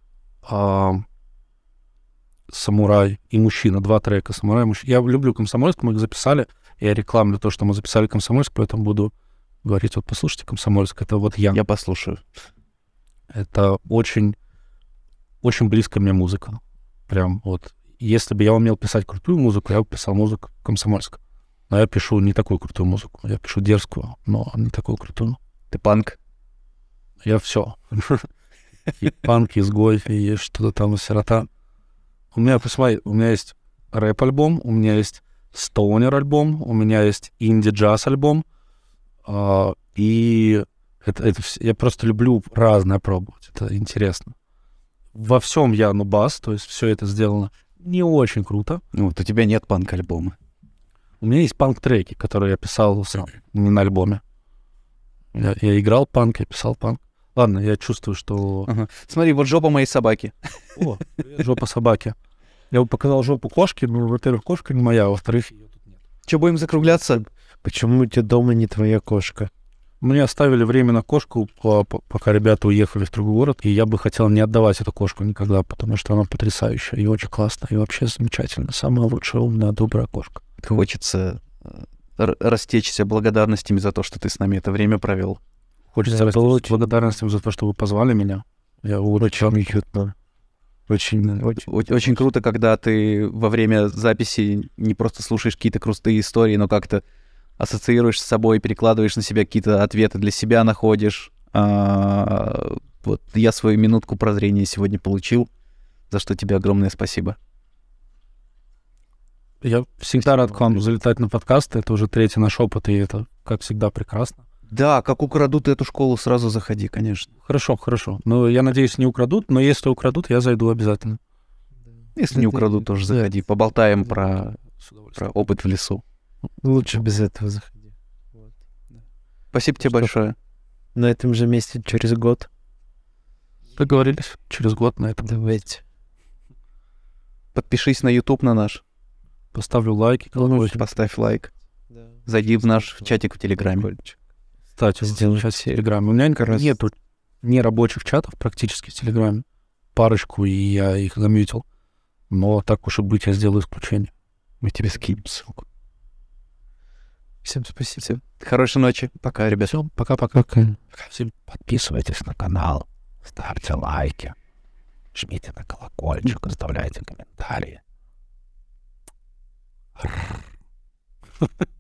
«Самурай» и «Мужчина». 2 трека «Самурай» и «Мужчина». Я люблю «Комсомольск», мы их записали. Я рекламлю то, что мы записали «Комсомольск», поэтому буду говорить, вот послушайте «Комсомольск». Это вот я. Я послушаю. Это очень, очень близкая мне музыка. Прям вот. Если бы я умел писать крутую музыку, я бы писал музыку «Комсомольск». Но я пишу не такую крутую музыку. Я пишу дерзкую, но не такую крутую. Ты панк? Я все. И панк, изгой, и что-то там, сирота. У меня, посмотри, у меня есть рэп-альбом, у меня есть стоунер-альбом, у меня есть инди-джаз-альбом. И я просто люблю разное пробовать. Это интересно. Во всем я нубас, то есть все это сделано не очень круто. Вот у тебя нет панк-альбома. У меня есть панк-треки, которые я писал сам, не на альбоме. Я играл панк, я писал панк. Ладно, я чувствую, что... Ага. Смотри, вот жопа моей собаки. О, жопа собаки. Я бы показал жопу кошки, но, во-первых, кошка не моя, а во-вторых, ее тут нет. Че, будем закругляться? Почему у тебя дома не твоя кошка? Мне оставили временно кошку, пока ребята уехали в другой город, и я бы хотел не отдавать эту кошку никогда, потому что она потрясающая и очень классная, и вообще замечательная. Самая лучшая, умная, добрая кошка. Хочется растечься благодарностями за то, что ты с нами это время провел. Хочется растечься благодарностью за то, что вы позвали меня. Я очень уютно. Очень круто, когда ты во время записи не просто слушаешь какие-то крутые истории, но как-то ассоциируешь с собой, перекладываешь на себя какие-то ответы для себя, находишь. Вот я свою минутку прозрения сегодня получил, за что тебе огромное спасибо. Я всегда рад к вам залетать на подкасты. Это уже 3-й наш опыт, и это, как всегда, прекрасно. Да, как украдут эту школу, сразу заходи, конечно. Хорошо. Но я надеюсь, не украдут, но если украдут, я зайду обязательно. Если не украдут, тоже заходи. Поболтаем про опыт в лесу. Лучше без этого заходи. Вот. Спасибо тебе большое. На этом же месте через год. Договорились. Через год на этом. Давайте. Подпишись на YouTube на наш. Поставлю лайки. Поставь лайк. Да. Зайди в наш чатик в Телеграме. Кстати, в Телеграме. У меня нету нерабочих чатов практически в Телеграме. Парочку, и я их замьютил. Но так уж и быть, я сделаю исключение. Мы тебе скинем ссылку. Всем спасибо. Все. Хорошей ночи. Пока, ребят. Все, пока-пока. Всем подписывайтесь на канал, ставьте лайки, жмите на колокольчик, оставляйте комментарии.